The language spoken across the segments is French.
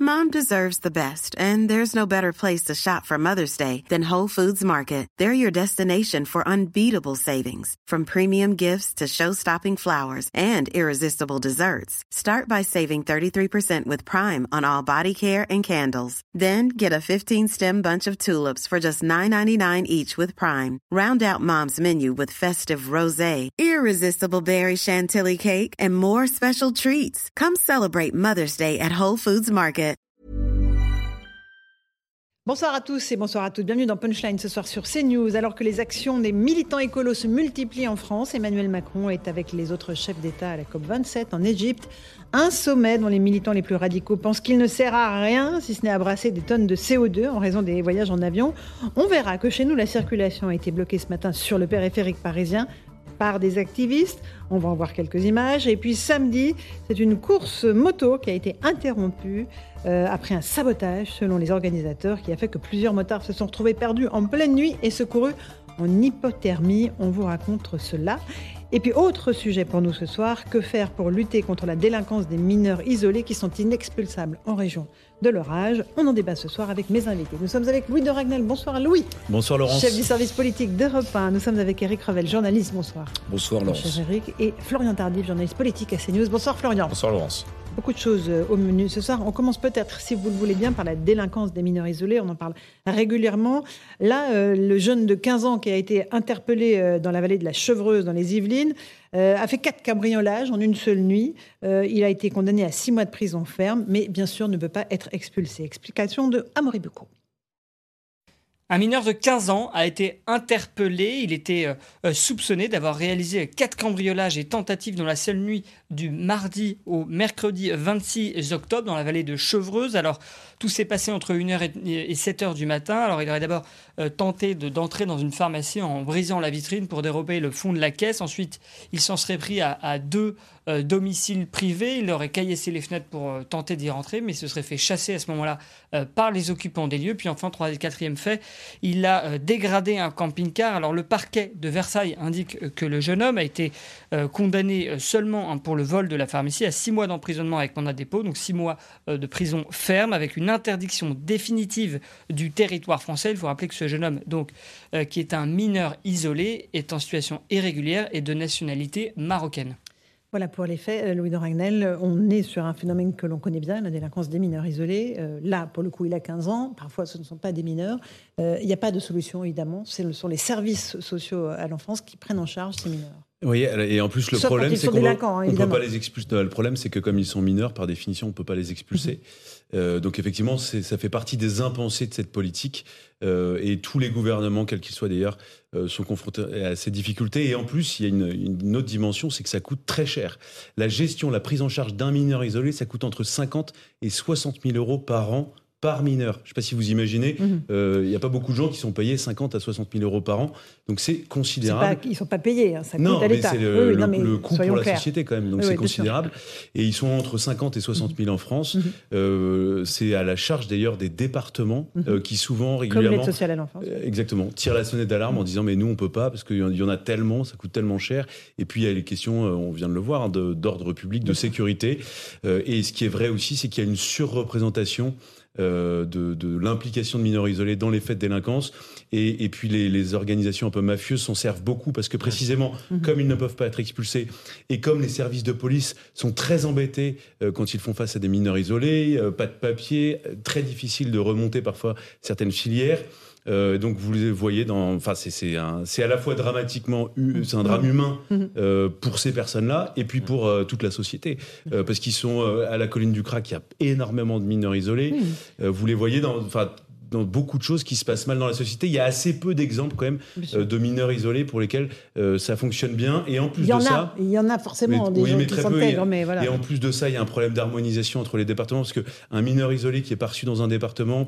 Mom deserves the best, and there's no better place to shop for Mother's Day than Whole Foods Market. They're your destination for unbeatable savings, from premium gifts to show-stopping flowers and irresistible desserts. Start by saving 33% with Prime on all body care and candles. Then get a 15-stem bunch of tulips for just $9.99 each with Prime. Round out Mom's menu with festive rosé, irresistible berry chantilly cake, and more special treats. Come celebrate Mother's Day at Whole Foods Market. Bonsoir à tous et bonsoir à toutes. Bienvenue dans Punchline ce soir sur CNews. Alors que les actions des militants écolos se multiplient en France, Emmanuel Macron est avec les autres chefs d'État à la COP27 en Égypte. Un sommet dont les militants les plus radicaux pensent qu'il ne sert à rien, si ce n'est à brasser des tonnes de CO2 en raison des voyages en avion. On verra que chez nous, la circulation a été bloquée ce matin sur le périphérique parisien par des activistes. On va en voir quelques images. Et puis samedi, c'est une course moto qui a été interrompue après un sabotage, selon les organisateurs, qui a fait que plusieurs motards se sont retrouvés perdus en pleine nuit et secourus en hypothermie. On vous raconte cela. Et puis, autre sujet pour nous ce soir, que faire pour lutter contre la délinquance des mineurs isolés qui sont inexpulsables en région de leur âge? On en débat ce soir avec mes invités. Nous sommes avec Louis de Ragnel. Bonsoir Louis. Bonsoir Laurence. Chef du service politique d'Europe 1. Nous sommes avec Éric Revel, journaliste. Bonsoir. Bonsoir Laurence. Cher Éric. Et Florian Tardif, journaliste politique à CNews. Bonsoir Florian. Bonsoir Laurence. Beaucoup de choses au menu ce soir. On commence peut-être, si vous le voulez bien, par la délinquance des mineurs isolés. On en parle régulièrement. Là, le jeune de 15 ans qui a été interpellé dans la vallée de la Chevreuse, dans les Yvelines, a fait 4 cambriolages en une seule nuit. Il a été condamné à 6 mois de prison ferme, mais bien sûr ne peut pas être expulsé. Explication de Amaury Bucco. Un mineur de 15 ans a été interpellé. Il était soupçonné d'avoir réalisé 4 cambriolages et tentatives dans la seule nuit du mardi au mercredi 26 octobre dans la vallée de Chevreuse. Alors, tout s'est passé entre 1h et 7h du matin. Alors, il aurait d'abord tenté d'entrer dans une pharmacie en brisant la vitrine pour dérober le fond de la caisse. Ensuite, il s'en serait pris à 2 domiciles privés. Il aurait caillassé les fenêtres pour tenter d'y rentrer, mais se serait fait chasser à ce moment-là par les occupants des lieux. Puis enfin, 3e et 4e fait, il a dégradé un camping-car. Alors, le parquet de Versailles indique que le jeune homme a été condamné seulement pour le vol de la pharmacie à 6 mois d'emprisonnement avec mandat de dépôt, donc 6 mois de prison ferme avec une interdiction définitive du territoire français. Il faut rappeler que ce jeune homme, donc, qui est un mineur isolé, est en situation irrégulière et de nationalité marocaine. Voilà pour les faits, Louis de Ragnel. On est sur un phénomène que l'on connaît bien, la délinquance des mineurs isolés. Là, pour le coup, il a 15 ans. Parfois, ce ne sont pas des mineurs. Il n'y a pas de solution, évidemment. Ce sont les services sociaux à l'enfance qui prennent en charge ces mineurs. Oui, et en plus, le problème, c'est qu'on ne peut pas les expulser. Le problème, c'est que comme ils sont mineurs, par définition, on ne peut pas les expulser. Donc effectivement, ça fait partie des impensés de cette politique. Et tous les gouvernements, quels qu'ils soient d'ailleurs, sont confrontés à ces difficultés. Et en plus, il y a une autre dimension, c'est que ça coûte très cher. La gestion, la prise en charge d'un mineur isolé, ça coûte entre 50 et 60 000 euros par an, par mineur. Je ne sais pas si vous imaginez, il n'y a pas beaucoup de gens qui sont payés 50 à 60 000 euros par an. Donc c'est considérable. Ils ne sont pas payés, ça coûte non, à l'État. C'est le coût pour la société quand même, donc c'est considérable. Et ils sont entre 50 et 60 000 en France. C'est à la charge d'ailleurs des départements qui souvent, régulièrement... Comme l'aide sociale à l'enfance. Exactement, tirent la sonnette d'alarme en disant mais nous on ne peut pas parce qu'il y en a tellement, ça coûte tellement cher. Et puis il y a les questions, on vient de le voir, d'ordre public, de sécurité. Et ce qui est vrai aussi, c'est qu'il y a une surreprésentation de l'implication de mineurs isolés dans les faits de délinquance et puis les organisations un peu mafieuses s'en servent beaucoup parce que précisément comme ils ne peuvent pas être expulsés et comme les services de police sont très embêtés quand ils font face à des mineurs isolés, pas de papier, très difficile de remonter parfois certaines filières. Donc vous les voyez c'est à la fois dramatiquement c'est un drame humain pour ces personnes-là et puis pour toute la société parce qu'ils sont à la colline du Crac, il y a énormément de mineurs isolés. Vous les voyez dans beaucoup de choses qui se passent mal dans la société. Il y a assez peu d'exemples quand même de mineurs isolés pour lesquels ça fonctionne bien. Et en plus de ça... Il y en a forcément des gens qui s'intègrent. Et en plus de ça, il y a un problème d'harmonisation entre les départements parce qu'un mineur isolé qui est pas reçu dans un département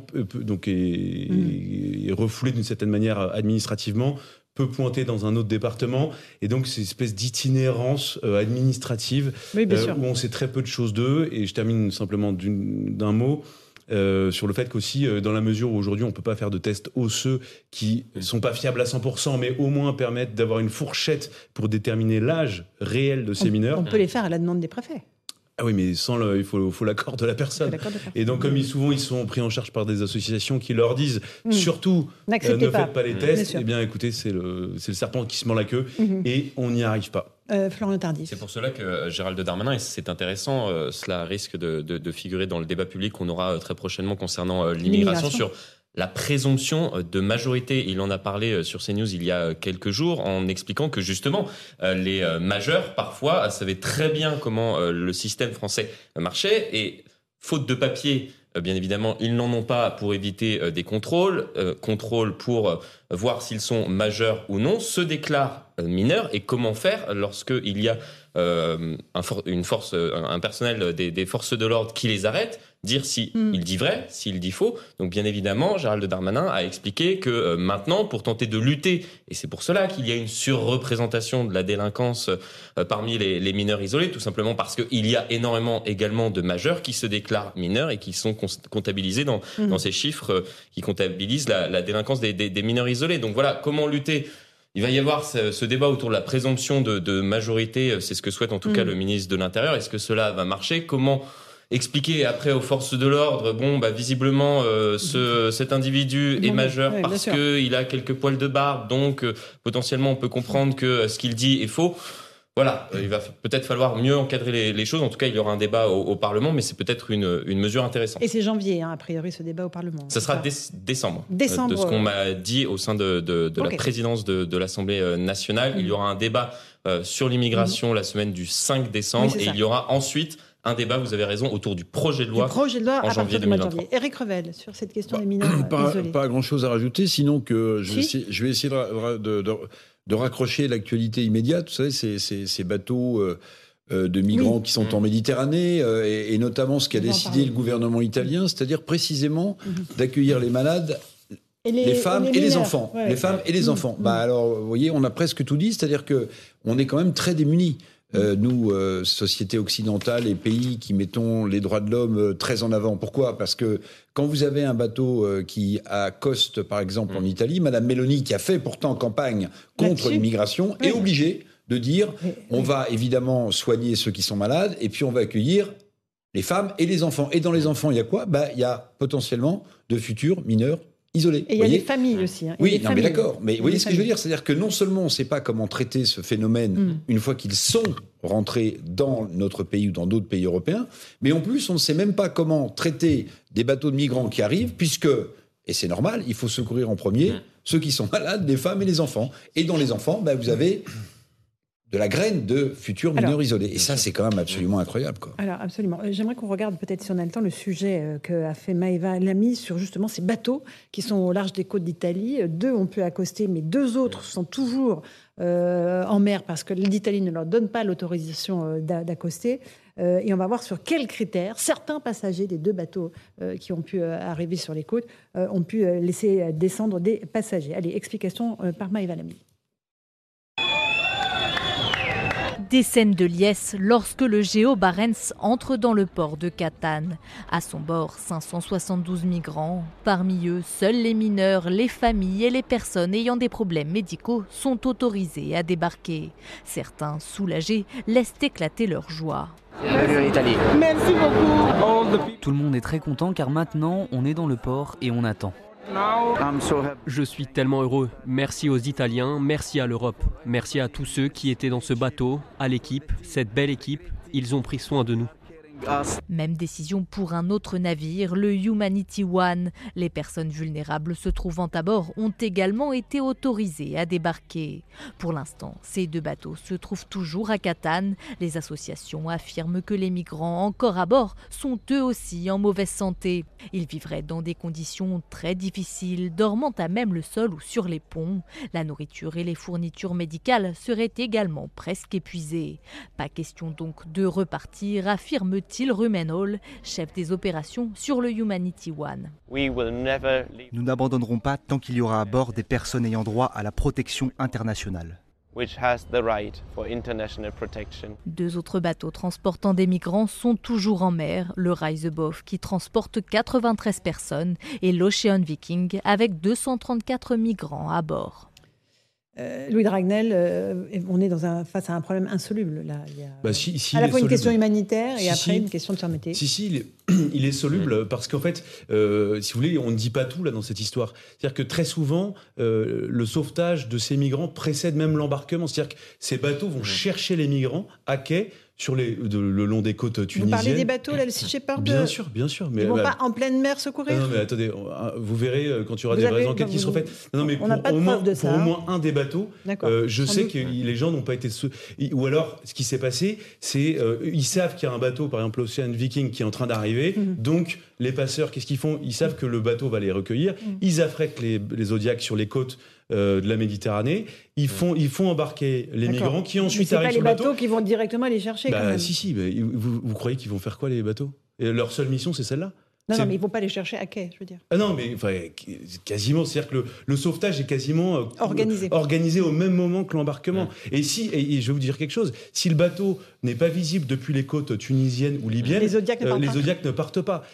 est refoulé d'une certaine manière administrativement, peut pointer dans un autre département. Et donc, c'est une espèce d'itinérance administrative où on sait très peu de choses d'eux. Et je termine simplement d'un mot. Sur le fait qu'aussi, dans la mesure où aujourd'hui on ne peut pas faire de tests osseux qui ne sont pas fiables à 100%, mais au moins permettent d'avoir une fourchette pour déterminer l'âge réel de ces mineurs. On peut les faire à la demande des préfets. Ah oui, mais il faut l'accord de la personne. Et donc, comme souvent, ils sont pris en charge par des associations qui leur disent surtout, ne faites pas les tests. Eh bien, écoutez, c'est le serpent qui se mord la queue et on n'y arrive pas. Florian Tardif. C'est pour cela que Gérald Darmanin, et c'est intéressant, cela risque de figurer dans le débat public qu'on aura très prochainement concernant l'immigration sur la présomption de majorité. Il en a parlé sur CNews il y a quelques jours en expliquant que justement les majeurs parfois savaient très bien comment le système français marchait et faute de papier, bien évidemment, ils n'en ont pas pour éviter des contrôles pour voir s'ils sont majeurs ou non, se déclarent mineurs. Et comment faire lorsqu'il y a un personnel des forces de l'ordre qui les arrête, dire s'il dit vrai, s'il dit faux. Donc bien évidemment, Gérald Darmanin a expliqué que maintenant, pour tenter de lutter, et c'est pour cela qu'il y a une surreprésentation de la délinquance parmi les mineurs isolés, tout simplement parce qu'il y a énormément également de majeurs qui se déclarent mineurs et qui sont comptabilisés dans ces chiffres qui comptabilisent la délinquance des mineurs isolés. Donc voilà, comment lutter ? Il va y avoir ce débat autour de la présomption de majorité, c'est ce que souhaite en tout cas le ministre de l'Intérieur. Est-ce que cela va marcher ? Comment expliquer après aux forces de l'ordre, visiblement cet individu est majeur parce qu'il a quelques poils de barbe, donc potentiellement on peut comprendre que ce qu'il dit est faux. Voilà, il va peut-être falloir mieux encadrer les choses. En tout cas, il y aura un débat au Parlement, mais c'est peut-être une mesure intéressante. Et c'est janvier, a priori, ce débat au Parlement. Ça sera décembre. De ce qu'on m'a dit au sein de la présidence de l'Assemblée nationale. Il y aura un débat sur l'immigration la semaine du 5 décembre et il y aura ensuite un débat, vous avez raison, autour du projet de loi en janvier 2023. Éric Revel, sur cette question des mineurs isolés. Pas grand-chose à rajouter, sinon que je vais essayer de raccrocher l'actualité immédiate. Vous savez, ces bateaux de migrants qui sont en Méditerranée, et notamment ce qu'a décidé le gouvernement italien, c'est-à-dire précisément d'accueillir les malades, les femmes et les enfants. Les femmes et les enfants. Alors, vous voyez, on a presque tout dit, c'est-à-dire qu'on est quand même très démunis. Nous, société occidentale et pays qui mettons les droits de l'homme très en avant. Pourquoi ? Parce que quand vous avez un bateau qui accoste, par exemple, en Italie, Madame Meloni, qui a fait pourtant campagne contre l'immigration, est obligée de dire on va évidemment soigner ceux qui sont malades et puis on va accueillir les femmes et les enfants. Et dans les enfants, il y a quoi ? Il y a potentiellement de futurs mineurs isolés. Et il y a des familles aussi. Oui, mais d'accord. Mais vous voyez ce que je veux dire ? C'est-à-dire que non seulement on ne sait pas comment traiter ce phénomène une fois qu'ils sont rentrés dans notre pays ou dans d'autres pays européens, mais en plus, on ne sait même pas comment traiter des bateaux de migrants qui arrivent, puisque, et c'est normal, il faut secourir en premier ceux qui sont malades, les femmes et les enfants. Et dans les enfants, vous avez de la graine de futurs mineurs isolés. Et ça, c'est quand même absolument incroyable, quoi. Alors, absolument. J'aimerais qu'on regarde, peut-être si on a le temps, le sujet qu'a fait Maëva Lamy sur justement ces bateaux qui sont au large des côtes d'Italie. 2 ont pu accoster, mais 2 autres sont toujours en mer parce que l'Italie ne leur donne pas l'autorisation d'accoster. Et on va voir sur quels critères certains passagers des 2 bateaux qui ont pu arriver sur les côtes ont pu laisser descendre des passagers. Allez, explication par Maëva Lamy. Des scènes de liesse lorsque le Geo Barents entre dans le port de Catane. À son bord, 572 migrants. Parmi eux, seuls les mineurs, les familles et les personnes ayant des problèmes médicaux sont autorisés à débarquer. Certains, soulagés, laissent éclater leur joie. Bienvenue en Italie. Merci beaucoup. Tout le monde est très content car maintenant on est dans le port et on attend. Je suis tellement heureux. Merci aux Italiens, merci à l'Europe. Merci à tous ceux qui étaient dans ce bateau, à l'équipe, cette belle équipe. Ils ont pris soin de nous. Même décision pour un autre navire, le Humanity One. Les personnes vulnérables se trouvant à bord ont également été autorisées à débarquer. Pour l'instant, ces 2 bateaux se trouvent toujours à Catane. Les associations affirment que les migrants encore à bord sont eux aussi en mauvaise santé. Ils vivraient dans des conditions très difficiles, dormant à même le sol ou sur les ponts. La nourriture et les fournitures médicales seraient également presque épuisées. Pas question donc de repartir, affirme-t-il Rumen Hall, chef des opérations sur le Humanity One. Nous n'abandonnerons pas tant qu'il y aura à bord des personnes ayant droit à la protection internationale. 2 autres bateaux transportant des migrants sont toujours en mer, le Reisebof qui transporte 93 personnes et l'Ocean Viking avec 234 migrants à bord. Louis de Ragnel, on est face à un problème insoluble. Là. Il y a à la fois une question humanitaire et après une question de fermeté. Il est soluble parce qu'en fait, si vous voulez, on ne dit pas tout là dans cette histoire. C'est-à-dire que très souvent, le sauvetage de ces migrants précède même l'embarquement. C'est-à-dire que ces bateaux vont chercher les migrants à quai le long des côtes tunisiennes. Vous parlez des bateaux, là, le Sea Shepherd Bien sûr. Mais, ils ne vont pas en pleine mer secourir. Non, mais attendez, vous verrez quand il y aura des vraies enquêtes qui seront faites. Non, mais pour au moins un des bateaux, je sais que les gens n'ont pas été... Ou alors, ce qui s'est passé, c'est ils savent qu'il y a un bateau, par exemple l'Ocean Viking, qui est en train d'arriver. Donc, les passeurs, qu'est-ce qu'ils font ? Ils savent que le bateau va les recueillir. Ils affrètent les Zodiacs sur les côtes de la Méditerranée. Ils font embarquer les migrants qui ensuite arrivent sur le bateau. C'est pas les bateaux qui vont directement les chercher. Quand même. Si. Vous croyez qu'ils vont faire quoi, les bateaux ? Et leur seule mission, c'est celle-là ? Non, mais ils ne vont pas les chercher à quai, je veux dire. Ah non, mais quasiment. C'est-à-dire que le sauvetage est quasiment organisé au même moment que l'embarquement. Et je vais vous dire quelque chose, si le bateau n'est pas visible depuis les côtes tunisiennes ou libyennes, les Zodiacs ne partent pas.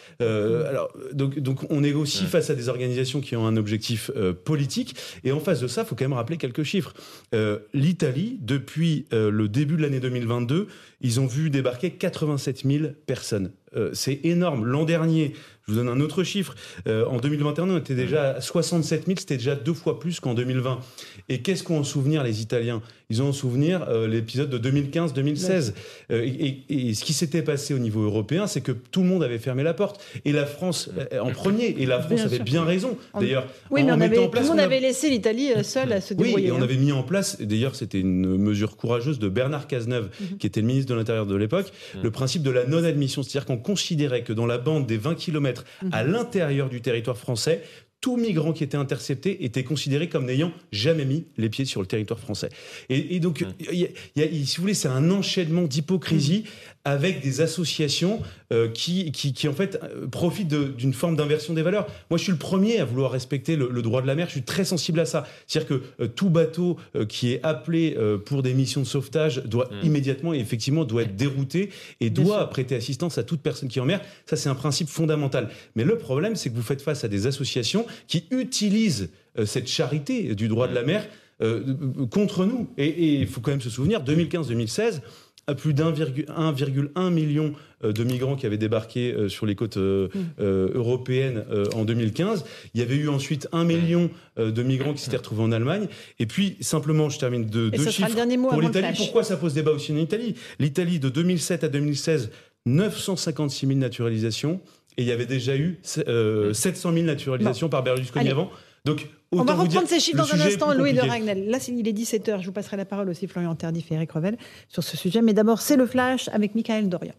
Donc on est aussi face à des organisations qui ont un objectif politique. Et en face de ça, il faut quand même rappeler quelques chiffres. L'Italie, depuis le début de l'année 2022, ils ont vu débarquer 87 000 personnes. C'est énorme. L'an dernier, je vous donne un autre chiffre, en 2021, on était déjà à 67 000, c'était déjà 2 fois plus qu'en 2020. Et qu'est-ce qu'ont en souvenir les Italiens ? Ils ont en souvenir l'épisode de 2015-2016. Et ce qui s'était passé au niveau européen, c'est que tout le monde avait fermé la porte. Et la France en premier. Et la France avait bien raison. D'ailleurs, tout le monde avait laissé l'Italie seule à se débrouiller. Oui, et on avait mis en place, d'ailleurs, c'était une mesure courageuse de Bernard Cazeneuve, qui était le ministre de l'Intérieur de l'époque, le principe de la non-admission. C'est-à-dire qu'on considérait que dans la bande des 20 km à l'intérieur du territoire français, tout migrant qui était intercepté était considéré comme n'ayant jamais mis les pieds sur le territoire français. Et donc, si vous voulez, c'est un enchaînement d'hypocrisie avec des associations qui en fait profitent d'une forme d'inversion des valeurs. Moi, je suis le premier à vouloir respecter le droit de la mer. Je suis très sensible à ça. C'est-à-dire que tout bateau qui est appelé pour des missions de sauvetage doit immédiatement et effectivement doit être dérouté et doit prêter assistance à toute personne qui est en mer. Ça, c'est un principe fondamental. Mais le problème, c'est que vous faites face à des associations qui utilisent cette charité du droit de la mer contre nous. Et il faut quand même se souvenir, 2015-2016, plus d'1,1 million de migrants qui avaient débarqué sur les côtes européennes en 2015. Il y avait eu ensuite 1 million de migrants qui s'étaient retrouvés en Allemagne. Et puis, simplement, je termine deux chiffres pour l'Italie. Pourquoi ça pose débat aussi en Italie ? L'Italie, de 2007 à 2016, 956 000 naturalisations. Et il y avait déjà eu 700 000 naturalisations par Berlusconi avant. Donc, on va reprendre ces chiffres dans un instant, Louis de Ragnel. Là, il est 17h. Je vous passerai la parole aussi, Florian Tardif et Eric Revel, sur ce sujet. Mais d'abord, c'est le flash avec Mickaël Dorian.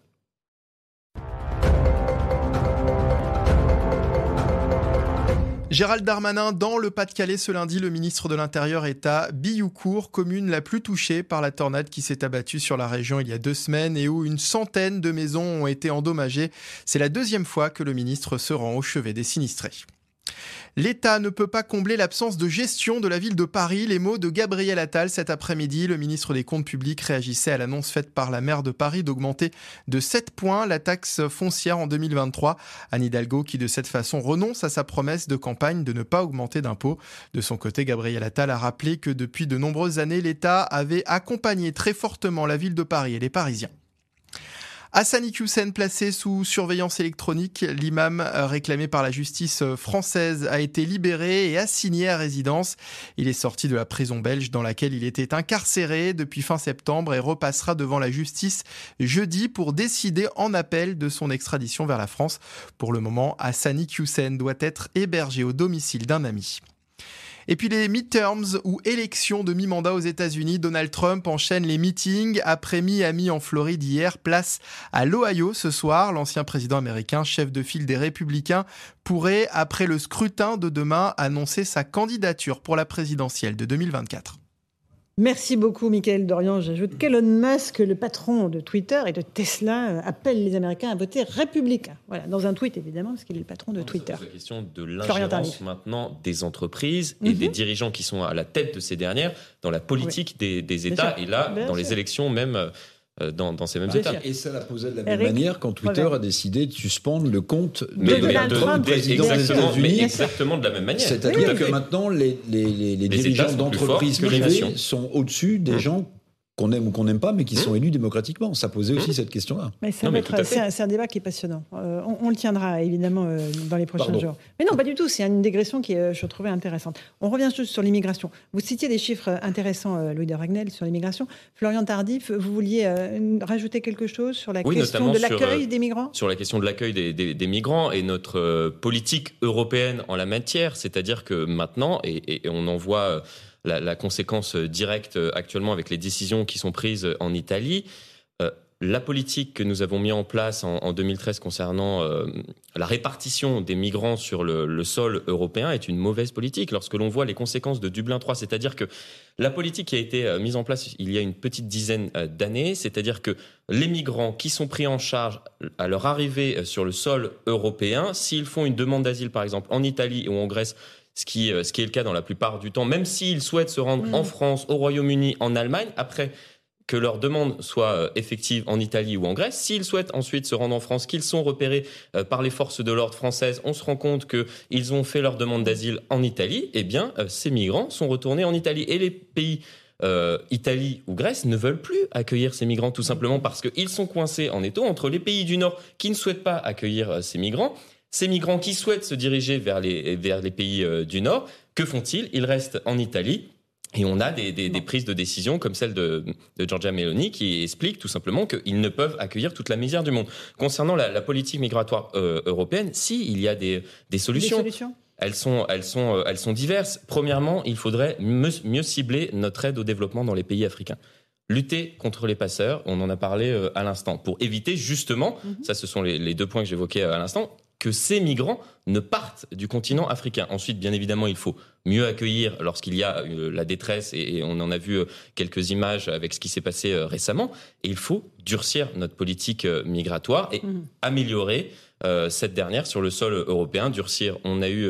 Gérald Darmanin, dans le Pas-de-Calais ce lundi, le ministre de l'Intérieur est à Billoucourt, commune la plus touchée par la tornade qui s'est abattue sur la région il y a 2 semaines et où une centaine de maisons ont été endommagées. C'est la 2e fois que le ministre se rend au chevet des sinistrés. L'État ne peut pas combler l'absence de gestion de la ville de Paris. Les mots de Gabriel Attal cet après-midi. Le ministre des Comptes publics réagissait à l'annonce faite par la maire de Paris d'augmenter de 7 points la taxe foncière en 2023. Anne Hidalgo qui de cette façon renonce à sa promesse de campagne de ne pas augmenter d'impôts. De son côté, Gabriel Attal a rappelé que depuis de nombreuses années, l'État avait accompagné très fortement la ville de Paris et les Parisiens. Hassani Hussein placé sous surveillance électronique, l'imam réclamé par la justice française a été libéré et assigné à résidence. Il est sorti de la prison belge dans laquelle il était incarcéré depuis fin septembre et repassera devant la justice jeudi pour décider en appel de son extradition vers la France. Pour le moment, Hassani Hussein doit être hébergé au domicile d'un ami. Et puis les midterms ou élections de mi-mandat aux États-Unis, Donald Trump enchaîne les meetings. Après Miami en Floride hier, place à l'Ohio ce soir. L'ancien président américain, chef de file des Républicains, pourrait, après le scrutin de demain, annoncer sa candidature pour la présidentielle de 2024. Merci beaucoup, Mickaël Dorian. J'ajoute qu'Elon Musk, le patron de Twitter et de Tesla, appelle les Américains à voter républicain. Voilà, dans un tweet, évidemment, parce qu'il est le patron de Twitter. C'est la question de l'ingérence maintenant des entreprises et des dirigeants qui sont à la tête de ces dernières dans la politique des États et là, dans les élections même dans ces mêmes États. Et ça l'a posé de la même manière quand Twitter a décidé de suspendre le compte de Donald Trump, président des États-Unis. Exactement de la même manière. C'est-à-dire que maintenant, les dirigeants d'entreprises privées sont au-dessus des gens qu'on aime ou qu'on n'aime pas, mais qui sont élus démocratiquement. Ça posait aussi cette question-là. Mais c'est un débat qui est passionnant. On le tiendra évidemment dans les prochains jours. Mais non, pas du tout. C'est une digression qui est, je trouvais, intéressante. On revient juste sur l'immigration. Vous citiez des chiffres intéressants, Louis de Ragnel, sur l'immigration. Florian Tardif, vous vouliez rajouter quelque chose sur la question de l'accueil des migrants ? Sur la question de l'accueil des migrants et notre politique européenne en la matière. C'est-à-dire que maintenant, et on en voit la conséquence directe actuellement avec les décisions qui sont prises en Italie, la politique que nous avons mis en place en 2013 concernant la répartition des migrants sur le sol européen est une mauvaise politique. Lorsque l'on voit les conséquences de Dublin 3, c'est-à-dire que la politique qui a été mise en place il y a une petite dizaine d'années, c'est-à-dire que les migrants qui sont pris en charge à leur arrivée sur le sol européen, s'ils font une demande d'asile par exemple en Italie ou en Grèce, ce qui est le cas dans la plupart du temps, même s'ils souhaitent se rendre en France, au Royaume-Uni, en Allemagne, après que leur demande soit effective en Italie ou en Grèce, s'ils souhaitent ensuite se rendre en France, qu'ils sont repérés par les forces de l'ordre françaises, on se rend compte qu'ils ont fait leur demande d'asile en Italie, eh bien, ces migrants sont retournés en Italie. Et les pays Italie ou Grèce ne veulent plus accueillir ces migrants, tout simplement parce qu'ils sont coincés en étau entre les pays du Nord qui ne souhaitent pas accueillir ces migrants qui souhaitent se diriger vers les pays du Nord. Que font-ils ? Ils restent en Italie. Et on a des prises de décision comme celle de Giorgia Meloni qui explique tout simplement qu'ils ne peuvent accueillir toute la misère du monde. Concernant la politique migratoire européenne, il y a des solutions. Des solutions ? Elles sont diverses. Premièrement, il faudrait mieux cibler notre aide au développement dans les pays africains. Lutter contre les passeurs, on en a parlé à l'instant, pour éviter justement, ça ce sont les deux points que j'évoquais à l'instant, que ces migrants ne partent du continent africain. Ensuite, bien évidemment, il faut mieux accueillir lorsqu'il y a la détresse, et on en a vu quelques images avec ce qui s'est passé récemment. Et il faut durcir notre politique migratoire et améliorer cette dernière sur le sol européen. Durcir, on a eu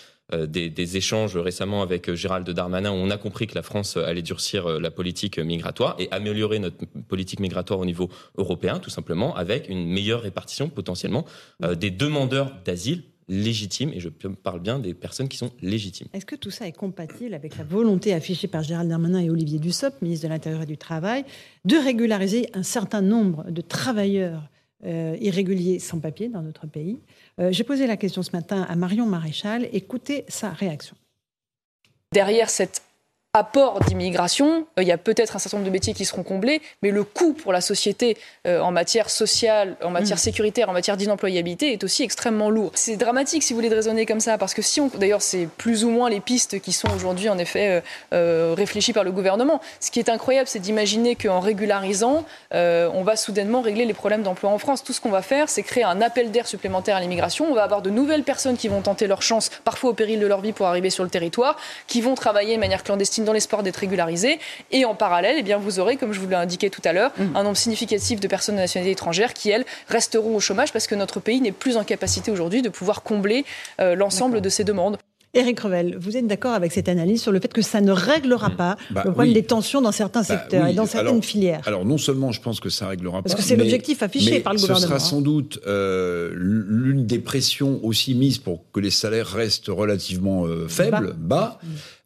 des échanges récemment avec Gérald Darmanin où on a compris que la France allait durcir la politique migratoire et améliorer notre politique migratoire au niveau européen, tout simplement, avec une meilleure répartition potentiellement des demandeurs d'asile légitimes, et je parle bien des personnes qui sont légitimes. Est-ce que tout ça est compatible avec la volonté affichée par Gérald Darmanin et Olivier Dussopt, ministre de l'Intérieur et du Travail, de régulariser un certain nombre de travailleurs irréguliers sans papier dans notre pays ? J'ai posé la question ce matin à Marion Maréchal. Écoutez sa réaction. Derrière cet apport d'immigration, il y a peut-être un certain nombre de métiers qui seront comblés, mais le coût pour la société en matière sociale, en matière sécuritaire, en matière d'inemployabilité est aussi extrêmement lourd. C'est dramatique si vous voulez de raisonner comme ça, parce que d'ailleurs c'est plus ou moins les pistes qui sont aujourd'hui en effet réfléchies par le gouvernement. Ce qui est incroyable, c'est d'imaginer qu'en régularisant, on va soudainement régler les problèmes d'emploi en France. Tout ce qu'on va faire, c'est créer un appel d'air supplémentaire à l'immigration. On va avoir de nouvelles personnes qui vont tenter leur chance, parfois au péril de leur vie pour arriver sur le territoire, qui vont travailler de manière clandestine dans l'espoir d'être régularisés. Et en parallèle, eh bien, vous aurez, comme je vous l'ai indiqué tout à l'heure, un nombre significatif de personnes de nationalité étrangère qui, elles, resteront au chômage parce que notre pays n'est plus en capacité aujourd'hui de pouvoir combler l'ensemble de ces demandes. Éric Revel, vous êtes d'accord avec cette analyse sur le fait que ça ne réglera pas le problème des tensions dans certains secteurs et dans certaines filières ? Alors non seulement je pense que ça ne réglera pas... Parce que c'est l'objectif affiché par le gouvernement. Ce sera sans doute l'une des pressions aussi mises pour que les salaires restent relativement faibles, bas.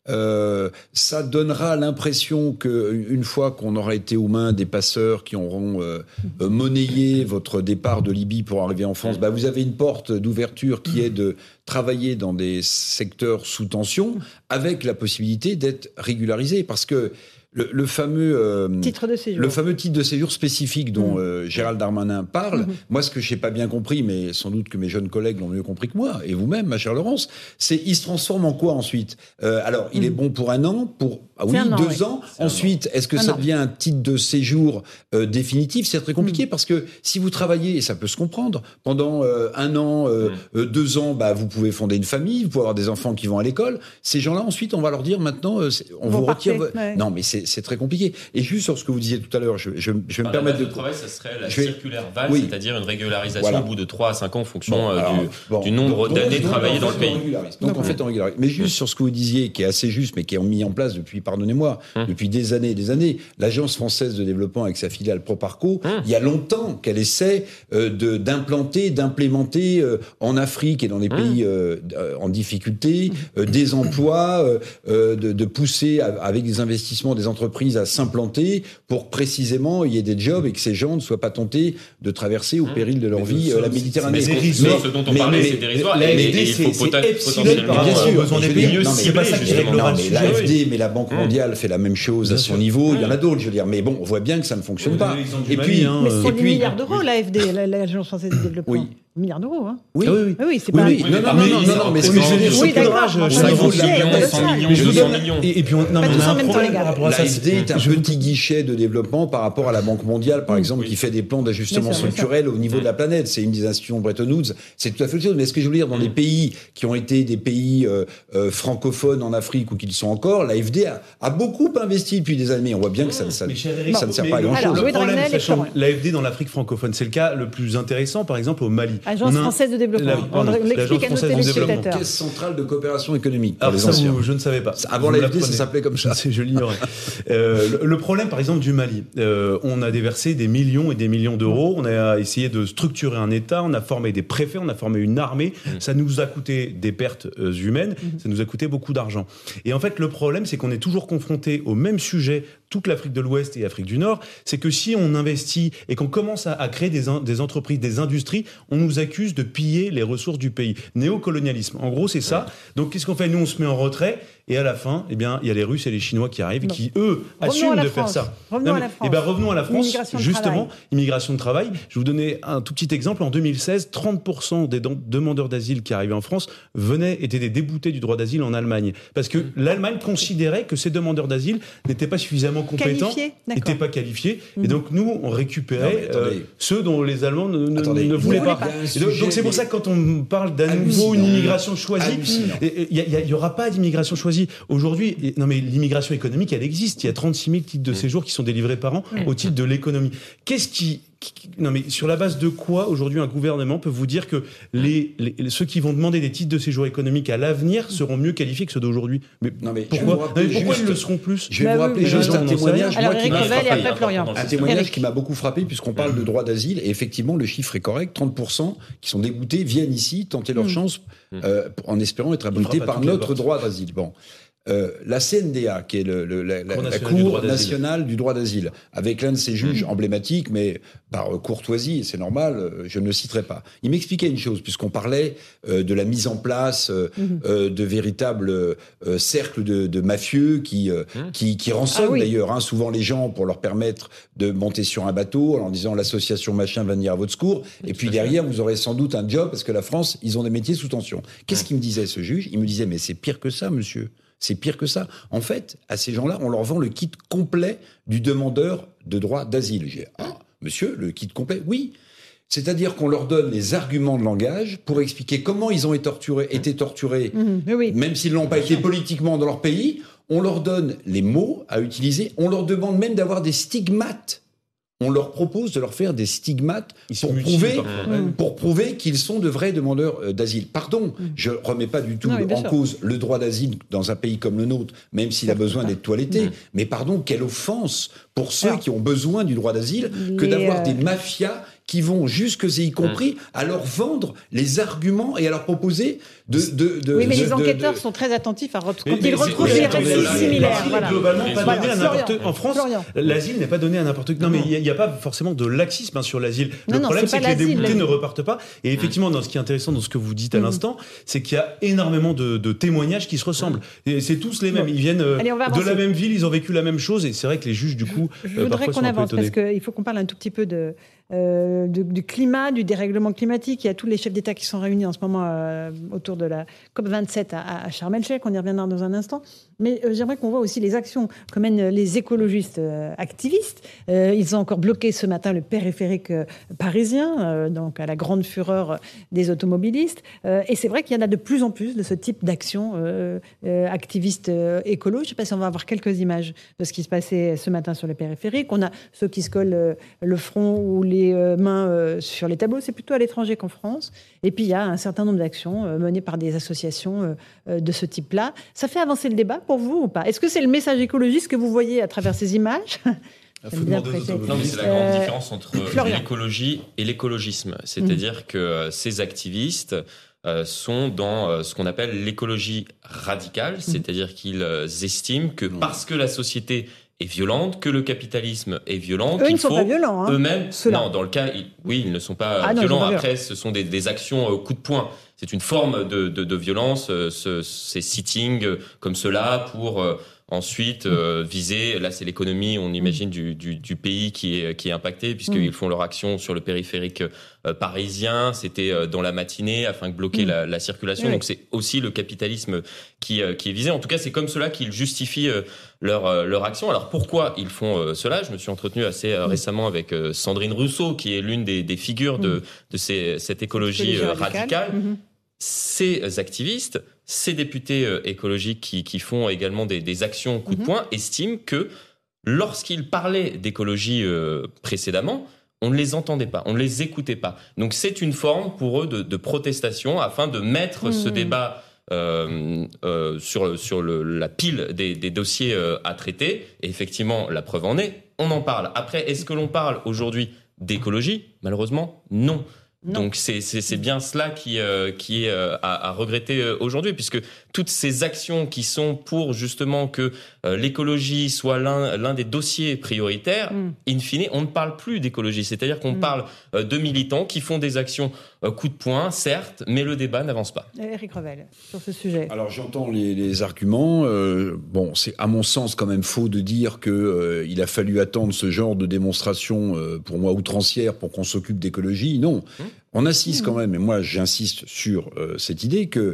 Ça donnera l'impression qu'une fois qu'on aura été aux mains des passeurs qui auront monnayé votre départ de Libye pour arriver en France, vous avez une porte d'ouverture qui est de travailler dans des secteurs sous tension avec la possibilité d'être régularisé. Parce que le fameux titre de séjour spécifique dont Gérald Darmanin parle, moi ce que je n'ai pas bien compris, mais sans doute que mes jeunes collègues l'ont mieux compris que moi, et vous-même, ma chère Laurence, c'est il se transforme en quoi ensuite ? Alors, il est bon pour 1 an, pour 2 ans. Ensuite, est-ce que ça devient un titre de séjour définitif ? C'est très compliqué parce que si vous travaillez, et ça peut se comprendre, pendant 1 an, 2 ans, vous pouvez fonder une famille, vous pouvez avoir des enfants qui vont à l'école. Ces gens-là, ensuite, on va leur dire maintenant, on vous retire... Non, mais c'est c'est très compliqué. Et juste sur ce que vous disiez tout à l'heure, je vais me permettre de travail, ça serait la circulaire Valls, c'est-à-dire une régularisation au bout de 3 à 5 ans en fonction du nombre d'années travaillées dans le pays. Donc en fait, on régularise. Mais juste sur ce que vous disiez, qui est assez juste, mais qui est mis en place depuis, pardonnez-moi, depuis des années et des années, l'Agence française de développement avec sa filiale Proparco, il y a longtemps qu'elle essaie d'implémenter en Afrique et dans les pays en difficulté des emplois, de pousser avec des investissements des entreprises à s'implanter pour précisément il y ait des jobs et que ces gens ne soient pas tentés de traverser au péril de leur vie la Méditerranée. Ce dont on parlait, c'est dérisoire. Et il faut potentiellement besoin des pays. C'est pas ça qui règle l'AFD, mais la Banque mondiale fait la même chose à son niveau. Il y en a d'autres, je veux dire. Mais bon, on voit bien que ça ne fonctionne pas. Et puis, mais c'est 10 milliards d'euros, l'AFD, l'Agence française de développement. Oui. Milliards d'euros, hein. Oui, c'est pas... Non, mais ce que je veux dire, oui, d'accord. 100 millions. Et puis, on a un problème par rapport à ça. L'AFD est un petit guichet de développement par rapport à la Banque mondiale, par exemple, qui fait des plans d'ajustement structurel au niveau de la planète. C'est une des institutions Bretton Woods. C'est tout à fait autre chose. Mais ce que je veux dire, dans les pays qui ont été des pays francophones en Afrique ou qui le sont encore, l'AFD a beaucoup investi depuis des années. On voit bien que ça ne sert pas à grand-chose. Le problème, sachant l'AFD dans l'Afrique francophone, c'est le cas le plus intéressant, par exemple, au Mali. Agence française de développement. On l'explique à nos téléspectateurs. Caisse centrale de coopération économique. Alors ça, je ne savais pas. Avant l'AFD, ça s'appelait comme ça. Je l'ignorais. Le problème, par exemple, du Mali, on a déversé des millions et des millions d'euros. On a essayé de structurer un État. On a formé des préfets. On a formé une armée. Ça nous a coûté des pertes humaines. Ça nous a coûté beaucoup d'argent. Et en fait, le problème, c'est qu'on est toujours confronté au même sujet, toute l'Afrique de l'Ouest et l'Afrique du Nord. C'est que si on investit et qu'on commence à créer des entreprises, des industries, on nous accuse de piller les ressources du pays. Néocolonialisme. En gros, c'est ça. Donc, qu'est-ce qu'on fait ? Nous, on se met en retrait. Et à la fin, eh bien, il y a les Russes et les Chinois qui arrivent, qui, eux, assument de faire ça. Revenons à la France. Revenons à la France, justement, immigration de travail. Je vais vous donner un tout petit exemple. En 2016, 30% des demandeurs d'asile qui arrivaient en France étaient des déboutés du droit d'asile en Allemagne. Parce que l'Allemagne considérait que ces demandeurs d'asile n'étaient pas suffisamment compétents, n'étaient pas qualifiés. Et donc, nous, on récupérait ceux dont les Allemands ne voulaient pas. Donc, c'est pour ça que quand on parle d'à nouveau une immigration choisie, il n'y aura pas d'immigration choisie. Aujourd'hui, non mais l'immigration économique, elle existe. Il y a 36 000 titres de séjour qui sont délivrés par an au titre de l'économie. Non mais sur la base de quoi aujourd'hui un gouvernement peut vous dire que ceux qui vont demander des titres de séjour économique à l'avenir seront mieux qualifiés que ceux d'aujourd'hui? Pourquoi ils le seront plus? Je vais vous rappeler juste un témoignage qui m'a beaucoup frappé puisqu'on parle de droit d'asile et effectivement le chiffre est correct. 30% qui sont déboutés viennent ici tenter leur chance en espérant être abrités par notre droit d'asile. Bon. La CNDA, qui est la Cour nationale du droit d'asile, avec l'un de ses juges emblématiques, mais par courtoisie, c'est normal, je ne le citerai pas. Il m'expliquait une chose, puisqu'on parlait de la mise en place de véritables cercles de mafieux qui rançonnent d'ailleurs souvent les gens pour leur permettre de monter sur un bateau en leur disant l'association machin va venir à votre secours, et puis derrière vous aurez sans doute un job parce que la France, ils ont des métiers sous tension. Qu'est-ce qu'il me disait ce juge? Il me disait mais c'est pire que ça, monsieur. C'est pire que ça. En fait, à ces gens-là, on leur vend le kit complet du demandeur de droit d'asile. J'ai dit, monsieur, le kit complet? Oui. C'est-à-dire qu'on leur donne les arguments de langage pour expliquer comment ils ont été torturés, même s'ils n'ont pas été politiquement dans leur pays. On leur donne les mots à utiliser. On leur demande même d'avoir des stigmates. On leur propose de leur faire des stigmates pour prouver qu'ils sont de vrais demandeurs d'asile. Pardon, je remets pas du tout en cause le droit d'asile dans un pays comme le nôtre, même s'il a besoin d'être toiletté. Mais pardon, quelle offense pour ceux qui ont besoin du droit d'asile que d'avoir des mafias qui vont jusque et y compris à leur vendre les arguments et à leur proposer Oui, mais les enquêteurs sont très attentifs quand ils retrouvent des récits similaires. Globalement, pas donné à n'importe qui. En France, l'asile n'est pas donné à n'importe qui. Non, mais il n'y a pas forcément de laxisme sur l'asile. Le problème, c'est que les déboutés ne repartent pas. Et effectivement, ce qui est intéressant dans ce que vous dites à l'instant, c'est qu'il y a énormément de témoignages qui se ressemblent. Et c'est tous les mêmes. Ils viennent de la même ville, ils ont vécu la même chose. Et c'est vrai que les juges, du coup, je voudrais qu'on avance parce qu'il faut qu'on parle un tout petit peu du climat, du dérèglement climatique. Il y a tous les chefs d'État qui sont réunis en ce moment autour de la COP27 à Sharm el-Sheikh. On y reviendra dans un instant. Mais j'aimerais qu'on voit aussi les actions que mènent les écologistes activistes. Ils ont encore bloqué ce matin le périphérique parisien, donc à la grande fureur des automobilistes. Et c'est vrai qu'il y en a de plus en plus de ce type d'actions activistes écolos. Je ne sais pas si on va avoir quelques images de ce qui se passait ce matin sur le périphérique. On a ceux qui se collent le front ou les mains sur les tableaux. C'est plutôt à l'étranger qu'en France. Et puis il y a un certain nombre d'actions menées par des associations de ce type-là. Ça fait avancer le débat pour vous ou pas? Est-ce que c'est le message écologiste que vous voyez à travers ces images? Non, mais c'est la grande différence entre l'écologie et l'écologisme. C'est-à-dire que ces activistes sont dans ce qu'on appelle l'écologie radicale, c'est-à-dire qu'ils estiment que parce que la société est violente, que le capitalisme est violent, qu'ils ne sont pas violents, hein, eux-mêmes... Non, dans le cas, ils ne sont pas violents. Après, ce sont des actions coup de poing. C'est une forme de violence, ces sittings comme cela pour... ensuite, viser, là c'est l'économie, on imagine, du pays qui est impacté, puisqu'ils font leur action sur le périphérique parisien, c'était dans la matinée afin de bloquer la circulation. Oui. Donc c'est aussi le capitalisme qui est visé. En tout cas, c'est comme cela qu'ils justifient leur action. Alors pourquoi ils font cela? Je me suis entretenu assez récemment avec Sandrine Rousseau, qui est l'une des figures de cette écologie radicale. Ces activistes, ces députés écologiques qui font également des actions coup de poing, estiment que lorsqu'ils parlaient d'écologie précédemment, on ne les entendait pas, on ne les écoutait pas. Donc c'est une forme pour eux de protestation afin de mettre ce débat sur la pile des dossiers à traiter. Et effectivement, la preuve en est, on en parle. Après, est-ce que l'on parle aujourd'hui d'écologie? Malheureusement, non. Donc c'est bien cela qui est à regretter aujourd'hui, puisque toutes ces actions qui sont pour justement que l'écologie soit l'un des dossiers prioritaires, in fine, on ne parle plus d'écologie. C'est-à-dire qu'on parle de militants qui font des actions coup de poing, certes, mais le débat n'avance pas. Éric Revel, sur ce sujet. Alors j'entends les arguments. Bon, c'est à mon sens quand même faux de dire que il a fallu attendre ce genre de démonstration, pour moi outrancière, pour qu'on s'occupe d'écologie. Non, on assiste quand même, et moi j'insiste sur cette idée que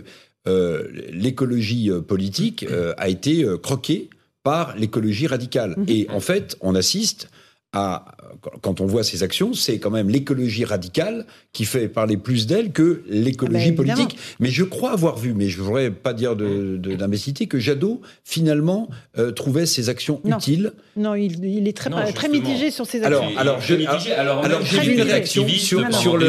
l'écologie politique a été croquée par l'écologie radicale. Et en fait, on assiste à, quand on voit ces actions, c'est quand même l'écologie radicale qui fait parler plus d'elle que l'écologie politique. Mais je crois avoir vu, mais je ne voudrais pas dire d'imbécilité, que Jadot, finalement, trouvait ces actions utiles. Non, il est très mitigé sur ces actions. Alors j'ai vu une réaction sur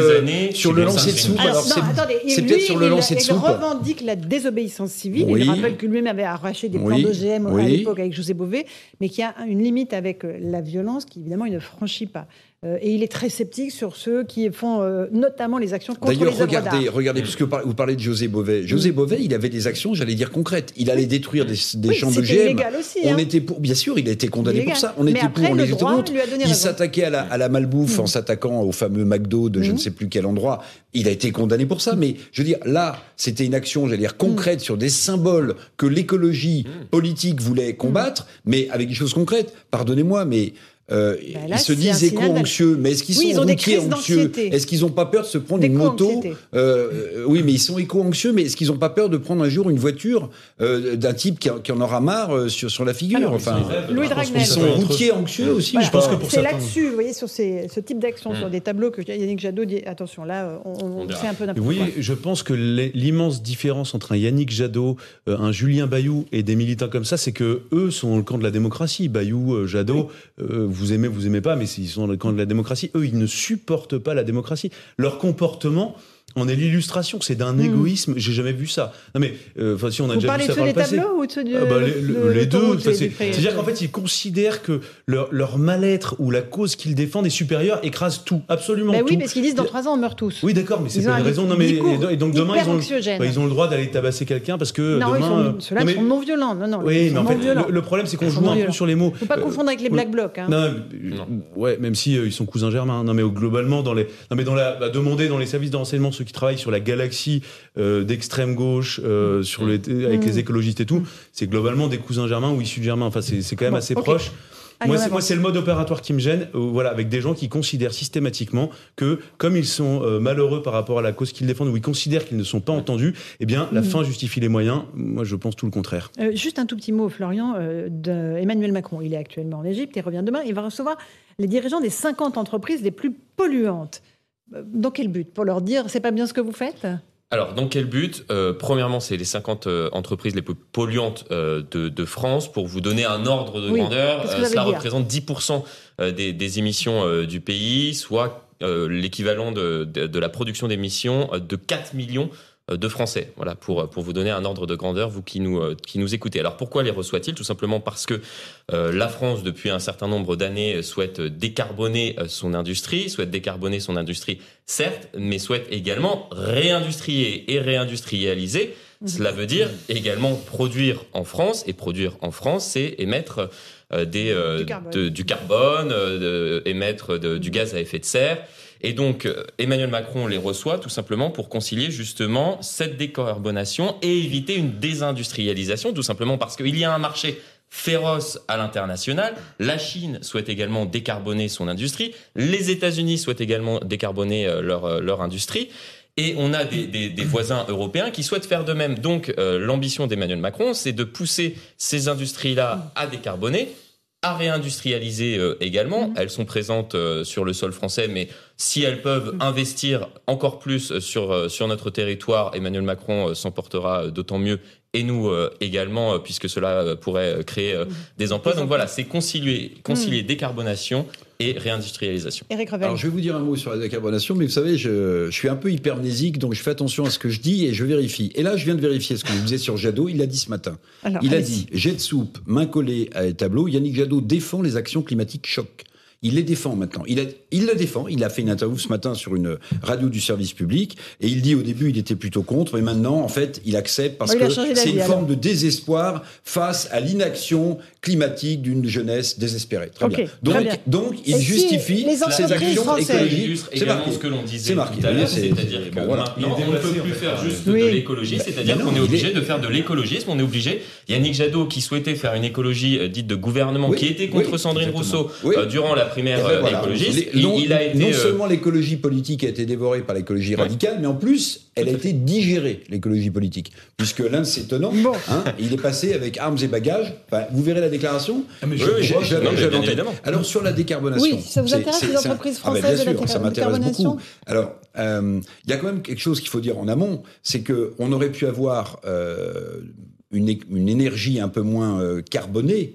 le lancer de soupe. C'est peut-être sur le lancer de soupe. Il revendique la désobéissance civile. Il rappelle que lui-même avait arraché des plans d'OGM à l'époque avec José Bové, mais qu'il y a une limite avec la violence qui, évidemment, il ne franchit pas. Et il est très sceptique sur ceux qui font notamment les actions contre les œuvres d'art. D'ailleurs, regardez, puisque vous parlez de José Bové. José Bové, il avait des actions, j'allais dire, concrètes. Il allait détruire des champs de GM. C'était illégal aussi. On était pour, bien sûr, il a été condamné pour ça. On était pour, on était contre. Il s'attaquait à la malbouffe en s'attaquant au fameux McDo de je ne sais plus quel endroit. Il a été condamné pour ça. Mais je veux dire, là, c'était une action, j'allais dire, concrète sur des symboles que l'écologie politique voulait combattre, mais avec des choses concrètes. Pardonnez-moi, mais... ils se disent éco-anxieux, mais est-ce qu'ils sont routiers anxieux? Est-ce qu'ils n'ont pas peur de se prendre une moto? Oui, mais ils sont éco-anxieux, mais est-ce qu'ils n'ont pas peur de prendre un jour une voiture d'un type qui en aura marre sur la figure? Alors, enfin, Louis Dragnel. Ils sont routiers anxieux aussi. Voilà, je pense que pour c'est là-dessus, vous voyez, sur ce type d'action, sur des tableaux que Yannick Jadot dit attention, là, on fait un peu n'importe quoi. Oui, je pense que l'immense différence entre un Yannick Jadot, un Julien Bayou et des militants comme ça, c'est que eux sont dans le camp de la démocratie. Bayou, Jadot, vous aimez pas, mais ils sont dans le camp de la démocratie. Eux, ils ne supportent pas la démocratie. Leur comportement en est l'illustration. C'est d'un égoïsme. J'ai jamais vu ça. Non mais, si on a déjà vu ça par le passé. Vous parlez de ceux des tableaux ou de ceux les deux. C'est-à-dire qu'en fait, ils considèrent que leur mal-être ou la cause qu'ils défendent est supérieure, écrase tout, absolument tout. Oui, parce qu'ils disent dans 3 ans on meurt tous. Oui, d'accord, mais c'est pas une raison. Non mais et donc demain ils ont le droit d'aller tabasser quelqu'un parce que demain. Ceux-là sont non violents. Non. Oui, mais en fait, le problème c'est qu'on joue un peu sur les mots. Faut pas confondre avec les Black Blocs. Non, ouais, même si ils sont cousins germains. Non, mais globalement demander dans les services de renseignement ceux qui travaillent sur la galaxie d'extrême gauche avec les écologistes et tout, c'est globalement des cousins germains ou issus de germains. Enfin, c'est quand même assez proche. Moi, c'est le mode opératoire qui me gêne, voilà, avec des gens qui considèrent systématiquement que, comme ils sont malheureux par rapport à la cause qu'ils défendent, ou ils considèrent qu'ils ne sont pas entendus, eh bien, la fin justifie les moyens. Moi, je pense tout le contraire. Juste un tout petit mot, Florian, d'Emmanuel Macron. Il est actuellement en Égypte, il revient demain. Il va recevoir les dirigeants des 50 entreprises les plus polluantes. Dans quel but ? Pour leur dire, c'est pas bien ce que vous faites ? Alors, dans quel but ? Premièrement, c'est les 50 entreprises les plus polluantes de France. Pour vous donner un ordre de grandeur, cela représente 10% des émissions du pays, soit l'équivalent de la production d'émissions de 4 millions de Français. Voilà, pour vous donner un ordre de grandeur, vous qui nous écoutez. Alors, pourquoi les reçoit-il ? Tout simplement parce que la France, depuis un certain nombre d'années, souhaite décarboner son industrie, certes, mais souhaite également réindustrier et réindustrialiser. Cela veut dire également produire en France, et produire en France, c'est émettre du carbone, émettre du gaz à effet de serre. Et donc, Emmanuel Macron les reçoit tout simplement pour concilier justement cette décarbonation et éviter une désindustrialisation, tout simplement parce qu'il y a un marché féroce à l'international. La Chine souhaite également décarboner son industrie. Les États-Unis souhaitent également décarboner leur industrie. Et on a des voisins européens qui souhaitent faire de même. Donc, l'ambition d'Emmanuel Macron, c'est de pousser ces industries-là à décarboner, à réindustrialiser également. Elles sont présentes sur le sol français, mais si elles peuvent investir encore plus sur notre territoire, Emmanuel Macron s'en portera d'autant mieux, et nous également, puisque cela pourrait créer des emplois. Donc voilà, c'est concilier décarbonation et réindustrialisation. Éric Revel. Alors je vais vous dire un mot sur la décarbonation, mais vous savez, je suis un peu hypermnésique, donc je fais attention à ce que je dis et je vérifie. Et là, je viens de vérifier ce que vous disiez sur Jadot, il l'a dit ce matin. Alors, il a dit, jet de soupe, main collée à tableau, Yannick Jadot défend les actions climatiques choc. Il les défend maintenant. Il le défend. Il a fait une interview ce matin sur une radio du service public et il dit au début il était plutôt contre, mais maintenant en fait il accepte parce que c'est une forme de désespoir face à l'inaction climatique d'une jeunesse désespérée. Très bien. Donc il justifie ses actions écologiques. C'est également ce que l'on disait tout à l'heure, c'est-à-dire que maintenant on ne peut plus faire juste de l'écologie, c'est-à-dire qu'on est obligé de faire de l'écologisme. On est obligé. Yannick Jadot qui souhaitait faire une écologie dite de gouvernement, qui était contre Sandrine Rousseau durant la primaire écologiste. Il a été non seulement l'écologie politique a été dévorée par l'écologie radicale, mais en plus, elle a été digérée, l'écologie politique. Puisque l'un de ses tenants, il est passé avec armes et bagages. Enfin, vous verrez la déclaration. Évidemment. Alors, sur la décarbonation. Oui, ça vous intéresse, les entreprises françaises de la ça m'intéresse beaucoup. Alors, il y a quand même quelque chose qu'il faut dire en amont, c'est qu'on aurait pu avoir une énergie un peu moins carbonée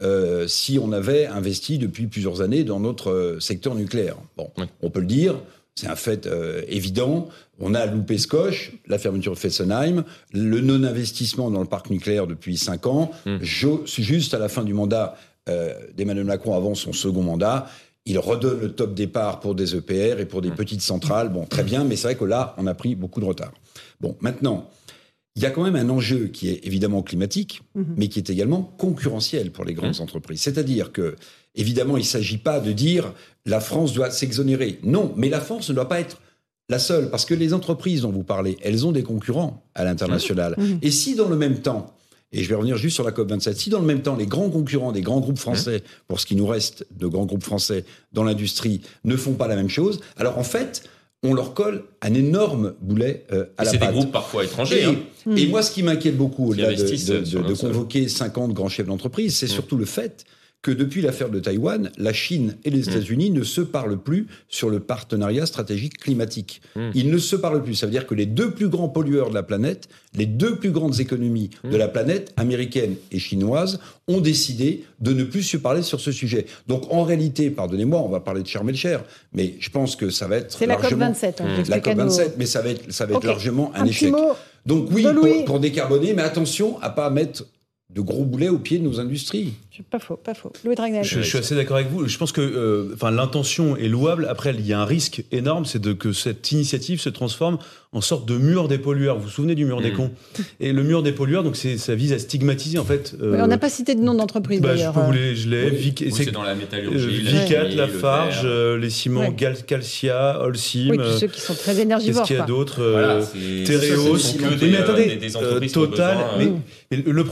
si on avait investi depuis plusieurs années dans notre secteur nucléaire. Bon, on peut le dire, c'est un fait évident. On a loupé ce coche, la fermeture de Fessenheim, le non-investissement dans le parc nucléaire depuis 5 ans. Juste à la fin du mandat d'Emmanuel Macron, avant son second mandat, il redonne le top départ pour des EPR et pour des petites centrales. Bon, très bien, mais c'est vrai que là, on a pris beaucoup de retard. Bon, maintenant, il y a quand même un enjeu qui est évidemment climatique, mais qui est également concurrentiel pour les grandes entreprises. C'est-à-dire que, évidemment, il ne s'agit pas de dire la France doit s'exonérer. Non, mais la France ne doit pas être la seule, parce que les entreprises dont vous parlez, elles ont des concurrents à l'international. Et si dans le même temps, et je vais revenir juste sur la COP27, si dans le même temps, les grands concurrents des grands groupes français, pour ce qui nous reste de grands groupes français dans l'industrie, ne font pas la même chose, alors en fait, on leur colle un énorme boulet à la patte. C'est des groupes parfois étrangers. Et moi, ce qui m'inquiète beaucoup, au-delà de convoquer 50 grands chefs d'entreprise, c'est surtout le fait que depuis l'affaire de Taïwan, la Chine et les États-Unis ne se parlent plus sur le partenariat stratégique climatique. Ils ne se parlent plus. Ça veut dire que les deux plus grands pollueurs de la planète, les deux plus grandes économies de la planète, américaine et chinoise, ont décidé de ne plus se parler sur ce sujet. Donc en réalité, pardonnez-moi, on va parler de Sharm el-Sheikh, mais je pense que ça va être c'est largement... C'est la COP27. La COP27, mais ça va être largement un échec. Donc oui, pour décarboner, mais attention à pas mettre de gros boulets au pied de nos industries. Pas faux. Louis Dragnel. Je suis assez d'accord avec vous. Je pense que l'intention est louable. Après, il y a un risque énorme, c'est que cette initiative se transforme en sorte de mur des pollueurs. Vous vous souvenez du mur des cons ? Et le mur des pollueurs, donc ça vise à stigmatiser en fait. On n'a pas cité de nom d'entreprise d'ailleurs. Je l'ai. C'est dans la métallurgie. Vicat, Lafarge, les ciments Calcia, Holcim. Oui, tous ceux qui sont très énergivores. Qu'est-ce qu'il y a d'autre Tereos. Mais attendez, des entreprises Total. Mais le problème, c'est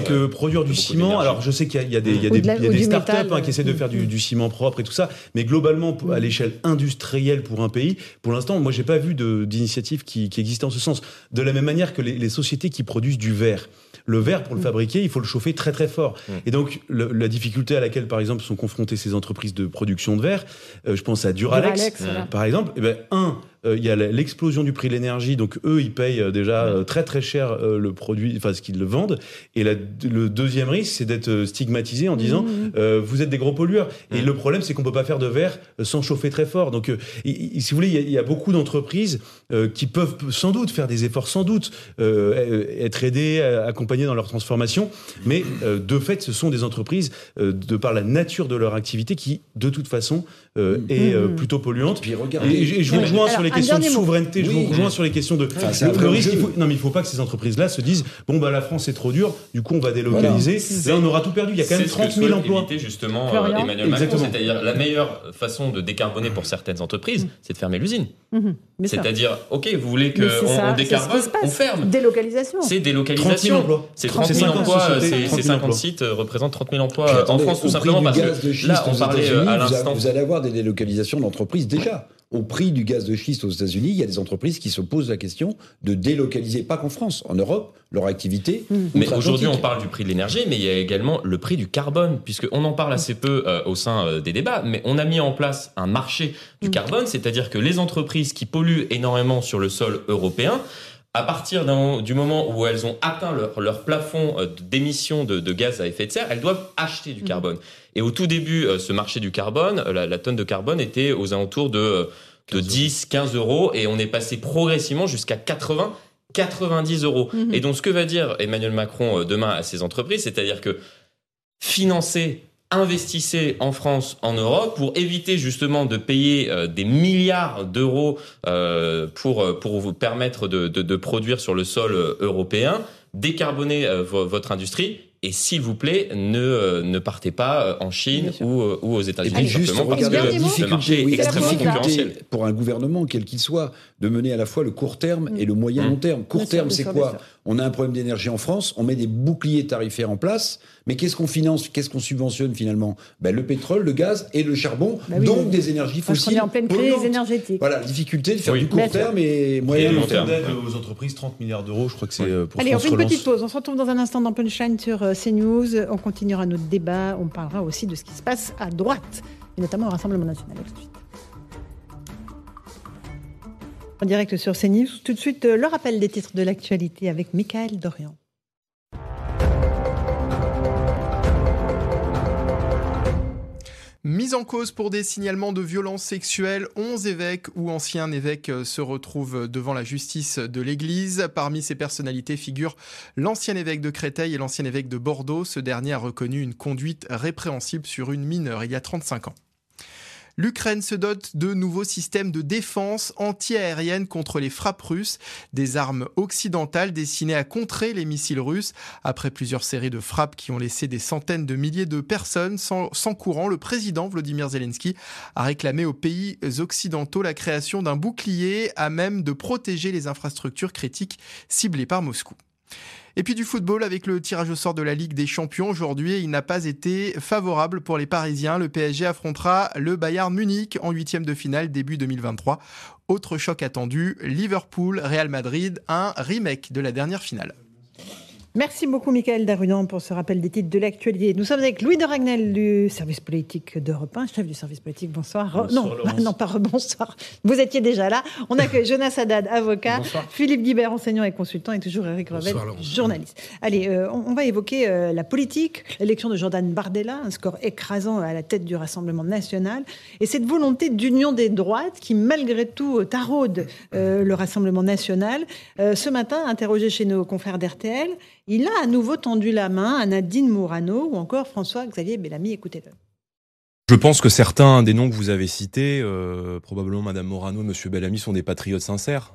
c'est que produire du ciment, alors je sais qu'il y a des startups qui essaient de faire du ciment propre et tout ça, mais globalement, à l'échelle industrielle pour un pays, pour l'instant, moi, j'ai pas vu d'initiative qui existait en ce sens. De la même manière que les sociétés qui produisent du verre. Le verre, pour le fabriquer, il faut le chauffer très très fort. Et donc, la difficulté à laquelle, par exemple, sont confrontées ces entreprises de production de verre, je pense à Duralex par exemple, il y a l'explosion du prix de l'énergie, donc eux, ils payent déjà très très cher le produit, enfin ce qu'ils le vendent. Et le deuxième risque, c'est d'être stigmatisé en disant vous êtes des gros pollueurs. Et le problème, c'est qu'on peut pas faire de verre sans chauffer très fort. Donc, si vous voulez, il y a beaucoup d'entreprises qui peuvent sans doute faire des efforts, sans doute être aidées, accompagnées dans leur transformation. Mais de fait, ce sont des entreprises, de par la nature de leur activité, qui de toute façon est plutôt polluante. Puis regardez, et je vous rejoins sur les questions de souveraineté, je vous rejoins sur les questions de... le risque, il ne faut pas que ces entreprises-là se disent la France est trop dure, du coup on va délocaliser. Là on aura tout perdu, il y a quand même 30 000 emplois. Éviter justement Emmanuel Macron, c'est-à-dire la meilleure façon de décarboner pour certaines entreprises, c'est de fermer l'usine. C'est-à-dire, ok, vous voulez qu'on décarbone, on ferme. Délocalisation. C'est délocalisation. 30 000 emplois. Ces 50 sites représentent 30 000 emplois en France, tout simplement parce que là, on parlait à l'instant... Vous allez avoir des délocalisations d'entreprises déjà. Au prix du gaz de schiste aux États-Unis, il y a des entreprises qui se posent la question de délocaliser, pas qu'en France, en Europe, leur activité. Mais aujourd'hui, on parle du prix de l'énergie, mais il y a également le prix du carbone, puisqu'on en parle assez peu au sein des débats, mais on a mis en place un marché du carbone, c'est-à-dire que les entreprises qui polluent énormément sur le sol européen, à partir du moment où elles ont atteint leur plafond d'émissions de gaz à effet de serre, elles doivent acheter du carbone. Et au tout début, ce marché du carbone, la tonne de carbone était aux alentours de 10, 15 euros, et on est passé progressivement jusqu'à 80, 90 euros. Et donc, ce que va dire Emmanuel Macron demain à ces entreprises, c'est-à-dire que investissez en France, en Europe, pour éviter justement de payer des milliards d'euros pour vous permettre de produire sur le sol européen, décarboner votre industrie. Et s'il vous plaît, ne partez pas en Chine ou aux États-Unis. Et juste, regardez la difficulté, extrêmement concurrentiel pour un gouvernement, quel qu'il soit, de mener à la fois le court terme et le moyen long terme. Court terme, c'est quoi ? On a un problème d'énergie en France, on met des boucliers tarifaires en place, mais qu'est-ce qu'on finance ? Qu'est-ce qu'on subventionne finalement ? Le pétrole, le gaz et le charbon, donc des énergies fossiles. On est en pleine crise énergétique. Voilà, la difficulté de faire du court terme et moyen long terme. D'aide aux entreprises, 30 milliards d'euros, je crois que c'est pour Allez, France on fait une Relance. petite pause. On se retrouve dans un instant dans Punchline sur CNews. On continuera notre débat. On parlera aussi de ce qui se passe à droite, et notamment au Rassemblement national. Tout de suite. En direct sur CNews. Tout de suite, le rappel des titres de l'actualité avec Michael Dorian. Mise en cause pour des signalements de violences sexuelles, 11 évêques ou anciens évêques se retrouvent devant la justice de l'Église. Parmi ces personnalités figurent l'ancien évêque de Créteil et l'ancien évêque de Bordeaux. Ce dernier a reconnu une conduite répréhensible sur une mineure il y a 35 ans. L'Ukraine se dote de nouveaux systèmes de défense anti-aérienne contre les frappes russes, des armes occidentales destinées à contrer les missiles russes. Après plusieurs séries de frappes qui ont laissé des centaines de milliers de personnes sans courant, le président Volodymyr Zelensky a réclamé aux pays occidentaux la création d'un bouclier à même de protéger les infrastructures critiques ciblées par Moscou. Et puis du football avec le tirage au sort de la Ligue des Champions. Aujourd'hui, il n'a pas été favorable pour les Parisiens. Le PSG affrontera le Bayern Munich en 8e de finale début 2023. Autre choc attendu, Liverpool-Real Madrid, un remake de la dernière finale. Merci beaucoup, Michael Darudan, pour ce rappel des titres de l'actualité. Nous sommes avec Louis de Ragnel du service politique d'Europe 1, chef du service politique. Bonsoir. Non, pas rebonsoir. Vous étiez déjà là. On accueille Jonas Haddad, avocat. Bonsoir. Philippe Guibert, enseignant et consultant. Et toujours Éric Revel, journaliste. Allez, on va évoquer la politique, l'élection de Jordan Bardella, un score écrasant à la tête du Rassemblement national. Et cette volonté d'union des droites qui, malgré tout, taraude le Rassemblement national. Ce matin, interrogé chez nos confrères d'RTL, il a à nouveau tendu la main à Nadine Morano ou encore François-Xavier Bellamy. Écoutez-le. Je pense que certains des noms que vous avez cités, probablement Madame Morano et Monsieur Bellamy, sont des patriotes sincères.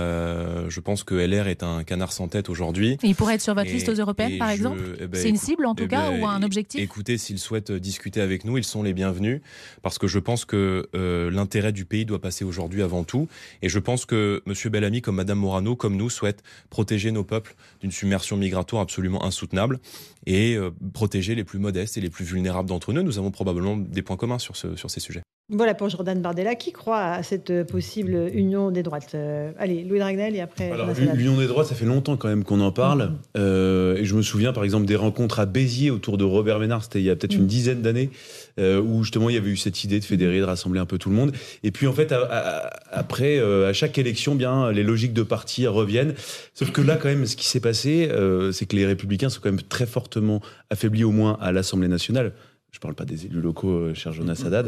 Je pense que LR est un canard sans tête aujourd'hui. Et il pourrait être sur votre liste aux européennes, par exemple ? C'est une cible en tout cas, ou un objectif ? Écoutez, s'ils souhaitent discuter avec nous, ils sont les bienvenus, parce que je pense que l'intérêt du pays doit passer aujourd'hui avant tout. Et je pense que Monsieur Bellamy, comme Madame Morano, comme nous, souhaitent protéger nos peuples d'une submersion migratoire absolument insoutenable et protéger les plus modestes et les plus vulnérables d'entre nous. Nous avons probablement des points communs sur ces sujets. Voilà pour Jordan Bardella, qui croit à cette possible union des droites. Allez, Louis Dragnel et après... Alors, l'union des droites, ça fait longtemps quand même qu'on en parle. Et je me souviens par exemple des rencontres à Béziers autour de Robert Ménard, c'était il y a peut-être une dizaine d'années, où justement il y avait eu cette idée de fédérer, de rassembler un peu tout le monde. Et puis en fait, après, à chaque élection, bien, les logiques de parti reviennent. Sauf que là, quand même, ce qui s'est passé, c'est que les Républicains sont quand même très fortement affaiblis, au moins à l'Assemblée nationale. Je ne parle pas des élus locaux, cher Jonas Haddad.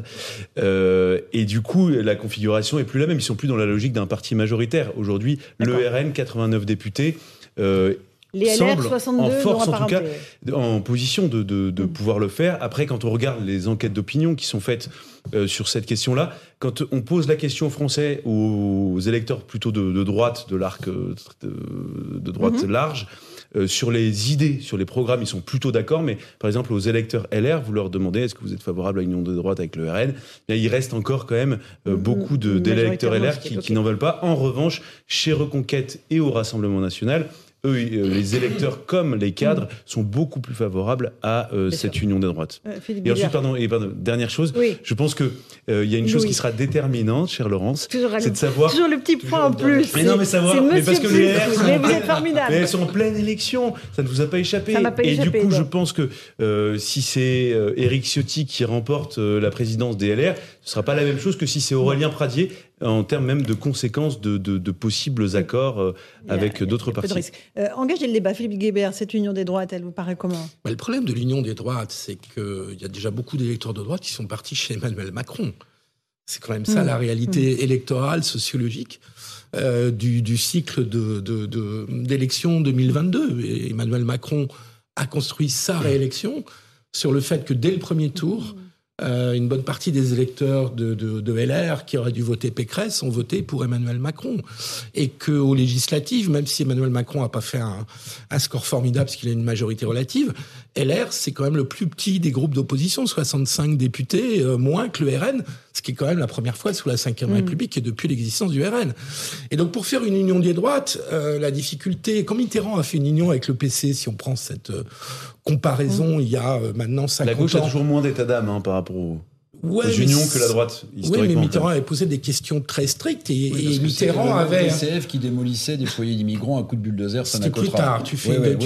Et du coup, la configuration n'est plus la même. Ils ne sont plus dans la logique d'un parti majoritaire. Aujourd'hui, le RN, 89 députés, les LR, 62, en force, en tout cas, en position de pouvoir le faire. Après, quand on regarde les enquêtes d'opinion qui sont faites sur cette question-là, quand on pose la question aux Français, aux électeurs plutôt de droite, de l'arc de droite large, sur les idées, sur les programmes, ils sont plutôt d'accord, mais par exemple aux électeurs LR, vous leur demandez est-ce que vous êtes favorable à une union de droite avec le RN ? Bien, il reste encore quand même beaucoup d'électeurs LR qui n'en veulent pas. En revanche, chez Reconquête et au Rassemblement National, eux, les électeurs comme les cadres sont beaucoup plus favorables à cette union des droites. Et ensuite, pardon, dernière chose, je pense qu'il y a une chose qui sera déterminante, chère Laurence, c'est de savoir... Toujours le petit point en plus. Mais non, mais savoir... Mais parce que les LR, mais vous êtes formidable. Mais elles sont en pleine élection, ça ne vous a pas échappé. Et du coup, je pense que si c'est Éric Ciotti qui remporte la présidence des LR, ce ne sera pas la même chose que si c'est Aurélien Pradier, en termes même de conséquences de possibles accords avec d'autres partis. Engagez le débat. Philippe Guébert, cette union des droites, elle vous paraît comment ? Le problème de l'union des droites, c'est qu'il y a déjà beaucoup d'électeurs de droite qui sont partis chez Emmanuel Macron. C'est quand même ça la réalité électorale, sociologique du cycle d'élection 2022. Et Emmanuel Macron a construit sa réélection sur le fait que dès le premier tour... une bonne partie des électeurs de LR qui auraient dû voter Pécresse ont voté pour Emmanuel Macron. Et qu'aux législatives, même si Emmanuel Macron n'a pas fait un score formidable parce qu'il a une majorité relative, LR, c'est quand même le plus petit des groupes d'opposition, 65 députés, moins que le RN, ce qui est quand même la première fois sous la Ve République et depuis l'existence du RN. Et donc pour faire une union des droites, la difficulté, quand Mitterrand a fait une union avec le PC, si on prend cette comparaison, il y a maintenant 50 ans... La gauche a toujours moins d'état d'âme par rapport aux unions que la droite, historiquement. Oui, mais Mitterrand avait posé des questions très strictes et Mitterrand avait... Le PCF qui démolissait des foyers d'immigrants à coups de bulldozer, ça n'a plus tard. Tu fais oui,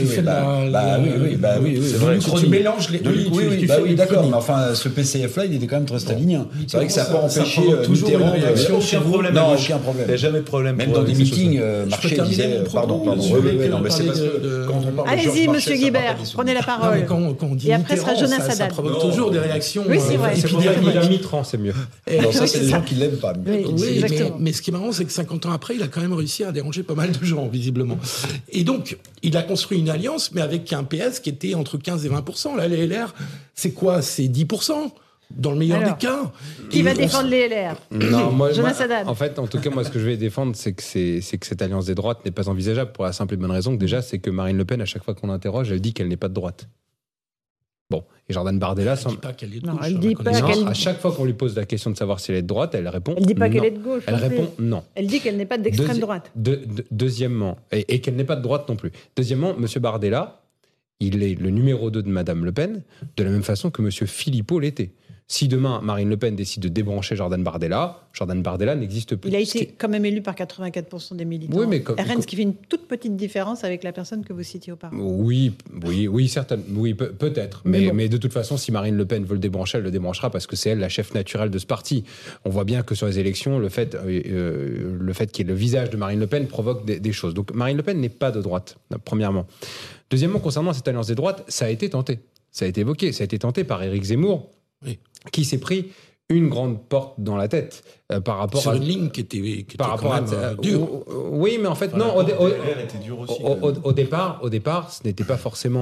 c'est vrai. Tu mélanges les... Oui, d'accord, mais enfin, ce PCF-là, il était quand même très stalinien. C'est vrai que ça n'a pas empêché Mitterrand... Aucun problème. Non, aucun problème. Il n'y a jamais de problème. Même dans des meetings, Marchais disait... Pardon. Non, mais c'est parce que quand on parle de allez-y, monsieur Guibert, prenez la parole. Et après sera Jonas Haddad. Ça provoque toujours des réactions... Oui, c'est vrai. Il a Mitterrand, c'est mieux. Non, ça, c'est des gens qui l'aiment pas. Oui, mais ce qui est marrant, c'est que 50 ans après, il a quand même réussi à déranger pas mal de gens, visiblement. Et donc, il a construit une alliance, mais avec un PS qui était entre 15 et 20%. Là, les LR, c'est quoi ? C'est 10%, dans le meilleur des cas. Qui va défendre les LR ? Non, moi, Jonas Haddad. en fait, en tout cas, moi, ce que je vais défendre, c'est que cette alliance des droites n'est pas envisageable pour la simple et bonne raison que déjà, c'est que Marine Le Pen, à chaque fois qu'on l'interroge, elle dit qu'elle n'est pas de droite. Bon, et Jordan Bardella... Elle ne dit pas qu'elle est de gauche. Non, elle dit pas qu'elle... À chaque fois qu'on lui pose la question de savoir si elle est de droite, elle répond... Elle ne dit pas non. qu'elle est de gauche. Elle répond non. Elle dit qu'elle n'est pas d'extrême droite. Deuxièmement, et qu'elle n'est pas de droite non plus. Deuxièmement, M. Bardella, il est le numéro 2 de Mme Le Pen, de la même façon que M. Philippot l'était. Si demain, Marine Le Pen décide de débrancher Jordan Bardella n'existe plus. Il a été quand même élu par 84% des militants. Oui, mais RN, ce qui fait une toute petite différence avec la personne que vous citiez auparavant. Oui, certainement. Oui, peut-être. Mais de toute façon, si Marine Le Pen veut le débrancher, elle le débranchera parce que c'est elle la chef naturelle de ce parti. On voit bien que sur les élections, le fait qu'il y ait le visage de Marine Le Pen provoque des choses. Donc Marine Le Pen n'est pas de droite, premièrement. Deuxièmement, concernant cette alliance des droites, ça a été tenté. Ça a été évoqué. Ça a été tenté par Éric Zemmour. Oui. Qui s'est pris une grande porte dans la tête par rapport sur une ligne qui était par rapport quand même dure. Oui, mais en fait, non. Au départ, ce n'était pas forcément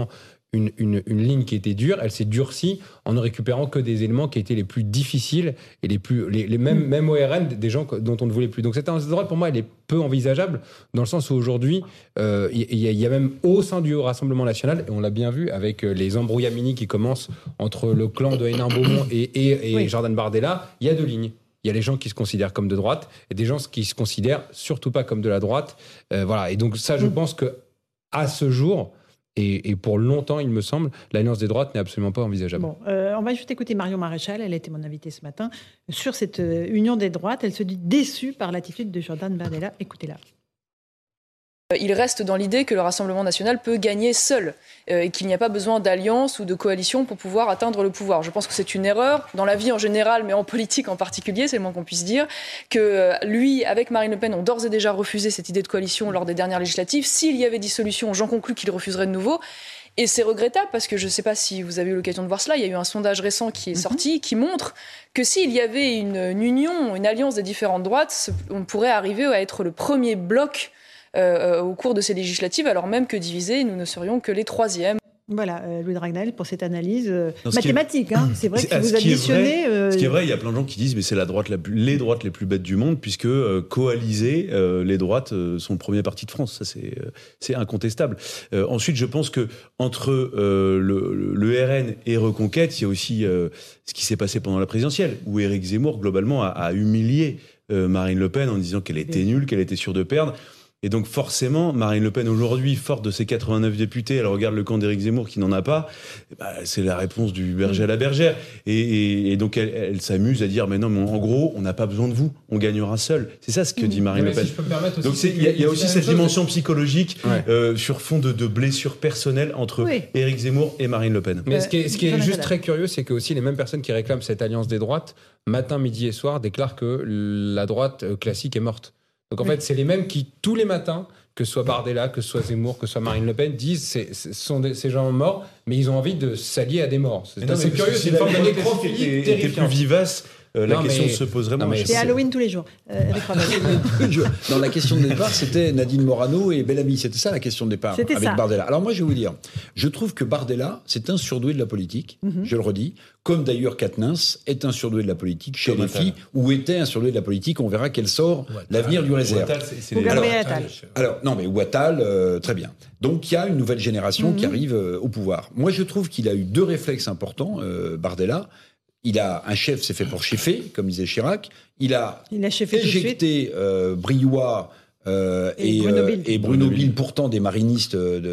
une ligne qui était dure, elle s'est durcie en ne récupérant que des éléments qui étaient les plus difficiles et même au RN, des gens dont on ne voulait plus. Donc cette alliance de droite, pour moi, elle est peu envisageable dans le sens où aujourd'hui, il y a même au sein du Rassemblement national, et on l'a bien vu avec les embrouillamini qui commencent entre le clan de Hénin-Beaumont et Jordan Bardella, il y a deux lignes. Il y a les gens qui se considèrent comme de droite et des gens qui se considèrent surtout pas comme de la droite. Voilà. Et donc ça, je pense que à ce jour, et pour longtemps, il me semble, l'alliance des droites n'est absolument pas envisageable. Bon, on va juste écouter Marion Maréchal, elle a été mon invitée ce matin, sur cette union des droites. Elle se dit déçue par l'attitude de Jordan Bardella. Écoutez-la. Il reste dans l'idée que le Rassemblement national peut gagner seul et qu'il n'y a pas besoin d'alliance ou de coalition pour pouvoir atteindre le pouvoir. Je pense que c'est une erreur, dans la vie en général, mais en politique en particulier, c'est le moins qu'on puisse dire, que lui, avec Marine Le Pen, ont d'ores et déjà refusé cette idée de coalition lors des dernières législatives. S'il y avait dissolution, j'en conclus qu'il refuserait de nouveau. Et c'est regrettable parce que je ne sais pas si vous avez eu l'occasion de voir cela, il y a eu un sondage récent qui est sorti qui montre que s'il y avait une union, une alliance des différentes droites, on pourrait arriver à être le premier bloc au cours de ces législatives, alors même que divisés, nous ne serions que les troisièmes. Voilà, Louis Dragnel, pour cette analyse mathématique. C'est vrai que si vous additionnez... Ce qui est vrai, il y a plein de gens qui disent mais c'est les droites les plus bêtes du monde, puisque coalisées, les droites sont le premier parti de France. Ça, c'est incontestable. Ensuite, je pense que entre le RN et Reconquête, il y a aussi ce qui s'est passé pendant la présidentielle, où Éric Zemmour, globalement, a humilié Marine Le Pen en disant qu'elle était nulle, qu'elle était sûre de perdre. Et donc forcément, Marine Le Pen aujourd'hui, forte de ses 89 députés, elle regarde le camp d'Éric Zemmour qui n'en a pas, c'est la réponse du berger à la bergère. Et donc elle s'amuse à dire, mais non, mais en gros, on n'a pas besoin de vous, on gagnera seul. C'est ça ce que dit Marine Le Pen. Si donc il y a aussi cette dimension psychologique sur fond de blessures personnelles entre Éric Zemmour et Marine Le Pen. Mais ce qui est juste très curieux, c'est que aussi les mêmes personnes qui réclament cette alliance des droites, matin, midi et soir, déclarent que la droite classique est morte. Donc en fait, c'est les mêmes qui, tous les matins, que ce soit Bardella, que ce soit Zemmour, que ce soit Marine Le Pen, disent ce sont ces gens morts, mais ils ont envie de s'allier à des morts. C'est curieux, c'est une forme de nécrophilie terrifiante. Plus vivace. La question se pose vraiment. C'est Halloween tous les jours. Dans la question de départ, c'était Nadine Morano et Bellamy. C'était ça la question de départ avec Bardella. Alors moi, je vais vous dire, je trouve que Bardella, c'est un surdoué de la politique, je le redis, comme d'ailleurs Quatennens est un surdoué de la politique chez les filles, ou était un surdoué de la politique. On verra quel sort l'avenir lui réserve. Alors, non, mais Ouattal, très bien. Donc il y a une nouvelle génération qui arrive au pouvoir. Moi, je trouve qu'il a eu deux réflexes importants, Bardella. Il a un chef, c'est fait pour cheffer, comme disait Chirac. Il a éjecté Briouat et Bruno Bille, pourtant des marinistes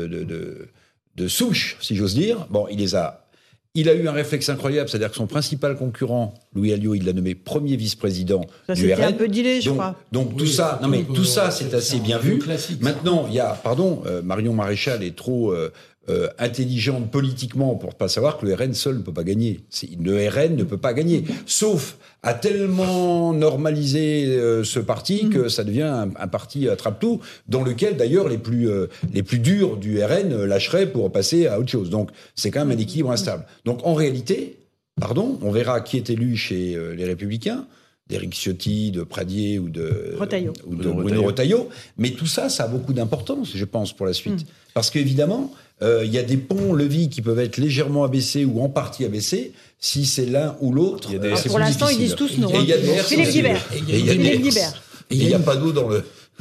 de souche, si j'ose dire. Bon, il a eu un réflexe incroyable, c'est-à-dire que son principal concurrent, Louis Alliot, il l'a nommé premier vice-président du RN. C'était un peu dilé, je crois. Donc tout ça, tout ça, c'est assez bien vu. Maintenant, il y a, Marion Maréchal est trop intelligente politiquement pour pas savoir que le RN seul ne peut pas gagner. Le RN ne peut pas gagner, sauf à tellement normaliser ce parti que ça devient un parti attrape-tout, dans lequel d'ailleurs les plus durs du RN lâcheraient pour passer à autre chose. Donc c'est quand même un équilibre instable. Donc en réalité, on verra qui est élu chez les Républicains, d'Éric Ciotti, de Pradier ou de Bruno Retailleau. Mais tout ça, ça a beaucoup d'importance, je pense, pour la suite. Parce qu'évidemment, il y a des ponts-levis qui peuvent être légèrement abaissés ou en partie abaissés. Si c'est l'un ou l'autre, pour l'instant, ils disent tous non. Philippe Guibert. Et il n'y a pas d'eau dans le...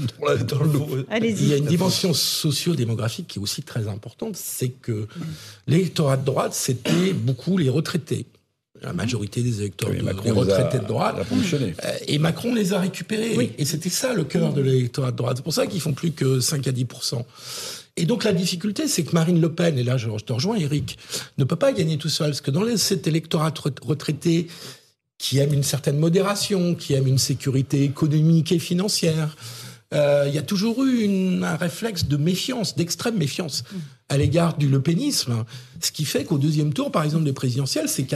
Il y a une dimension socio-démographique qui est aussi très importante, c'est que l'électorat de droite, c'était beaucoup les retraités. La majorité des électeurs, les retraités de droite. Et Macron les a récupérés. Oui. Et c'était ça le cœur de l'électorat de droite. C'est pour ça qu'ils font plus que 5 à 10%. Et donc la difficulté, c'est que Marine Le Pen, et là je te rejoins Eric, ne peut pas gagner tout seul. Parce que dans cet électorat retraité qui aime une certaine modération, qui aime une sécurité économique et financière, il y a toujours eu un réflexe de méfiance, d'extrême méfiance à l'égard du ledpenisme, ce qui fait qu'au deuxième tour, par exemple, des présidentielles, c'est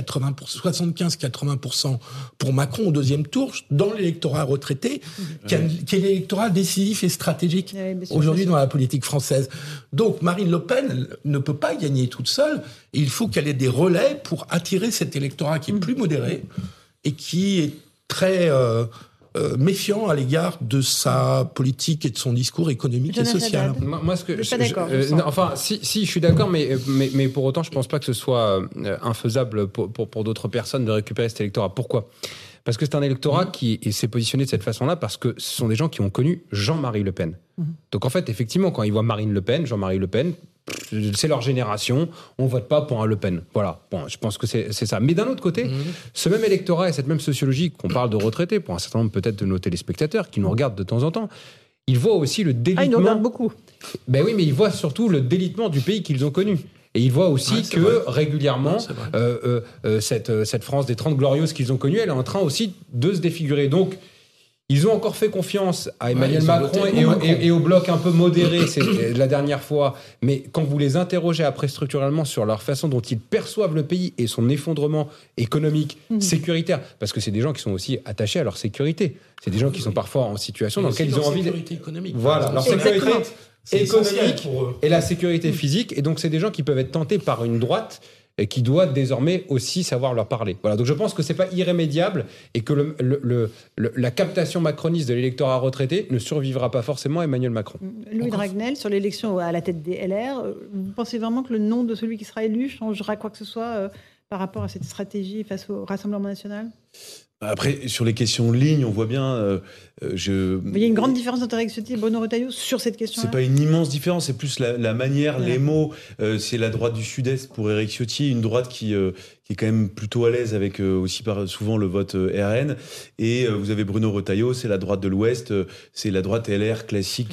75-80% pour Macron au deuxième tour, dans l'électorat retraité, qui est l'électorat décisif et stratégique aujourd'hui dans la politique française. Donc Marine Le Pen ne peut pas gagner toute seule, et il faut qu'elle ait des relais pour attirer cet électorat qui est plus modéré et qui est très... méfiant à l'égard de sa politique et de son discours économique et social. Moi, ce que si je suis d'accord, mais pour autant, je pense pas que ce soit infaisable pour d'autres personnes de récupérer cet électorat. Pourquoi ? Parce que c'est un électorat qui s'est positionné de cette façon-là parce que ce sont des gens qui ont connu Jean-Marie Le Pen. Donc en fait, effectivement, quand ils voient Marine Le Pen, Jean-Marie Le Pen, c'est leur génération, on vote pas pour un Le Pen. Voilà, bon, je pense que c'est ça. Mais d'un autre côté, ce même électorat et cette même sociologie qu'on parle de retraités, pour un certain nombre peut-être de nos téléspectateurs qui nous regardent de temps en temps, ils voient aussi le délitement... ils nous regardent beaucoup. Ben oui, mais ils voient surtout le délitement du pays qu'ils ont connu. Et ils voient aussi régulièrement, cette France des 30 glorieuses qu'ils ont connue, elle est en train aussi de se défigurer. Donc, ils ont encore fait confiance à Emmanuel Macron et au bloc un peu modéré la dernière fois. Mais quand vous les interrogez après structurellement sur leur façon dont ils perçoivent le pays et son effondrement économique, sécuritaire, parce que c'est des gens qui sont aussi attachés à leur sécurité. C'est des gens qui sont parfois en situation dans laquelle ils ont envie de... sécurité économique. Voilà, leur sécurité économique et la sécurité physique. Et donc, c'est des gens qui peuvent être tentés par une droite et qui doit désormais aussi savoir leur parler. Voilà. Donc, je pense que c'est pas irrémédiable et que la captation macroniste de l'électorat retraité ne survivra pas forcément à Emmanuel Macron. Louis Dragnel, sur l'élection à la tête des LR, vous pensez vraiment que le nom de celui qui sera élu changera quoi que ce soit par rapport à cette stratégie face au Rassemblement national ? Après, sur les questions de ligne, on voit bien... Il y a une grande différence entre Éric Ciotti et Bruno Retailleau sur cette question-là. C'est pas une immense différence, c'est plus la manière, les mots. C'est la droite du Sud-Est pour Éric Ciotti, une droite qui est quand même plutôt à l'aise avec aussi souvent le vote RN. Et vous avez Bruno Retailleau, c'est la droite de l'Ouest, c'est la droite LR classique,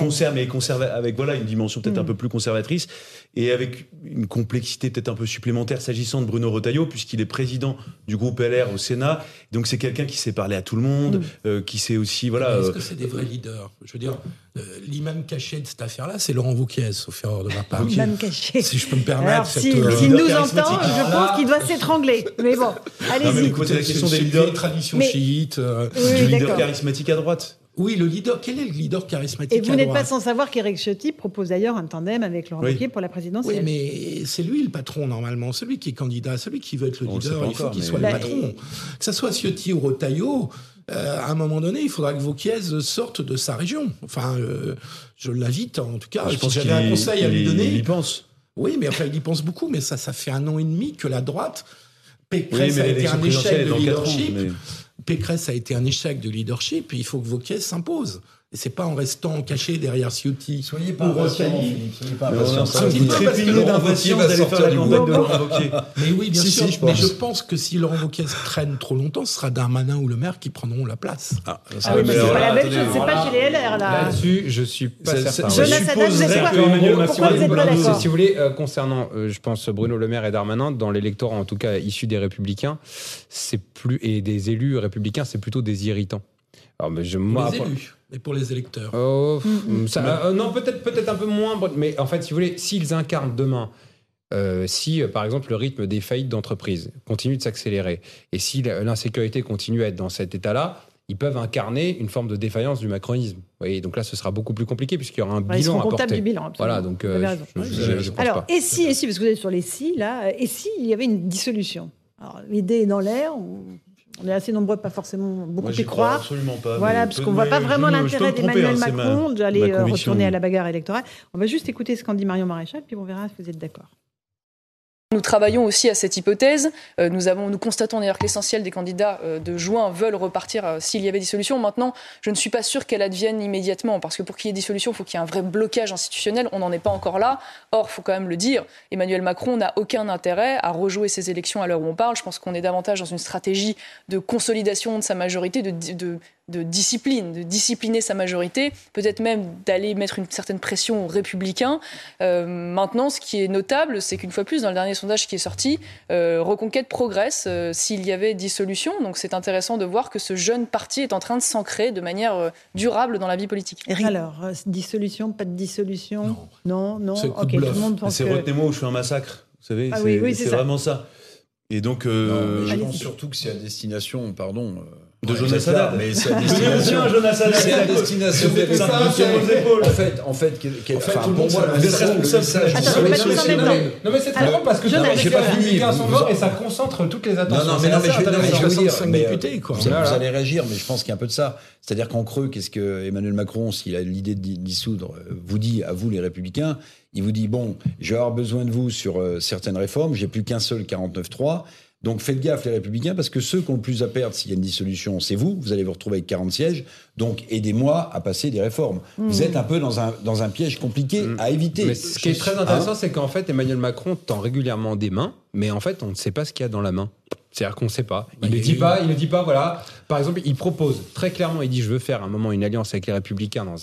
avec une dimension peut-être un peu plus conservatrice et avec une complexité peut-être un peu supplémentaire s'agissant de Bruno Retailleau, puisqu'il est président du groupe LR au Sénat. Donc c'est quelqu'un qui sait parler à tout le monde, qui sait aussi... Est-ce que c'est des vrais leaders ? Je veux dire, l'imam caché de cette affaire-là, c'est Laurent Wauquiez, sauf erreur de ma part. L'imam caché. Si je peux me permettre. Alors, s'il nous entend, je pense qu'il doit s'étrangler. Mais bon, allez-y. C'est la question des leaders. Tradition chiite. Du leader charismatique à droite. Oui, le leader. Quel est le leader charismatique à droite ? Et vous n'êtes pas sans savoir qu'Éric Ciotti propose d'ailleurs un tandem avec Laurent Wauquiez pour la présidentielle. Oui, mais c'est lui le patron, normalement. Celui qui est candidat, celui qui veut être le leader, il faut qu'il soit le patron. Que ça soit Ciotti ou Retailleau, à un moment donné, il faudra que Wauquiez sorte de sa région. Enfin, je l'invite, en tout cas. Je pense j'avais un conseil à lui donner. Il y pense. Oui, mais enfin, il y pense beaucoup, mais ça fait 1 an et demi que la droite... Pécresse a été un échec de leadership. Pécresse a été un échec de leadership, et il faut que Wauquiez s'impose. Et c'est pas en restant caché derrière Ciotti. Soyez pas impatient, Philippe. Soyez pas impatient. Vous trépignez d'impatience d'aller faire la campagne de Laurent Wauquiez. Mais oui, bien sûr. Mais je pense que si Laurent Wauquiez traîne trop longtemps, ce sera Darmanin ou Le Maire qui prendront la place. Oui, mais c'est pas la même chose. C'est pas chez les LR, là. Là-dessus, je suis pas certain. Jonas Haddad, vous êtes quoi ? Pourquoi vous n'êtes pas d'accord ? Si vous voulez, concernant, je pense, Bruno Le Maire et Darmanin, dans l'électorat, en tout cas issu des Républicains, et des élus républicains, c'est plutôt des irritants. Alors, les élus, mais pour les électeurs. Non, peut-être un peu moins. Mais en fait, si vous voulez, s'ils incarnent demain, si par exemple le rythme des faillites d'entreprises continue de s'accélérer, et si l'insécurité continue à être dans cet état-là, ils peuvent incarner une forme de défaillance du macronisme. Vous voyez, donc là, ce sera beaucoup plus compliqué puisqu'il y aura un bilan à porter. Comptable du bilan, absolument. Voilà, donc je pense alors, pas. et si, parce que vous êtes sur les si, là, et si il y avait une dissolution ? Alors, l'idée est dans l'air. On est assez nombreux, pas forcément beaucoup y croire. Absolument pas. Voilà, parce qu'on ne voit pas vraiment l'intérêt d'Emmanuel Macron d'aller retourner à la bagarre électorale. On va juste écouter ce qu'en dit Marion Maréchal, puis on verra si vous êtes d'accord. Nous travaillons aussi à cette hypothèse. Nous constatons d'ailleurs que l'essentiel des candidats de juin veulent repartir s'il y avait dissolution. Maintenant, je ne suis pas sûre qu'elle advienne immédiatement, parce que pour qu'il y ait dissolution, il faut qu'il y ait un vrai blocage institutionnel. On n'en est pas encore là. Or, il faut quand même le dire, Emmanuel Macron n'a aucun intérêt à rejouer ces élections à l'heure où on parle. Je pense qu'on est davantage dans une stratégie de consolidation de sa majorité, de discipline, de discipliner sa majorité, peut-être même d'aller mettre une certaine pression aux Républicains. Maintenant, ce qui est notable, c'est qu'une fois plus, dans le dernier sondage qui est sorti, Reconquête progresse s'il y avait dissolution. Donc c'est intéressant de voir que ce jeune parti est en train de s'ancrer de manière durable dans la vie politique. Alors, dissolution, pas de dissolution ? Non. Ok, tout le monde pense que... retenez-moi où je fais un massacre. Vous savez, c'est ça. vraiment ça. Et donc, je pense surtout que c'est à destination, de Jonas Haddad. Mais c'est à destination. Jonas Haddad. C'est à destination des Républicains. En fait, pour moi, le message. Non, mais c'est très drôle parce que les Républicains sont morts et ça concentre toutes les attentions. Non, mais je vais vous dire, députés, quoi. Vous allez réagir, mais je pense qu'il y a un peu de ça. C'est-à-dire qu'en creux, qu'est-ce que Emmanuel Macron, s'il a l'idée de dissoudre, vous dit à vous les Républicains, il vous dit bon, je vais avoir besoin de vous sur certaines réformes, j'ai plus qu'un seul 49.3. Donc faites gaffe les Républicains, parce que ceux qui ont le plus à perdre s'il y a une dissolution, c'est vous allez vous retrouver avec 40 sièges, donc aidez-moi à passer des réformes. Vous êtes un peu dans un piège compliqué à éviter. Mais ce qui est très intéressant, c'est qu'en fait Emmanuel Macron tend régulièrement des mains, mais en fait on ne sait pas ce qu'il y a dans la main. C'est-à-dire qu'on ne sait pas. Il ne dit pas, voilà. Par exemple, il propose très clairement, il dit je veux faire à un moment une alliance avec les Républicains dans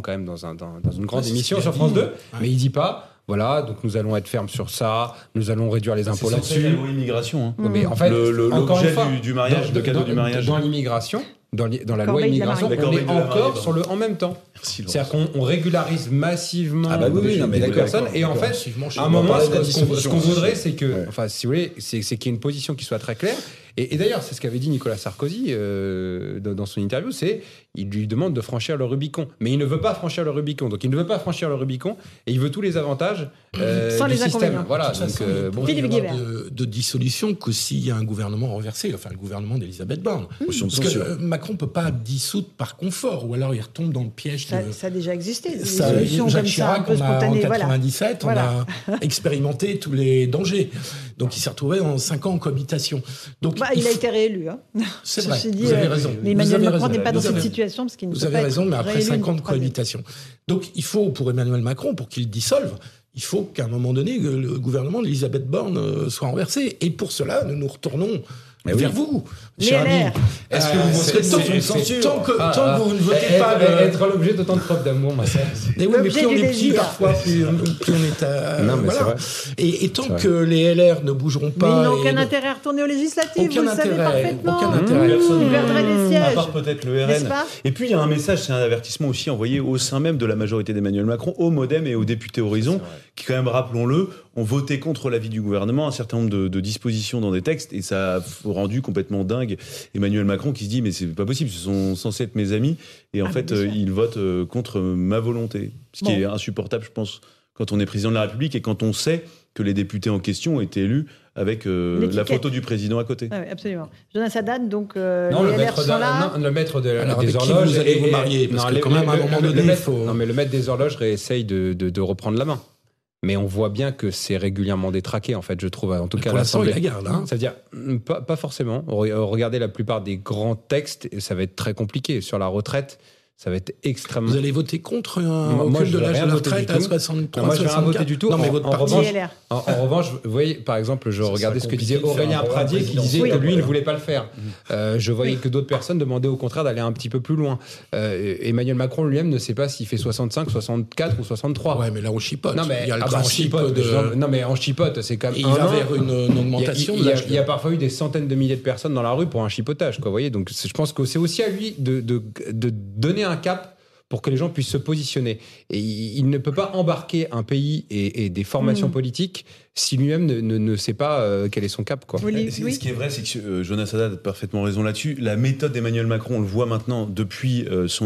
une grande émission sur France 2, mais il ne dit pas. Voilà, donc nous allons être fermes sur ça, nous allons réduire les impôts là-dessus. C'est la loi immigration. Mais en fait, l'objet du mariage, de cadeau du mariage. Dans l'immigration, dans la loi immigration, on est encore sur le en même temps. C'est-à-dire qu'on régularise massivement les personnes. Et en fait, à un moment, ce qu'on voudrait, c'est que, enfin, si vous voulez, c'est qu'il y ait une position qui soit très claire. Et d'ailleurs, c'est ce qu'avait dit Nicolas Sarkozy dans son interview, c'est il lui demande de franchir le Rubicon. Mais il ne veut pas franchir le Rubicon. Donc il ne veut pas franchir le Rubicon et il veut tous les avantages sans du les système. Voilà, donc, il n'y aura de dissolution que s'il y a un gouvernement renversé, enfin le gouvernement d'Elisabeth Borne. Parce que Macron ne peut pas dissoudre par confort, ou alors il retombe dans le piège. Ça a déjà existé, des solutions comme ça, un peu spontanées. En 97, on a expérimenté tous les dangers. Donc il s'est retrouvé en 5 ans en cohabitation. Donc, il a été réélu. C'est vrai, vous avez raison. Mais Emmanuel Macron n'est pas dans cette situation parce qu'il ne peut pas. Vous avez raison, mais après 5 ans de cohabitation. Donc il faut, pour Emmanuel Macron, pour qu'il dissolve, il faut qu'à un moment donné, le gouvernement d'Elisabeth Borne soit renversé. Et pour cela, nous nous retournons vers vous, cher ami. Est-ce que vous serez tant que vous ne votez pas être l'objet d'autant de preuves d'amour, ma sœur. Mais oui, mais plus on est petit parfois, plus on est à... Non, mais voilà. Et tant que les LR ne bougeront pas... Mais ils n'ont aucun intérêt à retourner aux législatives, vous le savez parfaitement. Aucun intérêt. Ils perdraient des sièges. À part peut-être le RN. Et puis il y a un message, c'est un avertissement aussi envoyé au sein même de la majorité d'Emmanuel Macron, au MoDem et aux députés Horizon, qui quand même, rappelons-le, ont voté contre l'avis du gouvernement un certain nombre de dispositions dans des textes, et ça a rendu complètement dingue Emmanuel Macron qui se dit mais c'est pas possible, ce sont censés être mes amis et en fait ils votent contre ma volonté, ce qui est insupportable je pense quand on est président de la République et quand on sait que les députés en question ont été élus avec la photo du président à côté. Ah oui, absolument. Jonas Haddad, donc les LR sont là. Le maître des horloges. Vous allez vous marier parce que quand même à un moment donné, il faut... Non mais le maître des horloges essaye de reprendre la main. Mais on voit bien que c'est régulièrement détraqué, en fait, je trouve. En tout cas, pour l'instant, il la garde. C'est-à-dire, pas forcément. Regardez la plupart des grands textes, et ça va être très compliqué. Sur la retraite, ça va être extrêmement... Vous allez voter contre un recul de l'âge de la retraite à 63, moi, je vais rien voter du tout. Non, mais votre parti... En revanche, vous voyez, par exemple, je regardais ce que disait Aurélien Pradier, qui disait que lui, il ne voulait pas le faire. Je voyais que d'autres personnes demandaient au contraire d'aller un petit peu plus loin. Emmanuel Macron lui-même ne sait pas s'il fait 65, 64 ou 63. Ouais, mais là, on chipote. Non, mais, il y a le principe non, mais on chipote, c'est quand même... Il va vers une augmentation. Il y a parfois eu des centaines de milliers de personnes dans la rue pour un chipotage, quoi, vous voyez. Donc, je pense que c'est aussi à lui de donner un cap pour que les gens puissent se positionner. Et il ne peut pas embarquer un pays et des formations politiques si lui-même ne sait pas quel est son cap, quoi. Ce qui est vrai, c'est que Jonas Haddad a parfaitement raison là-dessus. La méthode d'Emmanuel Macron, on le voit maintenant depuis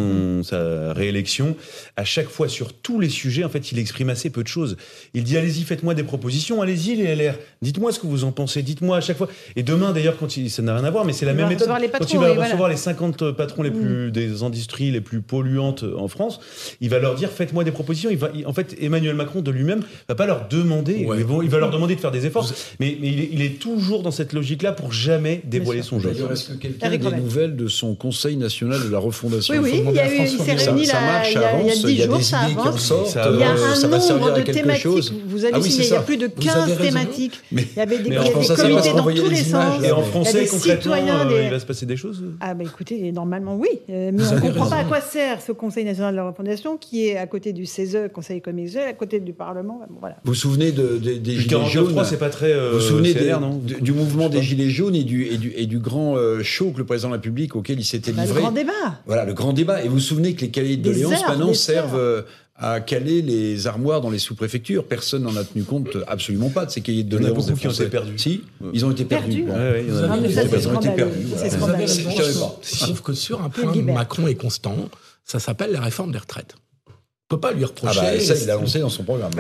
sa réélection, à chaque fois sur tous les sujets, en fait, il exprime assez peu de choses. Il dit allez-y, faites-moi des propositions, allez-y les LR, dites-moi ce que vous en pensez, dites-moi à chaque fois. Et demain, d'ailleurs, ça n'a rien à voir, mais c'est la même méthode. Quand il va recevoir les 50 patrons des industries les plus polluantes en France, il va leur dire faites-moi des propositions. En fait, Emmanuel Macron de lui-même va pas leur demander, il va leur demander de faire des efforts, mais il est toujours dans cette logique-là pour jamais dévoiler son jeu. Est-ce que quelqu'un a des nouvelles de son Conseil national de la refondation? Oui, il s'est réuni là, il y a 10 jours, ça avance. Il y a un nombre de thématiques. Vous hallucinez, il y a plus de 15 thématiques. Il y avait des comités dans tous les sens. Et en français, concrètement, il va se passer des choses? Ah bah écoutez, normalement oui, mais on ne comprend pas à quoi sert ce Conseil national de la refondation qui est à côté du CESE, Conseil économique, à côté du Parlement. Voilà. Vous vous souvenez des Gilets jaunes? C'est pas très vous vous souvenez CLR, du mouvement des Gilets jaunes et du grand show que le président de la République auquel il s'était livré. Le grand débat. Voilà, le grand débat. Et vous vous souvenez que les cahiers de doléances maintenant servent à caler les armoires dans les sous-préfectures. Personne n'en a tenu compte, absolument pas, de ces cahiers de Il y en a doléances. beaucoup qui ont été perdus. Si, ils ont été perdus. Bon. Ouais, Ils ont été perdus. Je trouve que sur un point, Macron est constant. Ça s'appelle la réforme des retraites. On ne peut pas lui reprocher. Ça, il l'a annoncé dans son programme.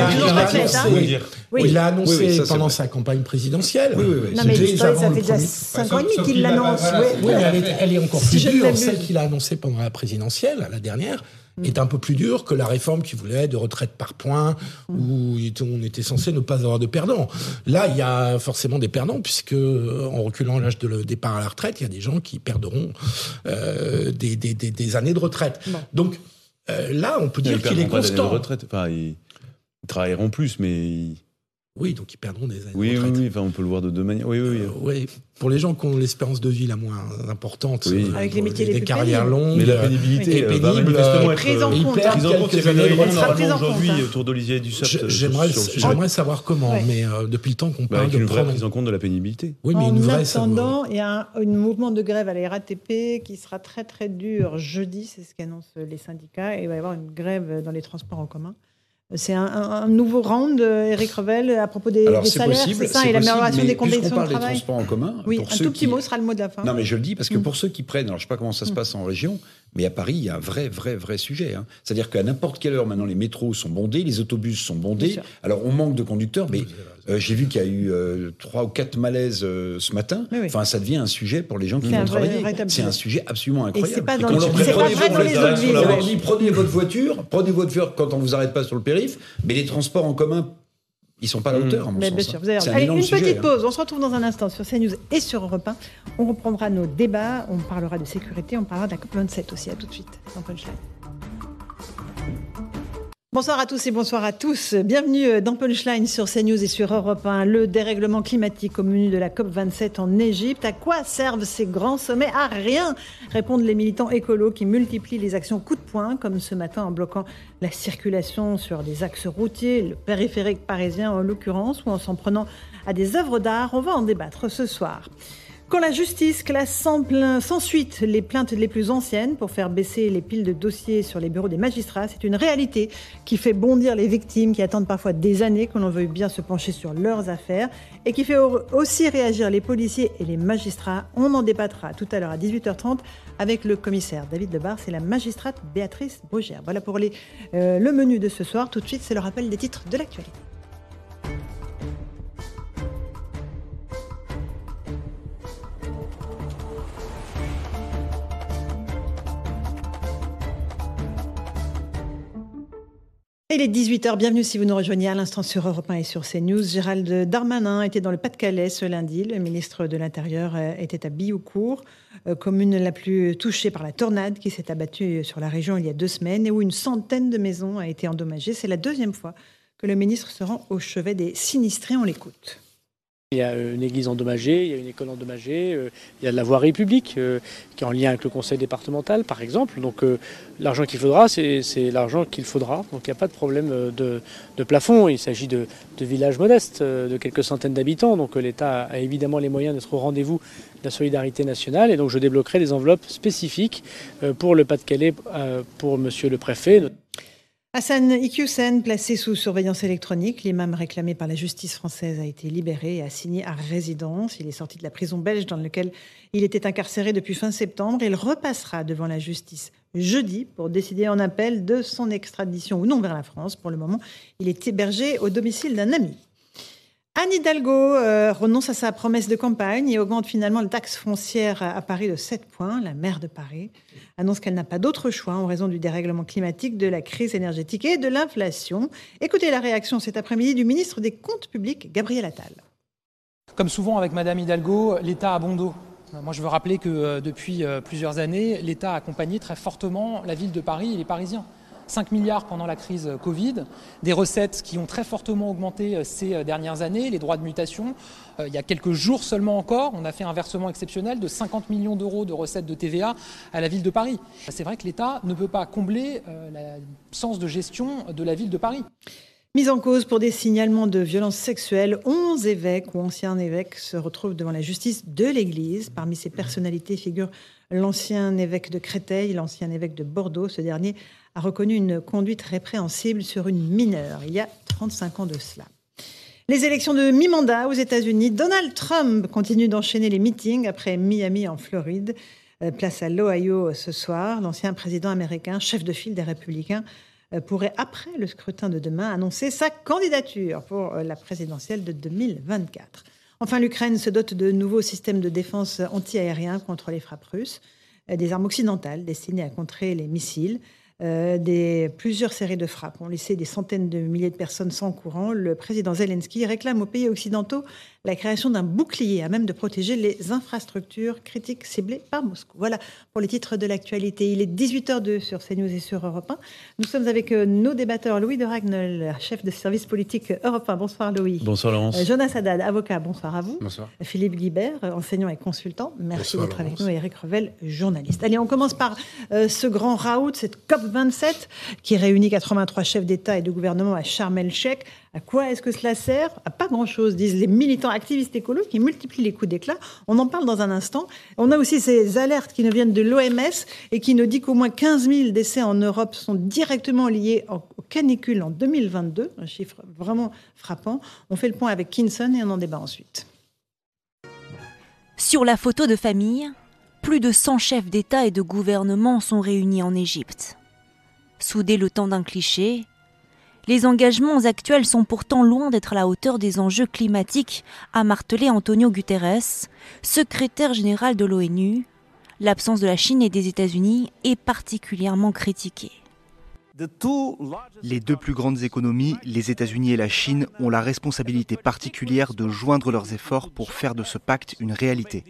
Il l'a annoncé pendant sa campagne présidentielle. Non, mais ça fait déjà 5 ans et demi qu'il l'annonce. Oui, mais elle est encore plus dure. Celle qu'il a annoncée pendant la présidentielle, la dernière, est un peu plus dure que la réforme qu'il voulait de retraite par points, où on était censé ne pas avoir de perdants. Là, il y a forcément des perdants, puisque en reculant l'âge de départ à la retraite, il y a des gens qui perdront des années de retraite. Donc, là, on peut dire qu'il est constant. De retraite. Enfin, ils travailleront plus, mais... Oui, donc ils perdront des années de retraite. Oui, enfin, on peut le voir de deux manières. Oui. Pour les gens qui ont l'espérance de vie la moins importante, avec les métiers les plus carrières longues, mais la pénibilité est pénible, être prise en compte. Prise en compte, normalement aujourd'hui autour d'Olivier Dussopt. J'aimerais savoir comment, mais depuis le temps qu'on parle de une vraie prise en compte de la pénibilité. Oui, mais une vraie. En attendant, il y a un mouvement de grève à la RATP qui sera très très dur jeudi, c'est ce qu'annoncent les syndicats, et il va y avoir une grève dans les transports en commun. C'est un nouveau round, Éric Revel, à propos des salaires, c'est ça, et l'amélioration des conditions de travail. Puisqu'on parle des transports en commun... Oui, un tout petit mot sera le mot de la fin. Non, mais je le dis parce que pour ceux qui prennent, alors je ne sais pas comment ça se passe en région, mais à Paris, il y a un vrai sujet. C'est-à-dire qu'à n'importe quelle heure, maintenant, les métros sont bondés, les autobus sont bondés. Alors, on manque de conducteurs, mais j'ai vu qu'il y a eu 3 ou 4 malaises ce matin. Enfin, ça devient un sujet pour les gens qui vont travailler. C'est un sujet absolument incroyable. Et c'est pas dans les autres villes. On leur dit, prenez votre voiture quand on ne vous arrête pas sur le périph', mais les transports en commun, ils ne sont pas à la hauteur, à mon sens. Bien sûr. Allez, une petite pause. On se retrouve dans un instant sur CNews et sur Europe 1. On reprendra nos débats, on parlera de sécurité, on parlera de la COP27 aussi. À tout de suite dans Punchline. Bonsoir à tous et bonsoir à tous. Bienvenue dans Punchline sur CNews et sur Europe 1. Le dérèglement climatique au menu de la COP27 en Égypte. À quoi servent ces grands sommets ? À rien, répondent les militants écolos qui multiplient les actions coup de poing, comme ce matin en bloquant la circulation sur des axes routiers, le périphérique parisien en l'occurrence, ou en s'en prenant à des œuvres d'art. On va en débattre ce soir. Quand la justice classe sans suite les plaintes les plus anciennes pour faire baisser les piles de dossiers sur les bureaux des magistrats, c'est une réalité qui fait bondir les victimes qui attendent parfois des années que l'on veuille bien se pencher sur leurs affaires et qui fait aussi réagir les policiers et les magistrats. On en débattra tout à l'heure à 18h30 avec le commissaire David Lebarre et la magistrate Béatrice Brugère. Voilà pour le menu de ce soir. Tout de suite, c'est le rappel des titres de l'actualité. Il est 18h, bienvenue si vous nous rejoignez à l'instant sur Europe 1 et sur CNews. Gérald Darmanin était dans le Pas-de-Calais ce lundi. Le ministre de l'Intérieur était à Billoucourt, commune la plus touchée par la tornade qui s'est abattue sur la région il y a 2 semaines et où une centaine de maisons a été endommagée. C'est la 2e fois que le ministre se rend au chevet des sinistrés. On l'écoute. Il y a une église endommagée, il y a une école endommagée, il y a de la voirie publique qui est en lien avec le conseil départemental, par exemple. Donc l'argent qu'il faudra, c'est l'argent qu'il faudra. Donc il n'y a pas de problème de plafond. Il s'agit de villages modestes, de quelques centaines d'habitants. Donc l'État a évidemment les moyens d'être au rendez-vous de la solidarité nationale. Et donc je débloquerai des enveloppes spécifiques pour le Pas-de-Calais, pour monsieur le préfet. Hassan Iqiyoussen, placé sous surveillance électronique, l'imam réclamé par la justice française a été libéré et assigné à résidence. Il est sorti de la prison belge dans laquelle il était incarcéré depuis fin septembre. Il repassera devant la justice jeudi pour décider en appel de son extradition ou non vers la France. Pour le moment, il est hébergé au domicile d'un ami. Anne Hidalgo renonce à sa promesse de campagne et augmente finalement la taxe foncière à Paris de 7 points. La maire de Paris annonce qu'elle n'a pas d'autre choix en raison du dérèglement climatique, de la crise énergétique et de l'inflation. Écoutez la réaction cet après-midi du ministre des Comptes publics, Gabriel Attal. Comme souvent avec Madame Hidalgo, l'État a bon dos. Moi, je veux rappeler que depuis plusieurs années, l'État a accompagné très fortement la ville de Paris et les Parisiens. 5 milliards pendant la crise Covid, des recettes qui ont très fortement augmenté ces dernières années, les droits de mutation. Il y a quelques jours seulement encore, on a fait un versement exceptionnel de 50 millions d'euros de recettes de TVA à la ville de Paris. C'est vrai que l'État ne peut pas combler l'absence de gestion de la ville de Paris. Mise en cause pour des signalements de violences sexuelles, 11 évêques ou anciens évêques se retrouvent devant la justice de l'Église. Parmi ces personnalités figurent l'ancien évêque de Créteil, l'ancien évêque de Bordeaux. Ce dernier a reconnu une conduite répréhensible sur une mineure, il y a 35 ans de cela. Les élections de mi-mandat aux États-Unis, Donald Trump continue d'enchaîner les meetings après Miami en Floride. Place à l'Ohio ce soir. L'ancien président américain, chef de file des Républicains, pourrait, après le scrutin de demain, annoncer sa candidature pour la présidentielle de 2024. Enfin, l'Ukraine se dote de nouveaux systèmes de défense anti-aériens contre les frappes russes, des armes occidentales destinées à contrer les missiles. Plusieurs séries de frappes ont laissé des centaines de milliers de personnes sans courant. Le président Zelensky réclame aux pays occidentaux la création d'un bouclier à même de protéger les infrastructures critiques ciblées par Moscou. Voilà pour les titres de l'actualité. Il est 18h02 sur CNews et sur Europe 1. Nous sommes avec nos débatteurs. Louis de Ragnel, chef de service politique Europe 1. Bonsoir Louis. Bonsoir Laurence. Jonas Haddad, avocat. Bonsoir à vous. Bonsoir. Philippe Guibert, enseignant et consultant. Merci Bonsoir, d'être Laurence. avec nous. Et Eric Revel, journaliste. Allez, on commence par ce grand raout, cette COP27 qui réunit 83 chefs d'État et de gouvernement à Sharm el-Sheikh. À quoi est-ce que cela sert ? À pas grand-chose, disent les militants activistes écolos qui multiplient les coups d'éclat. On en parle dans un instant. On a aussi ces alertes qui nous viennent de l'OMS et qui nous dit qu'au moins 15 000 décès en Europe sont directement liés aux canicules en 2022. Un chiffre vraiment frappant. On fait le point avec Kinson et on en débat ensuite. Sur la photo de famille, plus de 100 chefs d'État et de gouvernement sont réunis en Égypte. Soudés le temps d'un cliché, les engagements actuels sont pourtant loin d'être à la hauteur des enjeux climatiques, a martelé Antonio Guterres, secrétaire général de l'ONU. L'absence de la Chine et des États-Unis est particulièrement critiquée. Les deux plus grandes économies, les États-Unis et la Chine, ont la responsabilité particulière de joindre leurs efforts pour faire de ce pacte une réalité.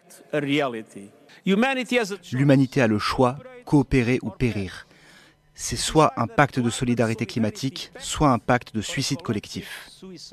L'humanité a le choix, coopérer ou périr. C'est soit un pacte de solidarité climatique, soit un pacte de suicide collectif.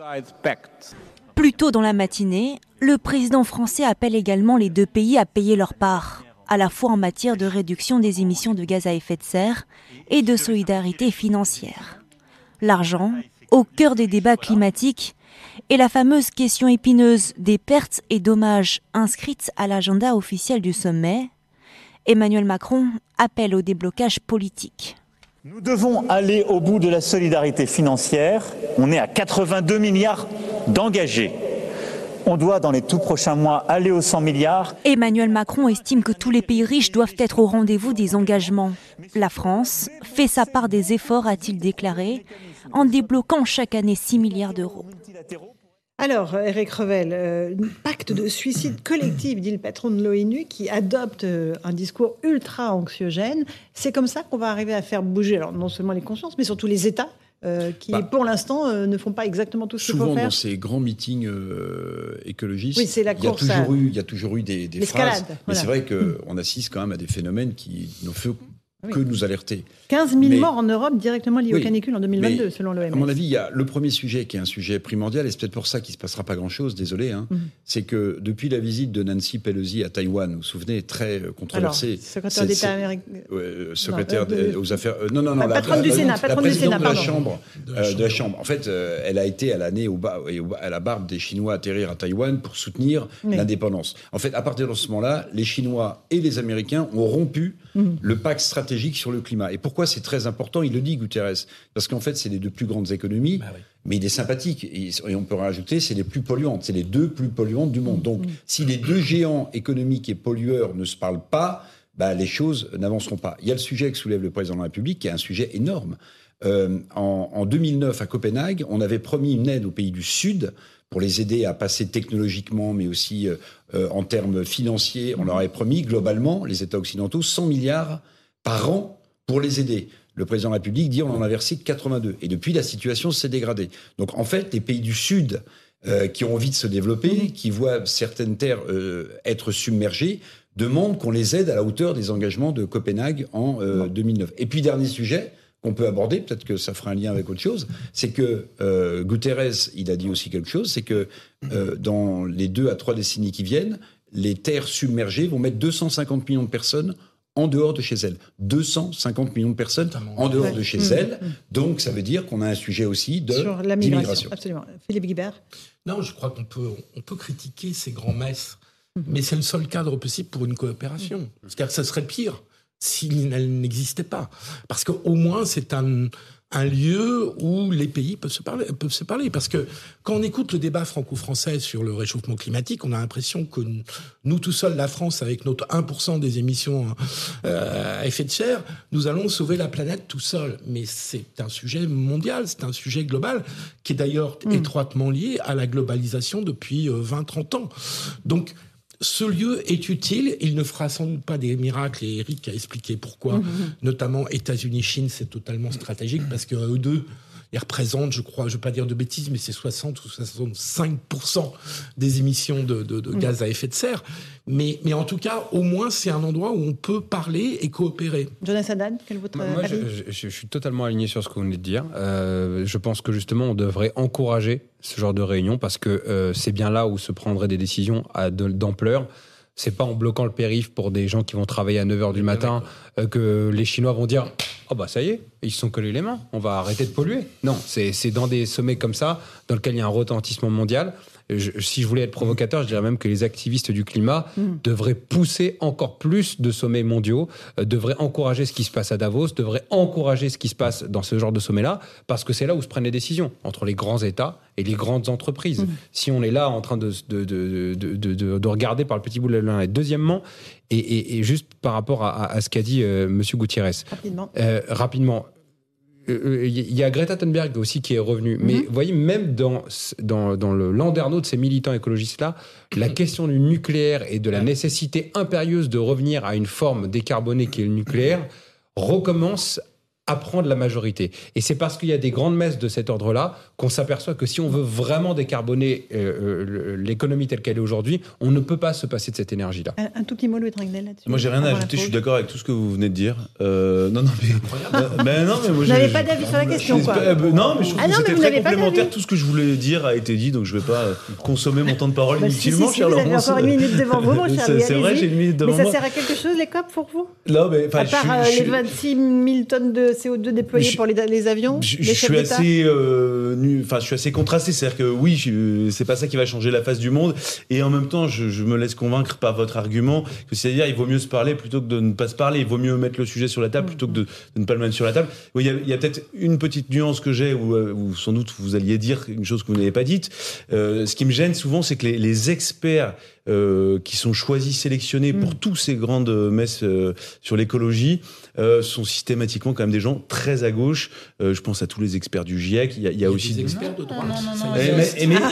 Plus tôt dans la matinée, le président français appelle également les deux pays à payer leur part, à la fois en matière de réduction des émissions de gaz à effet de serre et de solidarité financière. L'argent, au cœur des débats climatiques, est la fameuse question épineuse des pertes et dommages inscrites à l'agenda officiel du sommet. Emmanuel Macron appelle au déblocage politique. Nous devons aller au bout de la solidarité financière. On est à 82 milliards d'engagés. On doit, dans les tout prochains mois, aller aux 100 milliards. Emmanuel Macron estime que tous les pays riches doivent être au rendez-vous des engagements. La France fait sa part des efforts, a-t-il déclaré, en débloquant chaque année 6 milliards d'euros. Alors, Eric Revel, pacte de suicide collectif, dit le patron de l'ONU, qui adopte un discours ultra anxiogène. C'est comme ça qu'on va arriver à faire bouger, alors non seulement les consciences, mais surtout les États, qui pour l'instant ne font pas exactement tout ce qu'il faut faire. Souvent dans ces grands meetings écologistes, oui, c'est la course il y a toujours eu des phrases. Mais voilà. c'est vrai qu'on assiste quand même à des phénomènes qui ne font que nous alerter. 15 000 morts en Europe directement liés aux canicules en 2022, selon l'OMS. À mon avis, il y a le premier sujet qui est un sujet primordial, et c'est peut-être pour ça qu'il ne se passera pas grand-chose, désolé, c'est que depuis la visite de Nancy Pelosi à Taïwan, vous vous souvenez, très controversée. Alors, secrétaire d'État américain. Secrétaire aux affaires. Patronne du Sénat, la présidente de la Chambre. En fait, elle a été à l'année à la barbe des Chinois atterrir à Taïwan pour soutenir l'indépendance. En fait, à partir de ce moment-là, les Chinois et les Américains ont rompu le pacte stratégique sur le climat. Et pourquoi c'est très important ? Il le dit, Guterres. Parce qu'en fait, c'est les deux plus grandes économies, mais il est sympathique. Et on peut rajouter, c'est les plus polluantes. C'est les deux plus polluantes du monde. Donc, si les deux géants économiques et pollueurs ne se parlent pas, les choses n'avanceront pas. Il y a le sujet que soulève le président de la République, qui est un sujet énorme. En 2009, à Copenhague, on avait promis une aide aux pays du Sud pour les aider à passer technologiquement, mais aussi en termes financiers. On leur avait promis, globalement, les États occidentaux, 100 milliards par an pour les aider. Le président de la République dit on en a versé 82. Et depuis, la situation s'est dégradée. Donc, en fait, les pays du Sud qui ont envie de se développer, qui voient certaines terres être submergées, demandent qu'on les aide à la hauteur des engagements de Copenhague en 2009. Et puis, dernier sujet qu'on peut aborder, peut-être que ça fera un lien avec autre chose, c'est que Guterres, il a dit aussi quelque chose, c'est que dans les 2 à 3 décennies qui viennent, les terres submergées vont mettre 250 millions de personnes en dehors de chez elles. 250 millions de personnes en dehors de chez elles. Donc, ça veut dire qu'on a un sujet aussi sur la migration. Absolument. Philippe Guibert. Non, je crois qu'on peut critiquer ces grands-messes, mais c'est le seul cadre possible pour une coopération. C'est-à-dire que ça serait pire si elle n'existait pas. Parce qu'au moins, c'est un lieu où les pays peuvent se parler. Parce que quand on écoute le débat franco-français sur le réchauffement climatique, on a l'impression que nous, tout seuls, la France, avec notre 1% des émissions à effet de serre, nous allons sauver la planète tout seuls. Mais c'est un sujet mondial, c'est un sujet global, qui est d'ailleurs étroitement lié à la globalisation depuis 20-30 ans. Donc, ce lieu est utile, il ne fera sans doute pas des miracles, et Eric a expliqué pourquoi, notamment États-Unis-Chine, c'est totalement stratégique, parce qu'eux deux, ils représentent, je crois, je ne vais pas dire de bêtises, mais c'est 60 ou 65% des émissions de gaz à effet de serre. Mais en tout cas, au moins, c'est un endroit où on peut parler et coopérer. Jonas Haddad, quel est votre avis ? Je suis totalement aligné sur ce que vous venez de dire. Je pense que justement, on devrait encourager ce genre de réunion parce que c'est bien là où se prendraient des décisions d'ampleur. C'est pas en bloquant le périph' pour des gens qui vont travailler à 9h du matin que les Chinois vont dire « Oh bah ça y est, ils se sont collés les mains, on va arrêter de polluer ». Non, c'est dans des sommets comme ça, dans lesquels il y a un retentissement mondial. Si je voulais être provocateur, je dirais même que les activistes du climat devraient pousser encore plus de sommets mondiaux, devraient encourager ce qui se passe à Davos, devraient encourager ce qui se passe dans ce genre de sommet-là, parce que c'est là où se prennent les décisions, entre les grands États et les grandes entreprises. Si on est là en train de regarder par le petit bout de la lunette. Deuxièmement, et juste par rapport à ce qu'a dit M. Gutiérrez, rapidement, il y a Greta Thunberg aussi qui est revenue. Mais vous voyez, même dans le landerneau de ces militants écologistes-là, la question du nucléaire et de la nécessité impérieuse de revenir à une forme décarbonée qui est le nucléaire recommence à prendre la majorité. Et c'est parce qu'il y a des grandes messes de cet ordre-là qu'on s'aperçoit que si on veut vraiment décarboner l'économie telle qu'elle est aujourd'hui, on ne peut pas se passer de cette énergie-là. Un tout petit mot, Louis Dragnel, là-dessus. Moi, j'ai rien à ajouter, je suis d'accord avec tout ce que vous venez de dire. Non, mais moi, vous n'avez pas d'avis sur la question, quoi. Non, mais je trouve que c'était très complémentaire. Tout ce que je voulais dire a été dit, donc je ne vais pas consommer mon temps de parole inutilement, cher Laurent. Vous avez encore une minute devant vous, mon cher Louis. C'est vrai, j'ai une minute devant moi. Mais ça sert à quelque chose, les COP, pour vous ? Non, mais à part les 26 000 tonnes de CO2 déployées pour les avions, je suis assez contrasté, c'est-à-dire que oui, c'est pas ça qui va changer la face du monde, et en même temps, je me laisse convaincre par votre argument que c'est-à-dire il vaut mieux se parler plutôt que de ne pas se parler, il vaut mieux mettre le sujet sur la table plutôt que de ne pas le mettre sur la table. Il y a peut-être une petite nuance que j'ai où sans doute vous alliez dire une chose que vous n'avez pas dite. Ce qui me gêne souvent, c'est que les experts qui sont choisis, sélectionnés pour tous ces grandes messes sur l'écologie sont systématiquement quand même des gens très à gauche. Je pense à tous les experts du GIEC. Il y a aussi des experts de droite. Mais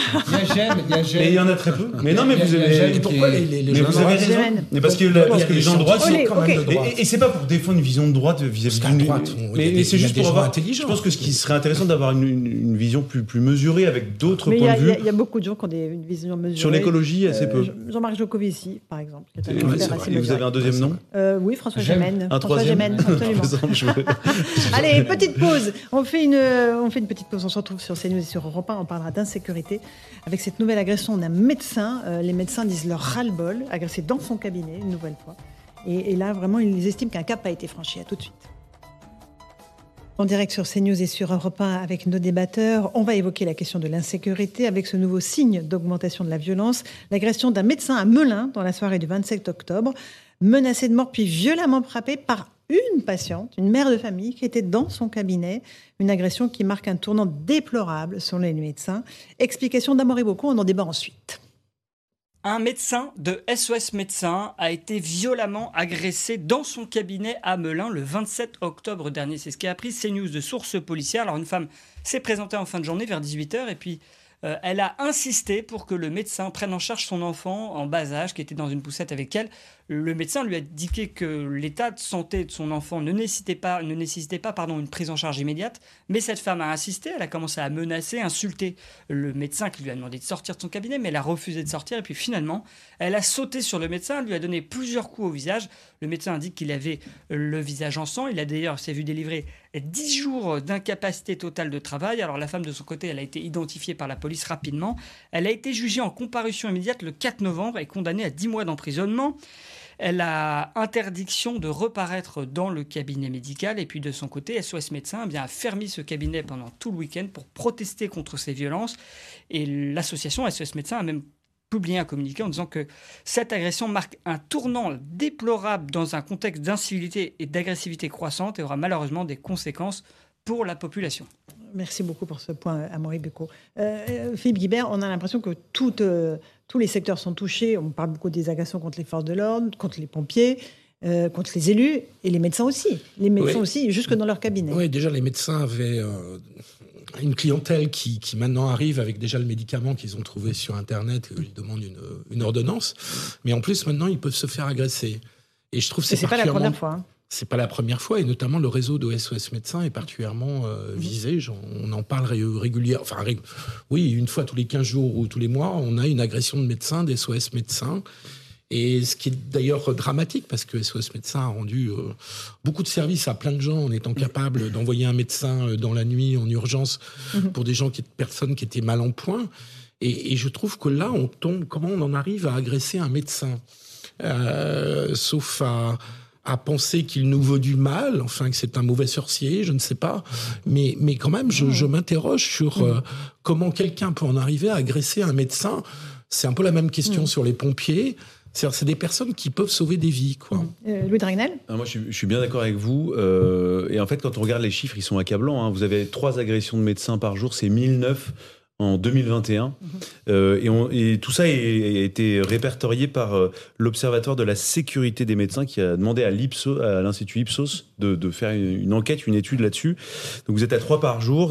il y en a très peu. Mais non, mais vous avez. Et pourquoi les gens vous avez raison. Mais parce que les gens de droite sont quand même de droite. Et c'est pas pour défendre une vision de droite vis-à-vis d'une droite. Mais c'est juste pour avoir intelligents. Je pense que ce qui serait intéressant d'avoir une vision plus mesurée avec d'autres points de vue. Il y a beaucoup de gens qui ont une vision mesurée. Sur l'écologie, assez peu. Jean-Marc Jancovici, par exemple. Et vous avez un deuxième nom ? Oui, François Gémen. Un troisième ? Absolument. Allez, petite pause. On fait une petite pause. On se retrouve sur CNews et sur Europe 1. On parlera d'insécurité avec cette nouvelle agression d'un médecin. Les médecins disent leur ras-le-bol, agressé dans son cabinet une nouvelle fois. Et là, vraiment, ils estiment qu'un cap a été franchi. À tout de suite. En direct sur CNews et sur Europe 1 avec nos débatteurs, on va évoquer la question de l'insécurité avec ce nouveau signe d'augmentation de la violence, l'agression d'un médecin à Melun dans la soirée du 27 octobre, menacé de mort puis violemment frappé par une patiente, une mère de famille qui était dans son cabinet. Une agression qui marque un tournant déplorable selon les médecins. Explication d'Amaury Bocon, on en débat ensuite. Un médecin de SOS Médecins a été violemment agressé dans son cabinet à Melun le 27 octobre dernier. C'est ce qu'a appris CNews de sources policières. Alors une femme s'est présentée en fin de journée vers 18h et puis elle a insisté pour que le médecin prenne en charge son enfant en bas âge qui était dans une poussette avec elle. Le médecin lui a indiqué que l'état de santé de son enfant ne nécessitait pas une prise en charge immédiate. Mais cette femme a insisté, elle a commencé à menacer, insulter le médecin qui lui a demandé de sortir de son cabinet, mais elle a refusé de sortir. Et puis finalement, elle a sauté sur le médecin, lui a donné plusieurs coups au visage. Le médecin indique qu'il avait le visage en sang. Il a d'ailleurs s'est vu délivrer 10 jours d'incapacité totale de travail. Alors la femme de son côté, elle a été identifiée par la police rapidement. Elle a été jugée en comparution immédiate le 4 novembre et condamnée à 10 mois d'emprisonnement. Elle a interdiction de reparaître dans le cabinet médical. Et puis de son côté, SOS Médecins a fermé ce cabinet pendant tout le week-end pour protester contre ces violences. Et l'association SOS Médecins a même publié un communiqué en disant que cette agression marque un tournant déplorable dans un contexte d'incivilité et d'agressivité croissante et aura malheureusement des conséquences pour la population. Merci beaucoup pour ce point, Amaury Bucco. Philippe Guibert, on a l'impression que tous les secteurs sont touchés. On parle beaucoup des agressions contre les forces de l'ordre, contre les pompiers, contre les élus et les médecins aussi. Les médecins aussi, jusque dans leur cabinet. Oui, déjà, les médecins avaient une clientèle qui maintenant arrive avec déjà le médicament qu'ils ont trouvé sur Internet. Ils demandent une ordonnance. Mais en plus, maintenant, ils peuvent se faire agresser. Et je trouve que c'est pas la première fois. C'est pas la première fois, et notamment le réseau de SOS Médecins est particulièrement visé. On en parle régulièrement. Enfin, oui, une fois tous les 15 jours ou tous les mois, on a une agression de médecins, des SOS Médecins. Et ce qui est d'ailleurs dramatique, parce que SOS Médecins a rendu beaucoup de services à plein de gens en étant capable d'envoyer un médecin dans la nuit en urgence pour des personnes qui étaient mal en point. Et je trouve que là, on tombe. Comment on en arrive à agresser un médecin, sauf à penser qu'il nous veut du mal, enfin que c'est un mauvais sorcier, je ne sais pas. Mais quand même, je m'interroge sur comment quelqu'un peut en arriver à agresser un médecin. C'est un peu la même question sur les pompiers. C'est des personnes qui peuvent sauver des vies, quoi. Louis Dragnel ? Moi, je suis bien d'accord avec vous. Et en fait, quand on regarde les chiffres, ils sont accablants. Hein. Vous avez 3 agressions de médecins par jour, c'est 1009 en 2021. Et tout ça a été répertorié par l'Observatoire de la sécurité des médecins qui a demandé à l'Institut Ipsos de faire une enquête, une étude là-dessus. Donc vous êtes à 3 par jour,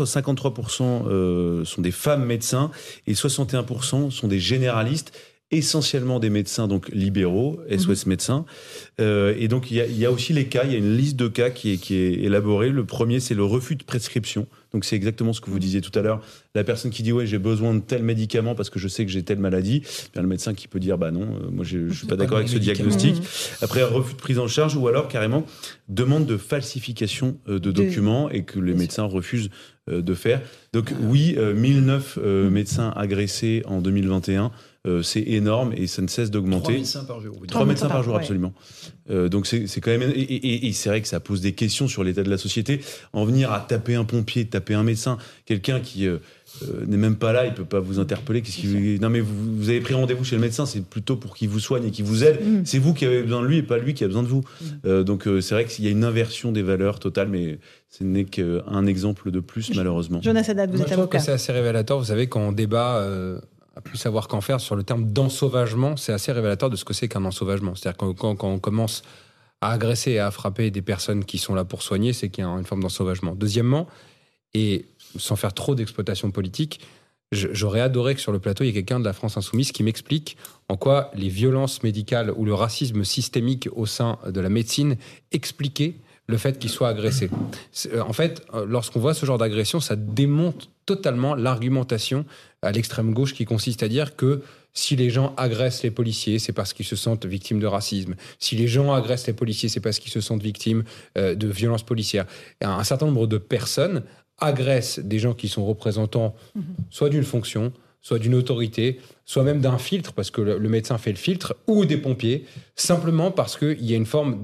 53% sont des femmes médecins et 61% sont des généralistes, essentiellement des médecins donc libéraux, SOS Médecins. Et donc il y a aussi les cas, il y a une liste de cas qui est élaborée. Le premier, c'est le refus de prescription. Donc c'est exactement ce que vous disiez tout à l'heure. La personne qui dit ouais, j'ai besoin de tel médicament parce que je sais que j'ai telle maladie, bien le médecin qui peut dire bah non, moi je suis pas d'accord avec ce diagnostic. Après refus de prise en charge ou alors carrément demande de falsification de documents et que les médecins refusent de faire. Donc oui, 1009 médecins agressés en 2021. C'est énorme et ça ne cesse d'augmenter. 3 médecins par jour. 3 médecins par jour, absolument. Donc c'est quand même... Et c'est vrai que ça pose des questions sur l'état de la société. En venir à taper un pompier, taper un médecin, quelqu'un qui n'est même pas là, il peut pas vous interpeller. Non mais vous avez pris rendez-vous chez le médecin, c'est plutôt pour qu'il vous soigne et qu'il vous aide. C'est vous qui avez besoin de lui et pas lui qui a besoin de vous. Donc c'est vrai qu'il y a une inversion des valeurs totale, mais ce n'est qu'un exemple de plus, malheureusement. Jonas Haddad, vous êtes avocat. Je trouve que c'est assez révélateur. Vous savez, quand on débat... à plus savoir qu'en faire sur le terme d'ensauvagement, c'est assez révélateur de ce que c'est qu'un ensauvagement. C'est-à-dire que quand on commence à agresser et à frapper des personnes qui sont là pour soigner, c'est qu'il y a une forme d'ensauvagement. Deuxièmement, et sans faire trop d'exploitation politique, j'aurais adoré que sur le plateau, il y ait quelqu'un de la France Insoumise qui m'explique en quoi les violences médicales ou le racisme systémique au sein de la médecine expliquaient le fait qu'il soit agressé. En fait, lorsqu'on voit ce genre d'agression, ça démonte totalement l'argumentation à l'extrême gauche qui consiste à dire que si les gens agressent les policiers, c'est parce qu'ils se sentent victimes de racisme. Si les gens agressent les policiers, c'est parce qu'ils se sentent victimes de violences policières. Et un certain nombre de personnes agressent des gens qui sont représentants soit d'une fonction, soit d'une autorité, soit même d'un filtre, parce que le médecin fait le filtre, ou des pompiers, simplement parce qu'il y a une forme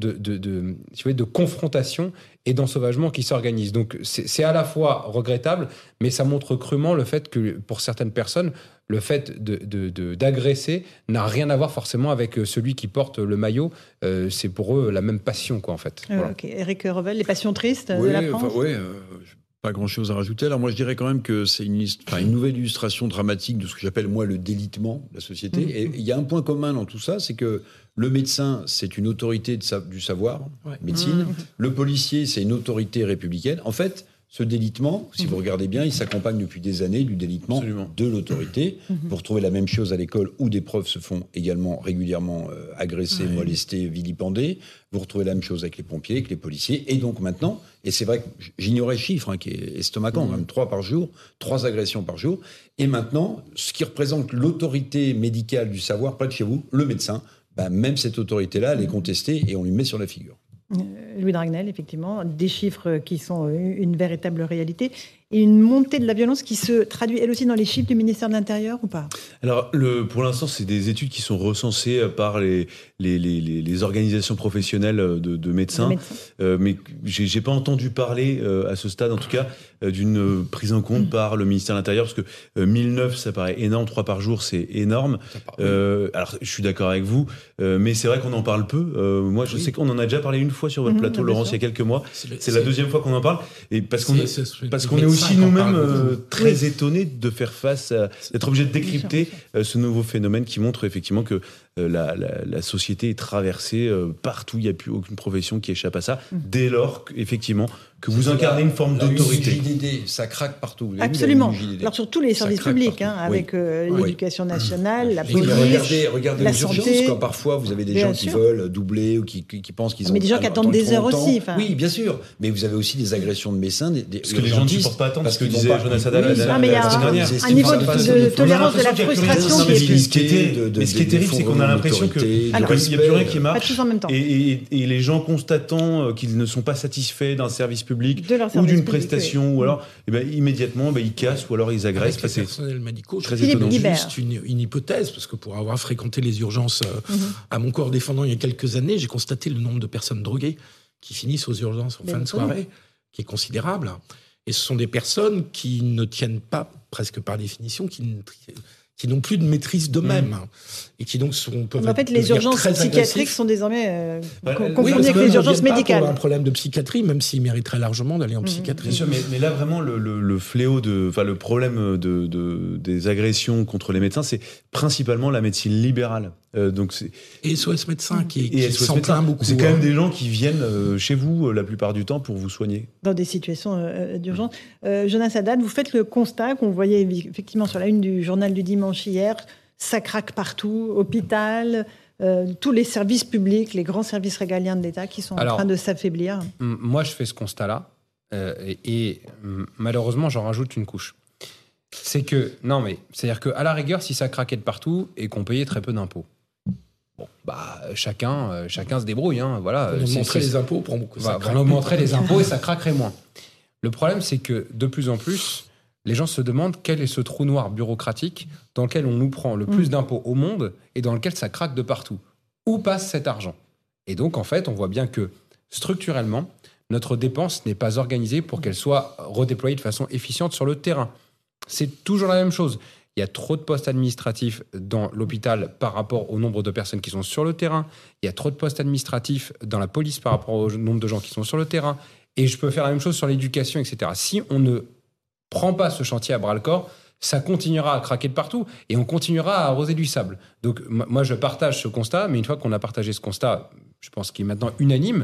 de confrontation et d'ensauvagement qui s'organise. Donc c'est à la fois regrettable, mais ça montre crûment le fait que pour certaines personnes, le fait d'agresser n'a rien à voir forcément avec celui qui porte le maillot. C'est pour eux la même passion, quoi, en fait. Voilà. Okay. Éric Revel, les passions tristes de la France. Pas grand-chose à rajouter. Alors moi, je dirais quand même que c'est une nouvelle illustration dramatique de ce que j'appelle, moi, le délitement de la société. Et il y a un point commun dans tout ça, c'est que le médecin, c'est une autorité du savoir, médecine. Le policier, c'est une autorité républicaine. En fait, ce délitement, si vous regardez bien, il s'accompagne depuis des années du délitement de l'autorité. Vous retrouvez la même chose à l'école où des profs se font également régulièrement agresser, molester, vilipender. Vous retrouvez la même chose avec les pompiers, avec les policiers. Et donc maintenant, et c'est vrai que j'ignorais le chiffre qui est estomacant, même 3 par jour, 3 agressions par jour. Et maintenant, ce qui représente l'autorité médicale du savoir près de chez vous, le médecin, même cette autorité-là, elle est contestée et on lui met sur la figure. Louis Dragnel, effectivement, des chiffres qui sont une véritable réalité. et une montée de la violence qui se traduit elle aussi dans les chiffres du ministère de l'Intérieur ou pas ? Alors, pour l'instant, c'est des études qui sont recensées par les organisations professionnelles de médecins. Mais j'ai pas entendu parler, à ce stade en tout cas, d'une prise en compte par le ministère de l'Intérieur, parce que 1009, ça paraît énorme, 3 par jour, c'est énorme. Alors, je suis d'accord avec vous, mais c'est vrai qu'on en parle peu. Moi, je sais qu'on en a déjà parlé une fois sur votre plateau, Laurence, il y a quelques mois. C'est la deuxième fois qu'on en parle, et parce qu'on est aussi nous-mêmes très étonnés de faire face d'être obligés de décrypter ce nouveau phénomène qui montre effectivement que la société est traversée partout. Il n'y a plus aucune profession qui échappe à ça, dès lors qu'effectivement que vous incarnez une forme d'autorité. UJDD, ça craque partout. Absolument. Alors sur tous les services publics, avec l'éducation nationale, la police, regardez la les urgences, santé. Quand parfois vous avez des gens qui veulent doubler ou qui pensent qu'ils ont... Mais des gens qui attendent des heures aussi. Oui, bien sûr. Mais vous avez aussi des agressions de médecins. Parce que les gens ne supportent pas attendre, parce que disait Jonas Haddad la dernière. Mais il y a un niveau de tolérance de la frustration qui est plus. Ce qui est terrible, c'est qu'on a l'impression qu'il n'y a plus rien qui marche. Et les gens constatant qu'ils ne sont pas satisfaits d'un service public ou d'une prestation, ou alors immédiatement ils cassent ou alors ils agressent. Avec les personnels médicaux, très étonnant. Juste une hypothèse, parce que pour avoir fréquenté les urgences à mon corps défendant il y a quelques années, j'ai constaté le nombre de personnes droguées qui finissent aux urgences en fin de soirée, qui est considérable. Et ce sont des personnes qui ne tiennent pas, presque par définition, qui n'ont plus de maîtrise d'eux-mêmes et qui donc peuvent en fait, les urgences psychiatriques sont désormais confondues avec les urgences médicales. Pour un problème de psychiatrie, même s'ils mériteraient largement d'aller en psychiatrie. Bien sûr, mais là vraiment le fléau le problème des agressions contre les médecins, c'est principalement la médecine libérale. Et SOS Médecins qui s'en plaint beaucoup. C'est quand même des gens qui viennent chez vous la plupart du temps pour vous soigner. Dans des situations d'urgence. Jonas Haddad, vous faites le constat qu'on voyait effectivement sur la une du journal du dimanche hier, ça craque partout, hôpital, tous les services publics, les grands services régaliens de l'État qui sont en train de s'affaiblir. Moi, je fais ce constat-là et malheureusement, j'en rajoute une couche. C'est-à-dire qu'à la rigueur, si ça craquait de partout et qu'on payait très peu d'impôts, chacun se débrouille. Voilà. On augmenterait les impôts pour beaucoup. On augmenterait les impôts et ça craquerait moins. Le problème, c'est que de plus en plus, les gens se demandent quel est ce trou noir bureaucratique dans lequel on nous prend le plus d'impôts au monde et dans lequel ça craque de partout. Où passe cet argent ? Et donc, en fait, on voit bien que structurellement, notre dépense n'est pas organisée pour qu'elle soit redéployée de façon efficiente sur le terrain. C'est toujours la même chose. Il y a trop de postes administratifs dans l'hôpital par rapport au nombre de personnes qui sont sur le terrain. Il y a trop de postes administratifs dans la police par rapport au nombre de gens qui sont sur le terrain. Et je peux faire la même chose sur l'éducation, etc. Si on ne prend pas ce chantier à bras-le-corps, ça continuera à craquer de partout et on continuera à arroser du sable. Donc moi, je partage ce constat, mais une fois qu'on a partagé ce constat, je pense qu'il est maintenant unanime,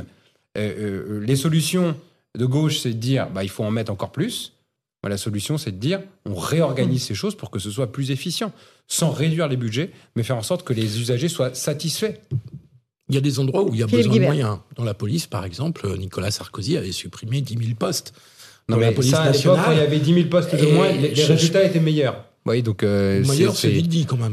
les solutions de gauche, c'est de dire il faut en mettre encore plus. La solution, c'est de dire on réorganise ces choses pour que ce soit plus efficient, sans réduire les budgets, mais faire en sorte que les usagers soient satisfaits. Il y a des endroits où il y a besoin de moyens. Dans la police, par exemple, Nicolas Sarkozy avait supprimé 10 000 postes. Non, mais ça, à l'époque, quand il y avait 10 000 postes de moins, les résultats étaient meilleurs. Oui, donc meilleur, c'est vite dit quand même.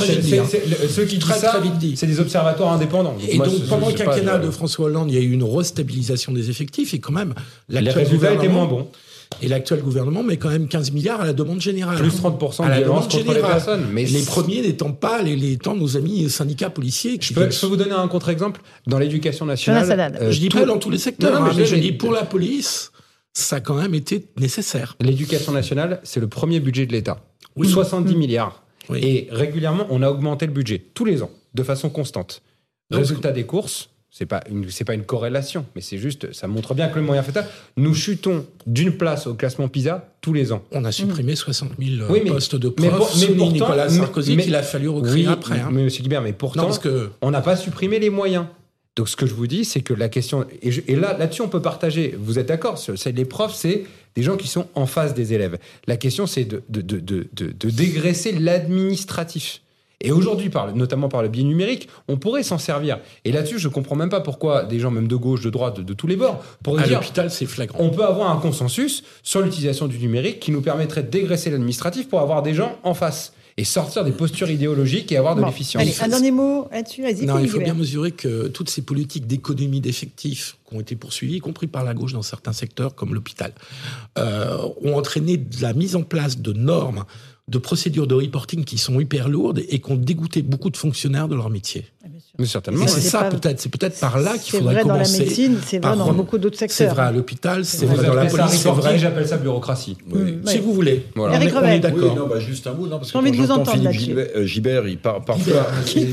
Ceux qui disent ça, c'est des observatoires indépendants. Et donc, pendant le quinquennat de François Hollande, il y a eu une restabilisation des effectifs et quand même, les résultats étaient moins bons. Et l'actuel gouvernement met quand même 15 milliards à la demande générale. Plus 30% de violence contre les personnes. Mais les premiers n'étant pas nos amis syndicats policiers. Je peux vous donner un contre-exemple. Dans l'éducation nationale... je dis pas dans tous les secteurs, mais je dis pour la police, ça a quand même été nécessaire. L'éducation nationale, c'est le premier budget de l'État. 70 milliards. Oui. Et régulièrement, on a augmenté le budget, tous les ans, de façon constante. Résultat des courses... C'est pas une corrélation, mais c'est juste, ça montre bien que le moyen fait. Nous chutons d'une place au classement PISA tous les ans. On a supprimé 60 000 postes de profs sous Nicolas Sarkozy qu'il a fallu recréer après. Mais M. Guibert, mais pourtant, on n'a pas supprimé les moyens. Donc ce que je vous dis, c'est que la question... Et là-dessus, on peut partager. Vous êtes d'accord ? Les profs, c'est des gens qui sont en face des élèves. La question, c'est de dégraisser l'administratif. Et aujourd'hui, notamment par le biais numérique, on pourrait s'en servir. Et là-dessus, je ne comprends même pas pourquoi des gens, même de gauche, de droite, de tous les bords, pour dire... À l'hôpital, c'est flagrant. On peut avoir un consensus sur l'utilisation du numérique qui nous permettrait de dégraisser l'administratif pour avoir des gens en face. et sortir des postures idéologiques et avoir de l'efficience. Allez, un dernier mot là-dessus. Vas-y, non, il faut bien mesurer que toutes ces politiques d'économie d'effectifs qui ont été poursuivies, y compris par la gauche dans certains secteurs comme l'hôpital, ont entraîné de la mise en place de normes, de procédures de reporting qui sont hyper lourdes et qui ont dégoûté beaucoup de fonctionnaires de leur métier. Mais certainement. C'est peut-être par là qu'il faudrait commencer. C'est vrai dans la médecine, c'est vrai dans beaucoup d'autres secteurs. C'est vrai à l'hôpital, c'est vrai dans la police, c'est vrai. J'appelle ça bureaucratie. Si vous voulez. Voilà. On est d'accord. Oui, juste un mot, parce que quand j'entends Philippe Gilbert, il parle parfois.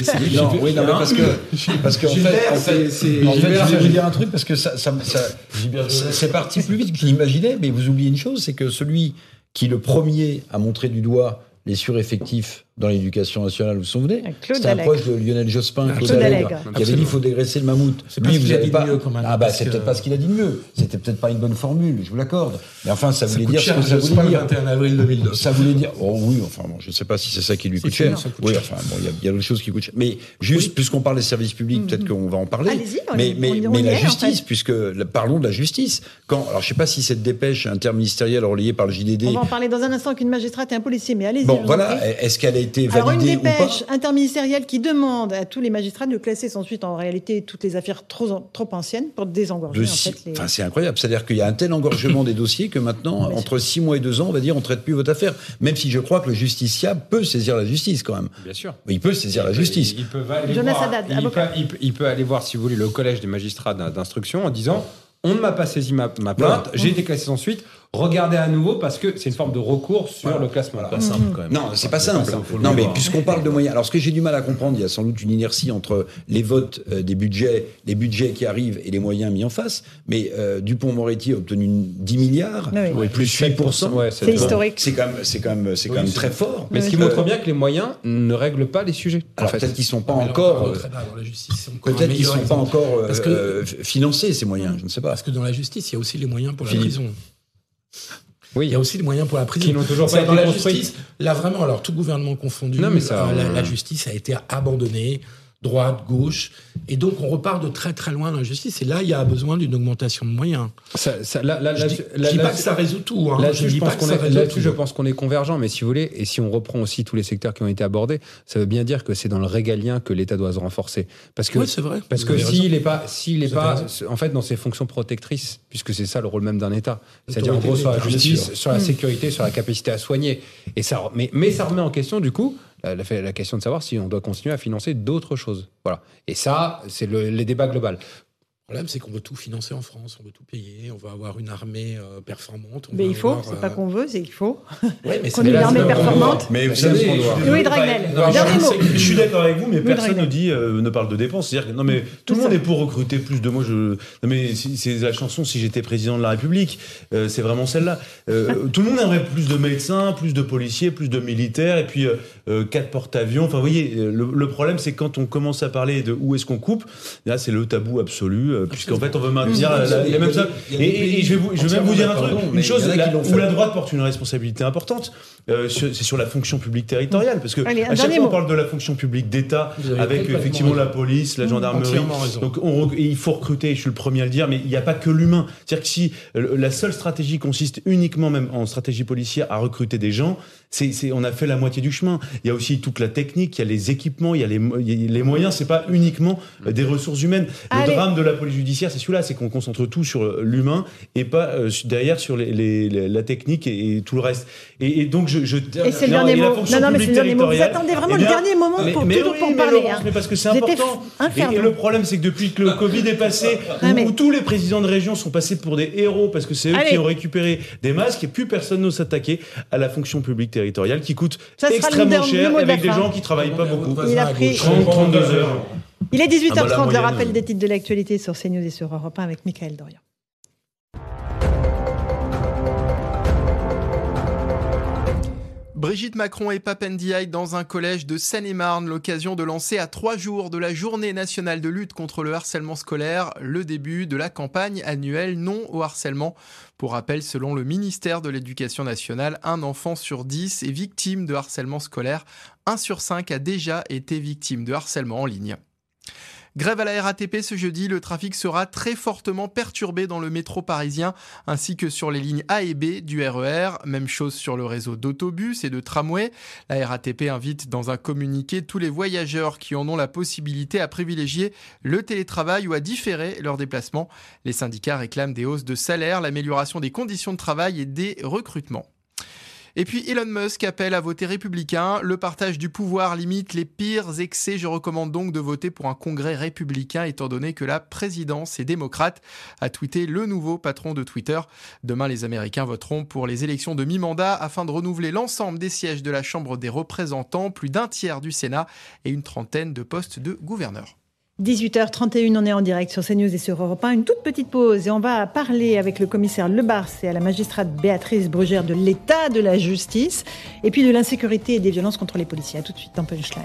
Parce qu'en fait, je vais dire un truc parce que c'est parti plus vite que je l'imaginais, mais vous oubliez une chose, c'est que celui qui le premier a montré du doigt les sureffectifs dans l'éducation nationale, vous vous souvenez ? C'était un proche de Lionel Jospin, Claude Allègre, qui avait dit qu'il faut dégraisser le mammouth. Lui, vous n'avez pas. C'est peut-être pas ce qu'il a dit de mieux. C'était peut-être pas une bonne formule, je vous l'accorde. Mais enfin, ça voulait dire ce que ça voulait dire. 21 avril 2002. Ça voulait dire. Oh oui, enfin bon, je ne sais pas si c'est ça qui lui coûte cher. Oui, enfin bon, il y a d'autres choses qui coûtent cher. Mais juste, puisqu'on parle des services publics, peut-être qu'on va en parler. Allez-y. Mais la justice, parlons de la justice. Alors, je sais pas si cette dépêche interministérielle relayée par le JDD. On va en parler dans un instant qu'une magistrate et un policier. Mais allez-y. Bon, voilà. Est-ce qu'elle a été validée? Une dépêche interministérielle qui demande à tous les magistrats de classer sans suite en réalité toutes les affaires trop anciennes pour désengorger. C'est incroyable. C'est-à-dire qu'il y a un tel engorgement des dossiers que maintenant, entre 6 mois et 2 ans, on va dire, on ne traite plus votre affaire. Même si je crois que le justiciable peut saisir la justice quand même. Bien sûr. Il peut saisir la justice. Il peut aller voir, si vous voulez, le collège des magistrats d'instruction en disant on ne m'a pas saisi ma plainte, j'ai été classé sans suite. Regardez à nouveau parce que c'est une forme de recours sur le classement. Pas simple quand même. Non, c'est pas simple. Non, mais puisqu'on parle de moyens. Alors, ce que j'ai du mal à comprendre, il y a sans doute une inertie entre les votes des budgets, les budgets qui arrivent et les moyens mis en face. Mais Dupond-Moretti a obtenu 10 milliards, plus 8%. C'est historique. C'est quand même très fort. Mais ce qui montre bien que les moyens ne règlent pas les sujets. Alors, peut-être qu'ils ne sont pas encore. Peut-être qu'ils ne sont pas encore financés, ces moyens. Je ne sais pas. Parce que dans la justice, il y a aussi les moyens pour la prison. Oui, il y a aussi des moyens pour la prison. Qui n'ont toujours pas dans été la construits. justice, là vraiment, alors tout gouvernement confondu, la justice a été abandonnée, droite, gauche, et donc on repart de très très loin dans la justice. Et là, il y a besoin d'une augmentation de moyens. Je dis pas que ça résout tout. Là-dessus, je pense qu'on est convergents, mais si vous voulez, et si on reprend aussi tous les secteurs qui ont été abordés, ça veut bien dire que c'est dans le régalien que l'État doit se renforcer. Parce que, c'est vrai. Parce que s'il n'est pas, en fait, dans ses fonctions protectrices, puisque c'est ça le rôle même d'un État, c'est-à-dire en gros sur la justice, sur la sécurité, sur la capacité à soigner, et ça, mais ça remet en question du coup la question de savoir si on doit continuer à financer d'autres choses. Voilà. Et ça, c'est les débats globaux. Le problème, c'est qu'on veut tout financer en France, on veut tout payer, on va avoir une armée performante. Mais il faut, c'est pas qu'on veut, c'est qu'il faut. Ouais, mais qu'on ait une armée performante. Mais vous savez, Louis Dragnel, je suis d'accord avec vous, mais personne ne parle de dépenses. C'est-à-dire que non, mais tout le monde est pour recruter plus de moi. Non, mais c'est la chanson Si j'étais président de la République, c'est vraiment celle-là. Tout le monde aimerait plus de médecins, plus de policiers, plus de militaires, et puis 4 porte-avions. Enfin, vous voyez, le problème, c'est quand on commence à parler de où est-ce qu'on coupe, là, c'est le tabou absolu. Puisqu'en fait on veut maintenir les mêmes choses. Et je vais même vous dire un truc, une chose où la droite porte une responsabilité importante, c'est sur la fonction publique territoriale, parce que à chaque fois on parle de la fonction publique d'État avec effectivement la police, la gendarmerie. Donc il faut recruter, je suis le premier à le dire, mais il n'y a pas que l'humain. C'est-à-dire que si la seule stratégie consiste uniquement même en stratégie policière à recruter des gens, on a fait la moitié du chemin. Il y a aussi toute la technique, il y a les équipements, il y a les moyens, c'est pas uniquement des ressources humaines. Le drame de la police judiciaire, c'est celui-là, c'est qu'on concentre tout sur l'humain et pas derrière sur la technique et tout le reste. Et donc et c'est le dernier mot. Non, mais c'est le dernier mot. Vous attendez vraiment le dernier moment pour en parler. Mais parce que c'est important. Et le problème, c'est que depuis que le Covid est passé, où tous les présidents de région sont passés pour des héros parce que c'est eux qui ont récupéré des masques et plus personne n'ose s'attaquer à la fonction publique territoriale qui coûte extrêmement cher avec des gens qui travaillent pas beaucoup. Il a pris 32 heures. Il est 18h30, le rappel des titres de l'actualité sur CNews et sur Europe 1 avec Mickaël Dorian. Brigitte Macron et Pape Ndiaye dans un collège de Seine-et-Marne, l'occasion de lancer à 3 jours de la journée nationale de lutte contre le harcèlement scolaire, le début de la campagne annuelle Non au harcèlement. Pour rappel, selon le ministère de l'Éducation nationale, 1 enfant sur 10 est victime de harcèlement scolaire. 1 sur 5 a déjà été victime de harcèlement en ligne. Grève à la RATP ce jeudi, le trafic sera très fortement perturbé dans le métro parisien ainsi que sur les lignes A et B du RER. Même chose sur le réseau d'autobus et de tramway. La RATP invite dans un communiqué tous les voyageurs qui en ont la possibilité à privilégier le télétravail ou à différer leur déplacement. Les syndicats réclament des hausses de salaire, l'amélioration des conditions de travail et des recrutements. Et puis Elon Musk appelle à voter républicain. Le partage du pouvoir limite les pires excès. Je recommande donc de voter pour un congrès républicain étant donné que la présidence est démocrate, a tweeté le nouveau patron de Twitter. Demain, les Américains voteront pour les élections de mi-mandat afin de renouveler l'ensemble des sièges de la Chambre des représentants, plus d'un tiers du Sénat et une trentaine de postes de gouverneurs. 18h31, on est en direct sur CNews et sur Europe 1. Une toute petite pause et on va parler avec le commissaire Lebars et à la magistrate Béatrice Brugère de l'état de la justice et puis de l'insécurité et des violences contre les policiers. À tout de suite dans Punchline.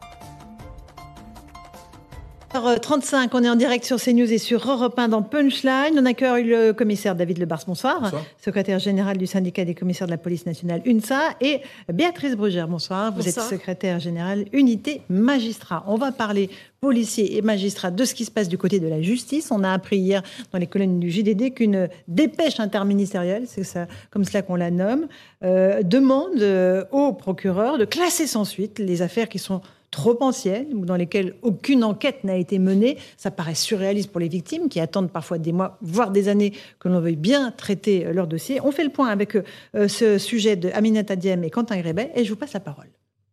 35, on est en direct sur CNews et sur Europe 1 dans Punchline. On accueille le commissaire David Lebars, bonsoir. Bonsoir. Secrétaire général du syndicat des commissaires de la police nationale UNSA et Béatrice Brugère, bonsoir. Vous êtes secrétaire générale unité magistrat. On va parler policiers et magistrats de ce qui se passe du côté de la justice. On a appris hier dans les colonnes du JDD qu'une dépêche interministérielle, c'est ça, comme cela qu'on la nomme, demande au procureur de classer sans suite les affaires qui sont trop anciennes ou dans lesquelles aucune enquête n'a été menée. Ça paraît surréaliste pour les victimes qui attendent parfois des mois, voire des années que l'on veuille bien traiter leur dossier. On fait le point avec ce sujet de Aminata Diem et Quentin Grébet et je vous passe la parole.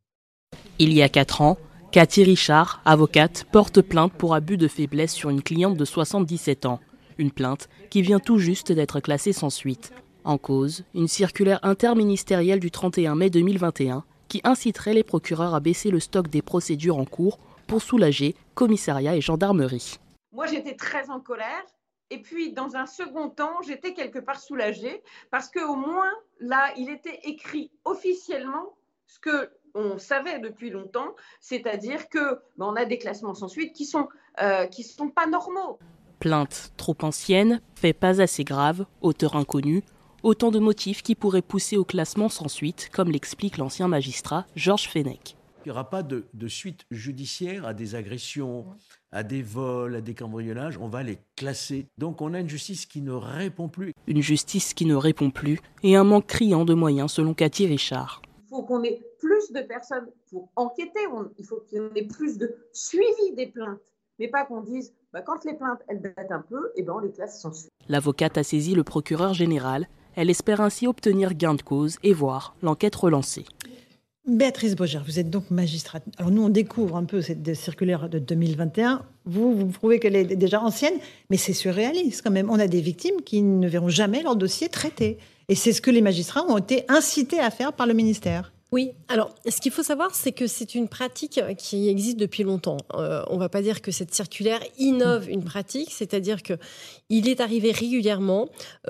Il y a 4 ans, Cathy Richard, avocate, porte plainte pour abus de faiblesse sur une cliente de 77 ans. Une plainte qui vient tout juste d'être classée sans suite. En cause, une circulaire interministérielle du 31 mai 2021 qui inciterait les procureurs à baisser le stock des procédures en cours pour soulager commissariat et gendarmerie. Moi, j'étais très en colère. Et puis, dans un second temps, j'étais quelque part soulagée parce qu'au moins, là, il était écrit officiellement ce qu'on savait depuis longtemps, c'est-à-dire qu'on a des classements sans suite qui sont pas normaux. Plainte trop ancienne, fait pas assez grave, auteur inconnu. Autant de motifs qui pourraient pousser au classement sans suite, comme l'explique l'ancien magistrat Georges Fenech. Il n'y aura pas de suite judiciaire à des agressions, à des vols, à des cambriolages. On va les classer. Donc on a une justice qui ne répond plus. Une justice qui ne répond plus et un manque criant de moyens selon Cathy Richard. Il faut qu'on ait plus de personnes pour enquêter. Il faut qu'il y ait plus de suivi des plaintes. Mais pas qu'on dise, quand les plaintes elles datent un peu, on les classe sans suite. L'avocate a saisi le procureur général. Elle espère ainsi obtenir gain de cause et voir l'enquête relancée. Béatrice Brugère, vous êtes donc magistrate. Alors nous, on découvre un peu cette circulaire de 2021. Vous prouvez qu'elle est déjà ancienne, mais c'est surréaliste quand même. On a des victimes qui ne verront jamais leur dossier traité. Et c'est ce que les magistrats ont été incités à faire par le ministère. Oui, alors ce qu'il faut savoir, c'est que c'est une pratique qui existe depuis longtemps. On ne va pas dire que cette circulaire innove une pratique, c'est-à-dire qu'il est arrivé régulièrement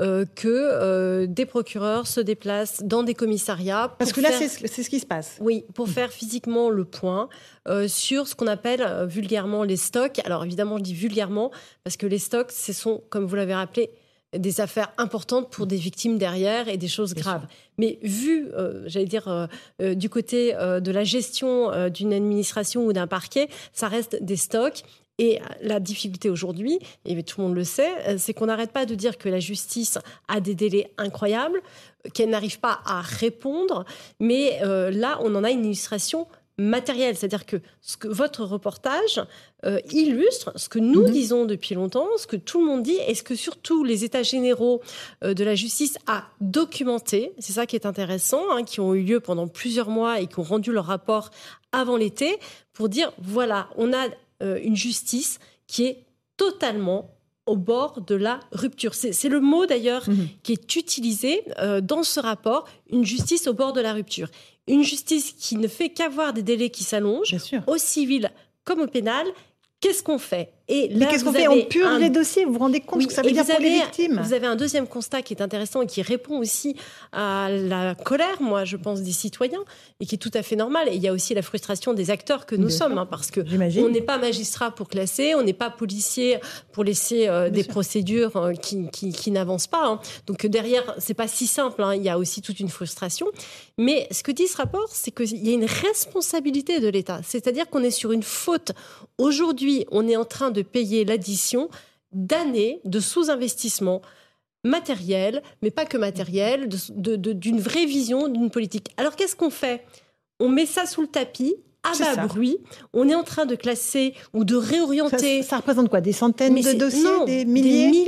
que des procureurs se déplacent dans des commissariats. Parce que là, c'est ce qui se passe. Oui, pour faire physiquement le point sur ce qu'on appelle vulgairement les stocks. Alors évidemment, je dis vulgairement parce que les stocks, ce sont, comme vous l'avez rappelé, des affaires importantes pour des victimes derrière et des choses graves. Mais vu, du côté de la gestion d'une administration ou d'un parquet, ça reste des stocks. Et la difficulté aujourd'hui, et tout le monde le sait, c'est qu'on n'arrête pas de dire que la justice a des délais incroyables, qu'elle n'arrive pas à répondre. Mais là, on en a une illustration matériel, c'est-à-dire que ce que votre reportage illustre ce que nous disons depuis longtemps, ce que tout le monde dit et ce que surtout les états généraux de la justice a documenté, c'est ça qui est intéressant, qui ont eu lieu pendant plusieurs mois et qui ont rendu leur rapport avant l'été pour dire voilà, on a une justice qui est totalement au bord de la rupture. C'est le mot d'ailleurs qui est utilisé dans ce rapport, une justice au bord de la rupture. Une justice qui ne fait qu'avoir des délais qui s'allongent, au civil comme au pénal. Qu'est-ce qu'on fait ? Et là, mais qu'est-ce qu'on fait? On purge les dossiers, vous vous rendez compte ce que ça veut dire pour les victimes? Vous avez un deuxième constat qui est intéressant et qui répond aussi à la colère, moi, je pense, des citoyens, et qui est tout à fait normal. Et il y a aussi la frustration des acteurs que nous sommes, parce que on n'est pas magistrat pour classer, on n'est pas policier pour laisser des procédures qui n'avancent pas. Donc derrière, c'est pas si simple, il y a aussi toute une frustration. Mais ce que dit ce rapport, c'est qu'il y a une responsabilité de l'État. C'est-à-dire qu'on est sur une faute. Aujourd'hui, on est en train de payer l'addition d'années de sous-investissement matériel, mais pas que matériel, d'une vraie vision d'une politique. Alors qu'est-ce qu'on fait? On met ça sous le tapis, à bas bruit. On est en train de classer ou de réorienter. Ça représente quoi? Des centaines de dossiers? Non, des milliers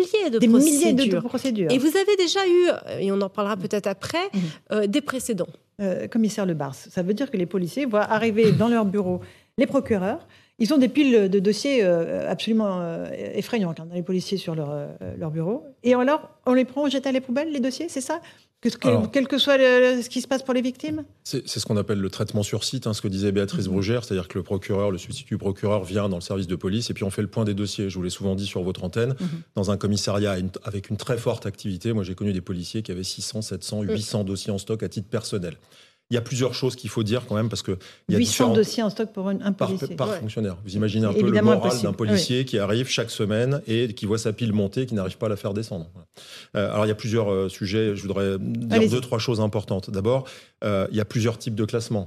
de procédures. Et vous avez déjà eu, et on en parlera peut-être après, des précédents. Commissaire Lebars, ça veut dire que les policiers voient arriver dans leur bureau les procureurs. Ils ont des piles de dossiers absolument effrayants dans les policiers sur leur bureau. Et alors, on les prend, on jette à les poubelles, les dossiers, c'est ça? Quel que soit ce qui se passe pour les victimes? C'est ce qu'on appelle le traitement sur site, ce que disait Béatrice Brugère, c'est-à-dire que le procureur, le substitut procureur vient dans le service de police et puis on fait le point des dossiers. Je vous l'ai souvent dit sur votre antenne, dans un commissariat avec une très forte activité. Moi, j'ai connu des policiers qui avaient 600, 700, 800 dossiers en stock à titre personnel. Il y a plusieurs choses qu'il faut dire quand même parce que il y a 800 dossiers en stock pour un policier. Par fonctionnaire. Vous imaginez un peu le moral d'un policier qui arrive chaque semaine et qui voit sa pile monter et qui n'arrive pas à la faire descendre. Alors il y a plusieurs sujets. Je voudrais dire 2-3 choses importantes. D'abord, il y a plusieurs types de classements.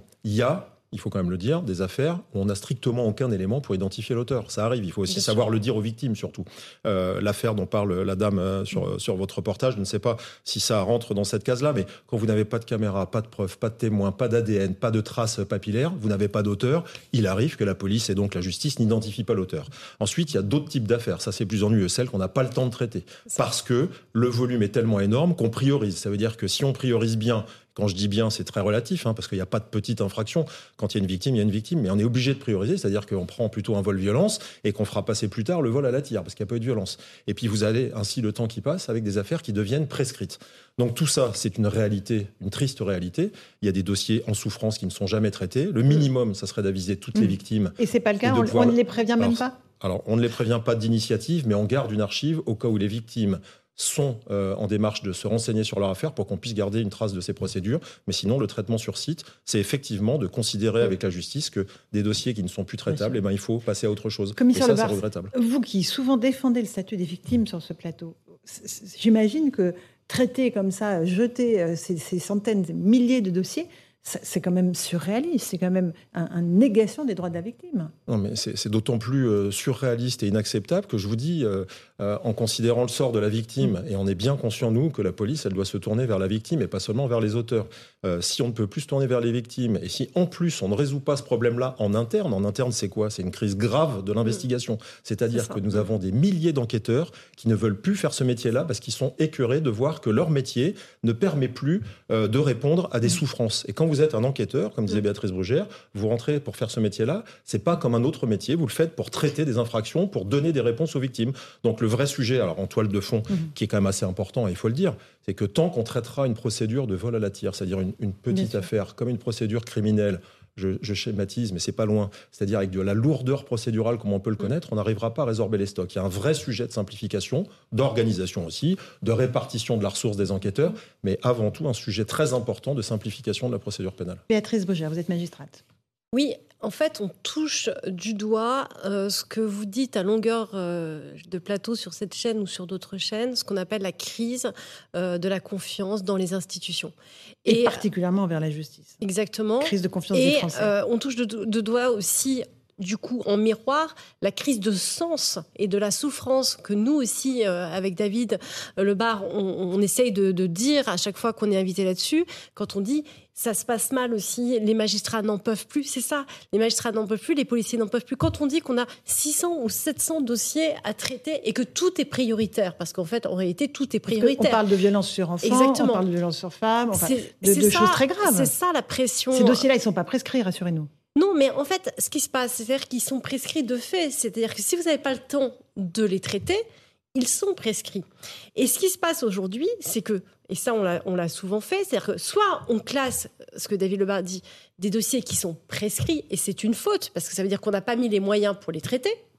Il faut quand même le dire, des affaires où on n'a strictement aucun élément pour identifier l'auteur. Ça arrive, il faut aussi savoir le dire aux victimes surtout. L'affaire dont parle la dame sur votre reportage, je ne sais pas si ça rentre dans cette case-là, mais quand vous n'avez pas de caméra, pas de preuves, pas de témoins, pas d'ADN, pas de traces papillaires, vous n'avez pas d'auteur, il arrive que la police et donc la justice n'identifient pas l'auteur. Ensuite, il y a d'autres types d'affaires. Ça, c'est plus ennuyeux, celles qu'on n'a pas le temps de traiter. Parce que le volume est tellement énorme qu'on priorise. Ça veut dire que si on priorise bien, quand je dis bien, c'est très relatif, parce qu'il n'y a pas de petite infraction. Quand il y a une victime, il y a une victime. Mais on est obligé de prioriser, c'est-à-dire qu'on prend plutôt un vol-violence et qu'on fera passer plus tard le vol à la tire, parce qu'il n'y a pas eu de violence. Et puis vous avez ainsi le temps qui passe avec des affaires qui deviennent prescrites. Donc tout ça, c'est une réalité, une triste réalité. Il y a des dossiers en souffrance qui ne sont jamais traités. Le minimum, ça serait d'aviser toutes les victimes. Et c'est pas le cas, on ne les prévient même pas? Alors, on ne les prévient pas d'initiative, mais on garde une archive au cas où les victimes sont en démarche de se renseigner sur leur affaire pour qu'on puisse garder une trace de ces procédures. Mais sinon, le traitement sur site, c'est effectivement de considérer avec la justice que des dossiers qui ne sont plus traitables, il faut passer à autre chose. Commissaire et ça, c'est regrettable. Vous qui souvent défendez le statut des victimes sur ce plateau, j'imagine que traiter comme ça, jeter ces centaines, des milliers de dossiers, c'est quand même surréaliste, c'est quand même une négation des droits de la victime. Non, mais c'est d'autant plus surréaliste et inacceptable que je vous dis, en considérant le sort de la victime, et on est bien conscient, nous, que la police, elle doit se tourner vers la victime et pas seulement vers les auteurs. Si on ne peut plus se tourner vers les victimes, et si en plus on ne résout pas ce problème-là en interne, c'est quoi? C'est une crise grave de l'investigation. C'est-à-dire que nous avons des milliers d'enquêteurs qui ne veulent plus faire ce métier-là parce qu'ils sont écœurés de voir que leur métier ne permet plus de répondre à des souffrances. Et quand vous êtes un enquêteur, comme disait Béatrice Brugère, vous rentrez pour faire ce métier-là, c'est pas comme un autre métier, vous le faites pour traiter des infractions, pour donner des réponses aux victimes. Donc le vrai sujet, alors en toile de fond, qui est quand même assez important, et il faut le dire, c'est que tant qu'on traitera une procédure de vol à la tire, c'est-à-dire une petite affaire comme une procédure criminelle, je schématise, mais c'est pas loin, c'est-à-dire avec de la lourdeur procédurale comme on peut le connaître, on n'arrivera pas à résorber les stocks. Il y a un vrai sujet de simplification, d'organisation aussi, de répartition de la ressource des enquêteurs, mais avant tout un sujet très important de simplification de la procédure pénale. Béatrice Brugère, vous êtes magistrate. Oui, en fait, on touche du doigt ce que vous dites à longueur de plateau sur cette chaîne ou sur d'autres chaînes, ce qu'on appelle la crise de la confiance dans les institutions. Et particulièrement envers la justice. Exactement. Crise de confiance des Français. On touche de doigt aussi, du coup, en miroir, la crise de sens et de la souffrance que nous aussi, avec David Lebar, on essaye de dire à chaque fois qu'on est invité là-dessus, quand on dit ça se passe mal aussi, les magistrats n'en peuvent plus, c'est ça, les magistrats n'en peuvent plus, les policiers n'en peuvent plus. Quand on dit qu'on a 600 ou 700 dossiers à traiter et que tout est prioritaire, parce qu'en fait, en réalité, tout est prioritaire. On parle de violences sur enfants, exactement. On parle de violences sur femmes, de choses très graves. C'est ça la pression. Ces dossiers-là, ils ne sont pas prescrits, rassurez-nous. Non, mais en fait, ce qui se passe, c'est-à-dire qu'ils sont prescrits de fait. C'est-à-dire que si vous n'avez pas le temps de les traiter, ils sont prescrits. Et ce qui se passe aujourd'hui, c'est que, et ça on l'a souvent fait, c'est-à-dire que soit on classe, ce que David Lebar dit, des dossiers qui sont prescrits, et c'est une faute, parce que ça veut dire qu'on n'a pas mis les moyens pour les traiter,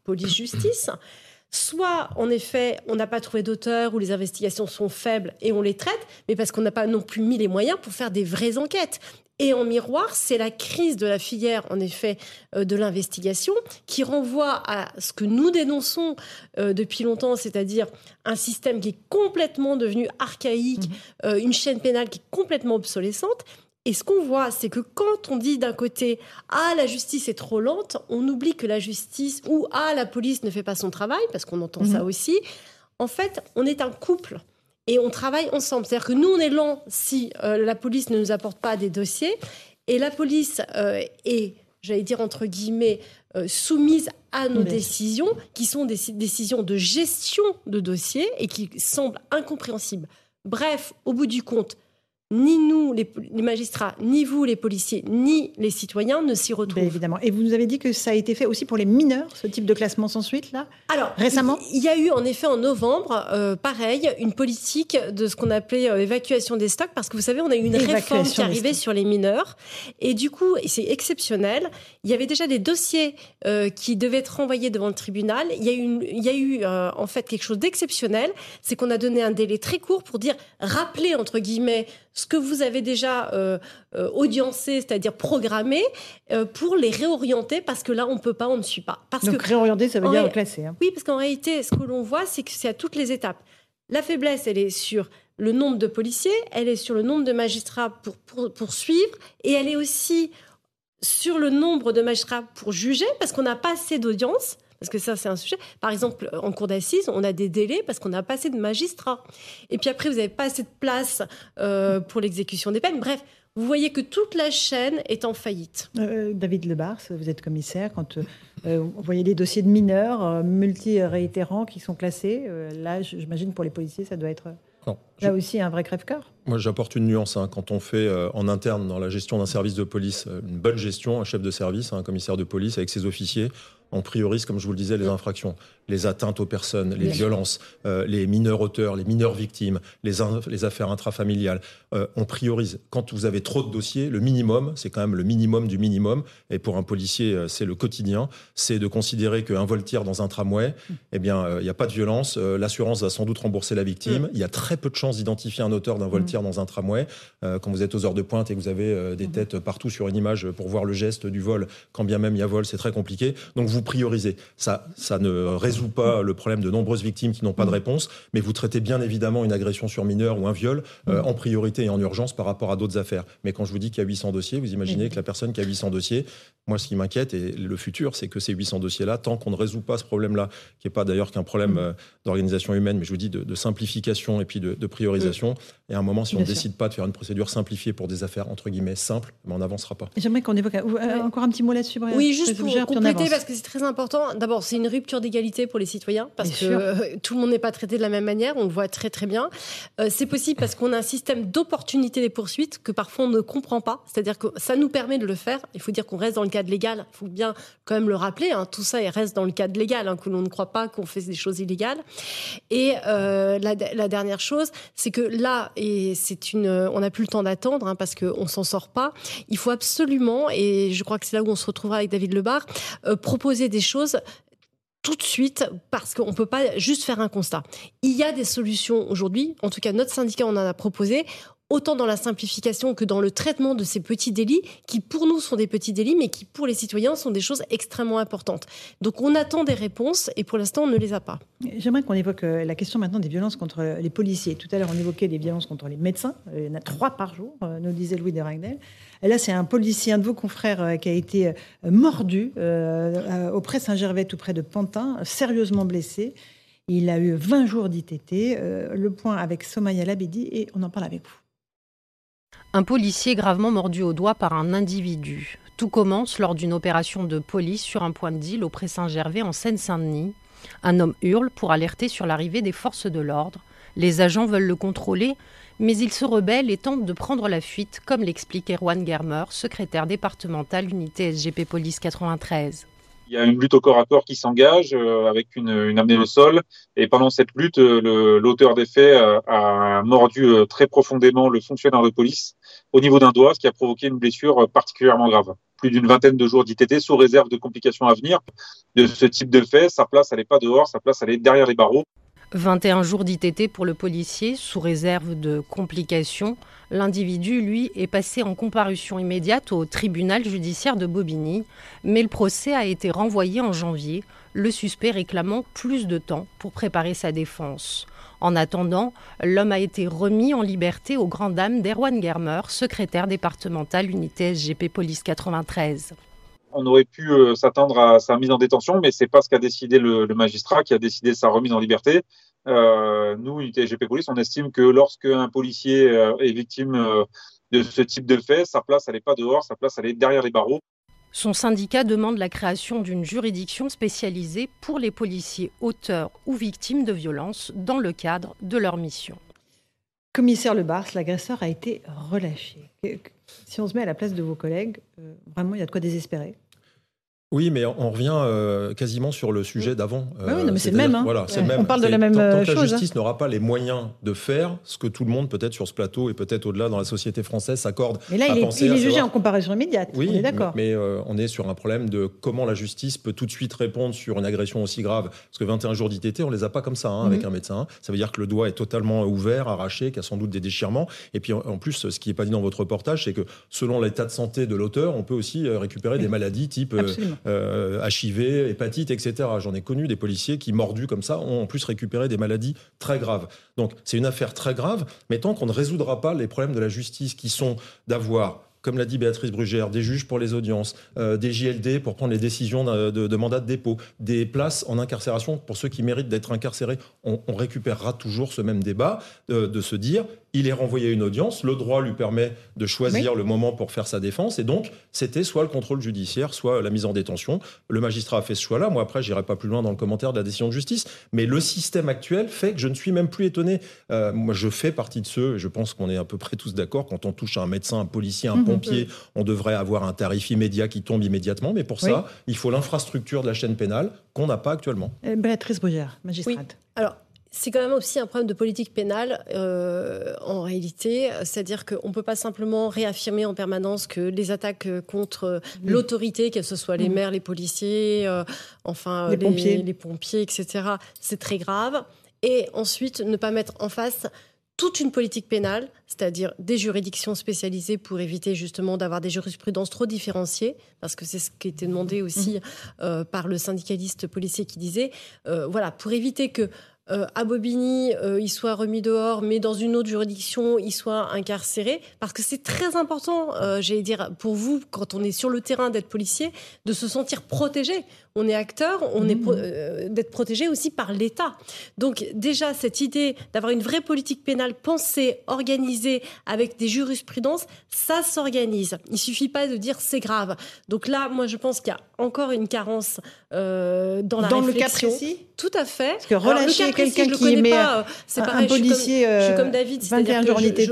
police-justice. Soit, en effet, on n'a pas trouvé d'auteur ou les investigations sont faibles et on les traite, mais parce qu'on n'a pas non plus mis les moyens pour faire des vraies enquêtes. Et en miroir, c'est la crise de la filière, en effet, de l'investigation qui renvoie à ce que nous dénonçons depuis longtemps, c'est-à-dire un système qui est complètement devenu archaïque, une chaîne pénale qui est complètement obsolescente. Et ce qu'on voit, c'est que quand on dit d'un côté « Ah, la justice est trop lente », on oublie que la justice ou « Ah, la police ne fait pas son travail », parce qu'on entend ça aussi. En fait, on est un couple et on travaille ensemble. C'est-à-dire que nous, on est lents si la police ne nous apporte pas des dossiers. Et la police est, j'allais dire entre guillemets, soumise à nos décisions, qui sont des décisions de gestion de dossiers et qui semblent incompréhensibles. Bref, au bout du compte, ni nous, les magistrats, ni vous, les policiers, ni les citoyens ne s'y retrouvent. Évidemment. Et vous nous avez dit que ça a été fait aussi pour les mineurs, ce type de classement sans suite, là ? Alors, récemment ? Il y a eu, en effet, en novembre, pareil, une politique de ce qu'on appelait évacuation des stocks, parce que vous savez, on a eu une réforme qui arrivait sur les mineurs. Et du coup, c'est exceptionnel. Il y avait déjà des dossiers qui devaient être renvoyés devant le tribunal. Il y a eu en fait, quelque chose d'exceptionnel. C'est qu'on a donné un délai très court pour dire, rappeler, entre guillemets, ce que vous avez déjà audiencé, c'est-à-dire programmé, pour les réorienter, parce que là, on ne peut pas, on ne suit pas. Donc réorienter, ça veut dire classer. Hein. Oui, parce qu'en réalité, ce que l'on voit, c'est que c'est à toutes les étapes. La faiblesse, elle est sur le nombre de policiers, elle est sur le nombre de magistrats pour suivre, et elle est aussi sur le nombre de magistrats pour juger, parce qu'on n'a pas assez d'audience. Parce que ça, c'est un sujet. Par exemple, en cour d'assises, on a des délais parce qu'on n'a pas assez de magistrats. Et puis après, vous n'avez pas assez de place pour l'exécution des peines. Bref, vous voyez que toute la chaîne est en faillite. David Lebars, vous êtes commissaire. Quand vous voyez les dossiers de mineurs multi-réitérants qui sont classés, là, j'imagine pour les policiers, ça doit être... Là aussi, un vrai crève-cœur. Moi, j'apporte une nuance. Quand on fait en interne, dans la gestion d'un service de police, une bonne gestion, un chef de service, un commissaire de police avec ses officiers, on priorise, comme je vous le disais, les infractions, les atteintes aux personnes, les violences, les mineurs auteurs, les mineurs victimes, les affaires intrafamiliales. On priorise. Quand vous avez trop de dossiers, le minimum, c'est quand même le minimum du minimum. Et pour un policier, c'est le quotidien. C'est de considérer qu'un vol tire dans un tramway, eh bien, il n'y a pas de violence. L'assurance va sans doute rembourser la victime. Il y a très peu de chances d'identifier un auteur d'un vol tir dans un tramway. Quand vous êtes aux heures de pointe et que vous avez des têtes partout sur une image pour voir le geste du vol, quand bien même il y a vol, c'est très compliqué. Donc vous priorisez. Ça ne résout pas le problème de nombreuses victimes qui n'ont pas de réponse, mais vous traitez bien évidemment une agression sur mineur ou un viol en priorité et en urgence par rapport à d'autres affaires. Mais quand je vous dis qu'il y a 800 dossiers, vous imaginez que la personne qui a 800 dossiers, moi ce qui m'inquiète et le futur, c'est que ces 800 dossiers-là, tant qu'on ne résout pas ce problème-là, qui n'est pas d'ailleurs qu'un problème d'organisation humaine, mais je vous dis de simplification et puis de priorisation, et à un moment, si on ne décide pas de faire une procédure simplifiée pour des affaires entre guillemets simples, on n'avancera pas. J'aimerais qu'on évoque encore un petit mot là-dessus. Oui, juste pour compléter, parce que c'est très important. D'abord, c'est une rupture d'égalité pour les citoyens, parce que tout le monde n'est pas traité de la même manière, on le voit très très bien. C'est possible parce qu'on a un système d'opportunité des poursuites que parfois on ne comprend pas, c'est-à-dire que ça nous permet de le faire. Il faut dire qu'on reste dans le cadre légal, il faut bien quand même le rappeler, tout ça reste dans le cadre légal, que l'on ne croit pas qu'on fait des choses illégales. Et la dernière chose, c'est que là, et on n'a plus le temps d'attendre parce qu'on ne s'en sort pas, il faut absolument, et je crois que c'est là où on se retrouvera avec David Lebars, proposer des choses tout de suite, parce qu'on ne peut pas juste faire un constat. Il y a des solutions aujourd'hui, en tout cas notre syndicat en a proposé, autant dans la simplification que dans le traitement de ces petits délits, qui pour nous sont des petits délits, mais qui pour les citoyens sont des choses extrêmement importantes. Donc on attend des réponses, et pour l'instant on ne les a pas. J'aimerais qu'on évoque la question maintenant des violences contre les policiers. Tout à l'heure on évoquait les violences contre les médecins, il y en a 3 par jour, nous disait Louis de Ragnel. Et là c'est un policier, un de vos confrères, qui a été mordu au Pré Saint-Gervais, tout près de Pantin, sérieusement blessé. Il a eu 20 jours d'ITT. Le point avec Somaya Labedi, et on en parle avec vous. Un policier gravement mordu au doigt par un individu. Tout commence lors d'une opération de police sur un point de deal au Pré Saint-Gervais en Seine-Saint-Denis. Un homme hurle pour alerter sur l'arrivée des forces de l'ordre. Les agents veulent le contrôler, mais il se rebelle et tente de prendre la fuite, comme l'explique Erwan Germer, secrétaire départemental unité SGP Police 93. Il y a une lutte au corps à corps qui s'engage avec une amenée au sol. Et pendant cette lutte, l'auteur des faits a mordu très profondément le fonctionnaire de police au niveau d'un doigt, ce qui a provoqué une blessure particulièrement grave. plus d'une vingtaine de jours d'ITT sous réserve de complications à venir. De ce type de fait, sa place, elle n'est pas dehors, sa place, elle est derrière les barreaux. 21 jours d'ITT pour le policier, sous réserve de complications. L'individu, lui, est passé en comparution immédiate au tribunal judiciaire de Bobigny. Mais le procès a été renvoyé en janvier, le suspect réclamant plus de temps pour préparer sa défense. En attendant, l'homme a été remis en liberté aux grandes dames d'Erwan Germer, secrétaire départemental unité SGP Police 93. On aurait pu s'attendre à sa mise en détention, mais c'est pas ce qu'a décidé le magistrat qui a décidé sa remise en liberté. Nous, unité SGP Police, on estime que lorsque un policier est victime de ce type de fait, sa place, elle n'est pas dehors, sa place, elle est derrière les barreaux. Son syndicat demande la création d'une juridiction spécialisée pour les policiers auteurs ou victimes de violences dans le cadre de leur mission. Commissaire Lebars, l'agresseur a été relâché. Si on se met à la place de vos collègues, vraiment, il y a de quoi désespérer. Oui, mais on revient quasiment sur le sujet d'avant. Oui, non, mais c'est le même. Hein. Voilà, c'est le même. On parle de la même tant chose. Que la justice n'aura pas les moyens de faire ce que tout le monde, peut-être sur ce plateau et peut-être au-delà dans la société française, s'accorde. Mais là, il est jugé en comparution immédiate. Oui, on est d'accord. Mais on est sur un problème de comment la justice peut tout de suite répondre sur une agression aussi grave. Parce que 21 jours d'ITT, on les a pas comme ça avec un médecin. Ça veut dire que le doigt est totalement ouvert, arraché, qu'il y a sans doute des déchirements. Et puis en plus, ce qui n'est pas dit dans votre reportage, c'est que selon l'état de santé de l'auteur, on peut aussi récupérer des maladies type HIV, hépatite, etc. J'en ai connu des policiers qui, mordus comme ça, ont en plus récupéré des maladies très graves. Donc c'est une affaire très grave, mais tant qu'on ne résoudra pas les problèmes de la justice qui sont d'avoir, comme l'a dit Béatrice Brugère, des juges pour les audiences, des JLD pour prendre les décisions de mandat de dépôt, des places en incarcération pour ceux qui méritent d'être incarcérés, on récupérera toujours ce même débat de se dire il est renvoyé à une audience, le droit lui permet de choisir le moment pour faire sa défense, et donc c'était soit le contrôle judiciaire, soit la mise en détention. Le magistrat a fait ce choix-là. Moi, après, j'irai pas plus loin dans le commentaire de la décision de justice, mais le système actuel fait que je ne suis même plus étonné. Moi, je fais partie de ceux, et je pense qu'on est à peu près tous d'accord, quand on touche à un médecin, un policier, un pompier, on devrait avoir un tarif immédiat qui tombe immédiatement, mais pour ça, il faut l'infrastructure de la chaîne pénale qu'on n'a pas actuellement. Béatrice Brugère, magistrate. Oui. Alors, c'est quand même aussi un problème de politique pénale en réalité, c'est-à-dire qu'on ne peut pas simplement réaffirmer en permanence que les attaques contre l'autorité, que ce soit les maires, les policiers, les pompiers, etc., c'est très grave, et ensuite ne pas mettre en face toute une politique pénale, c'est-à-dire des juridictions spécialisées pour éviter justement d'avoir des jurisprudences trop différenciées, parce que c'est ce qui était demandé aussi par le syndicaliste policier qui disait, pour éviter que à Bobigny, il soit remis dehors, mais dans une autre juridiction, il soit incarcéré. Parce que c'est très important, j'allais dire, pour vous, quand on est sur le terrain d'être policier, de se sentir protégé. On est acteur, on est d'être protégé aussi par l'État. Donc déjà, cette idée d'avoir une vraie politique pénale pensée, organisée, avec des jurisprudences, ça s'organise. Il suffit pas de dire c'est grave. Donc là, moi, je pense qu'il y a encore une carence dans la réflexion. Dans le cas précis ? Tout à fait. Parce que relâcher quelqu'un qui met c'est pareil, un policier je suis comme David, 21 jours d'ITT.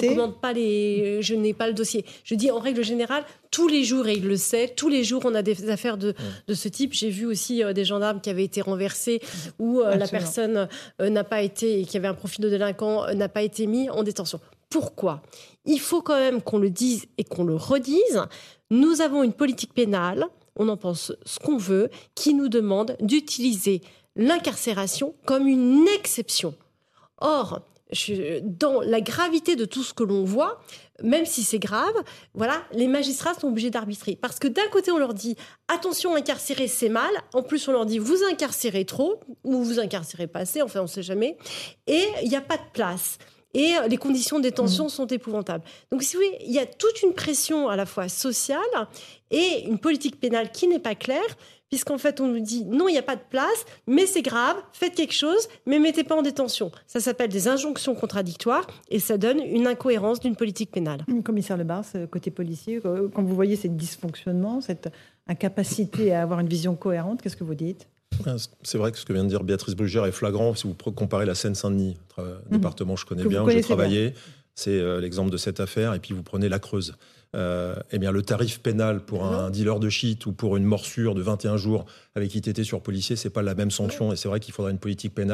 Je n'ai pas le dossier. Je dis en règle générale, tous les jours, et il le sait, tous les jours, on a des affaires de ce type. J'ai vu aussi des gendarmes qui avaient été renversés où la personne n'a pas été, et qui avait un profil de délinquant, n'a pas été mis en détention. Pourquoi ? Il faut quand même qu'on le dise et qu'on le redise. Nous avons une politique pénale, on en pense ce qu'on veut, qui nous demande d'utiliser l'incarcération comme une exception. Or, dans la gravité de tout ce que l'on voit, même si c'est grave, les magistrats sont obligés d'arbitrer. Parce que d'un côté, on leur dit « attention, incarcérer, c'est mal ». En plus, on leur dit « vous incarcérez trop » ou « vous incarcérez pas assez », enfin, on ne sait jamais. Et il n'y a pas de place. Et les conditions de détention sont épouvantables. Donc, si vous voulez, il y a toute une pression à la fois sociale et une politique pénale qui n'est pas claire, puisqu'en fait, on nous dit non, il n'y a pas de place, mais c'est grave, faites quelque chose, mais mettez pas en détention. Ça s'appelle des injonctions contradictoires et ça donne une incohérence d'une politique pénale. Commissaire Lebars, côté policier, quand vous voyez ces dysfonctionnements, cette incapacité à avoir une vision cohérente, qu'est-ce que vous dites ? C'est vrai que ce que vient de dire Béatrice Brugère est flagrant. Si vous comparez la Seine-Saint-Denis, département que je connais bien, où j'ai travaillé, c'est l'exemple de cette affaire, et puis vous prenez la Creuse. Eh bien, le tarif pénal pour un dealer de shit ou pour une morsure de 21 jours avec ITT sur policier, c'est pas la même sanction. Et c'est vrai qu'il faudra une politique pénale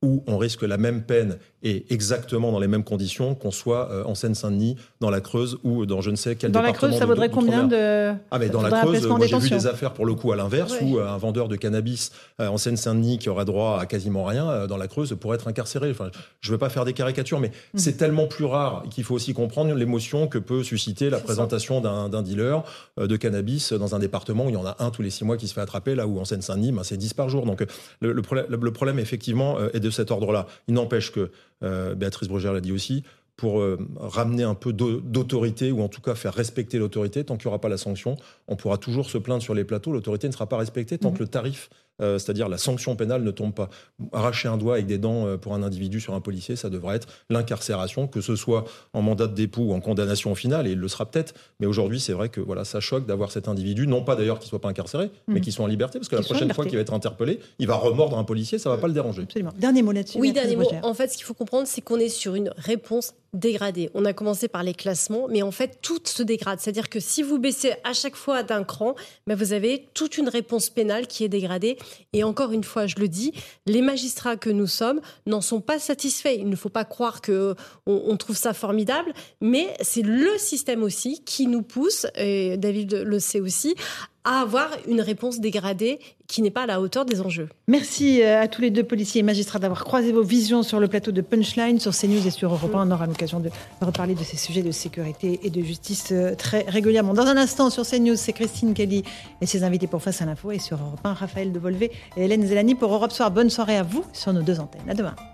où on risque la même peine et exactement dans les mêmes conditions qu'on soit en Seine-Saint-Denis, dans la Creuse ou dans je ne sais quel département. Dans la Creuse, ça vaudrait combien de... Ah mais dans la Creuse, moi j'ai vu des affaires pour le coup à l'inverse, où un vendeur de cannabis en Seine-Saint-Denis qui aurait droit à quasiment rien, dans la Creuse, pourrait être incarcéré. Enfin, je ne veux pas faire des caricatures, mais c'est tellement plus rare qu'il faut aussi comprendre l'émotion que peut susciter la présentation d'un dealer de cannabis dans un département où il y en a un tous les 6 mois qui se fait attraper, là où en Seine-Saint-Denis, c'est 10 par jour. Donc le problème effectivement est de cet ordre-là. Il n'empêche que, Béatrice Brugère l'a dit aussi, pour ramener un peu d'autorité, ou en tout cas faire respecter l'autorité, tant qu'il n'y aura pas la sanction, on pourra toujours se plaindre sur les plateaux, l'autorité ne sera pas respectée tant que le tarif, c'est-à-dire la sanction pénale, ne tombe pas. Arracher un doigt avec des dents pour un individu sur un policier, ça devrait être l'incarcération, que ce soit en mandat de dépôt ou en condamnation finale, et il le sera peut-être, mais aujourd'hui c'est vrai que ça choque d'avoir cet individu, non pas d'ailleurs qu'il ne soit pas incarcéré, mais qu'il soit en liberté, parce que la prochaine fois qu'il va être interpellé, il va remordre un policier, ça ne va pas le déranger. Absolument. Dernier mot là-dessus. Oui, dernier mot. En fait, ce qu'il faut comprendre, c'est qu'on est sur une réponse dégradée. On a commencé par les classements, mais en fait, tout se dégrade. C'est-à-dire que si vous baissez à chaque fois d'un cran, vous avez toute une réponse pénale qui est dégradée. Et encore une fois, je le dis, les magistrats que nous sommes n'en sont pas satisfaits. Il ne faut pas croire qu'on trouve ça formidable, mais c'est le système aussi qui nous pousse, et David le sait aussi, à avoir une réponse dégradée qui n'est pas à la hauteur des enjeux. Merci à tous les deux policiers et magistrats d'avoir croisé vos visions sur le plateau de Punchline, sur CNews et sur Europe 1. On aura l'occasion de reparler de ces sujets de sécurité et de justice très régulièrement. Dans un instant, sur CNews, c'est Christine Kelly et ses invités pour Face à l'info, et sur Europe 1, Raphaël Devolvé et Hélène Zélani pour Europe Soir. Bonne soirée à vous sur nos 2 antennes. À demain.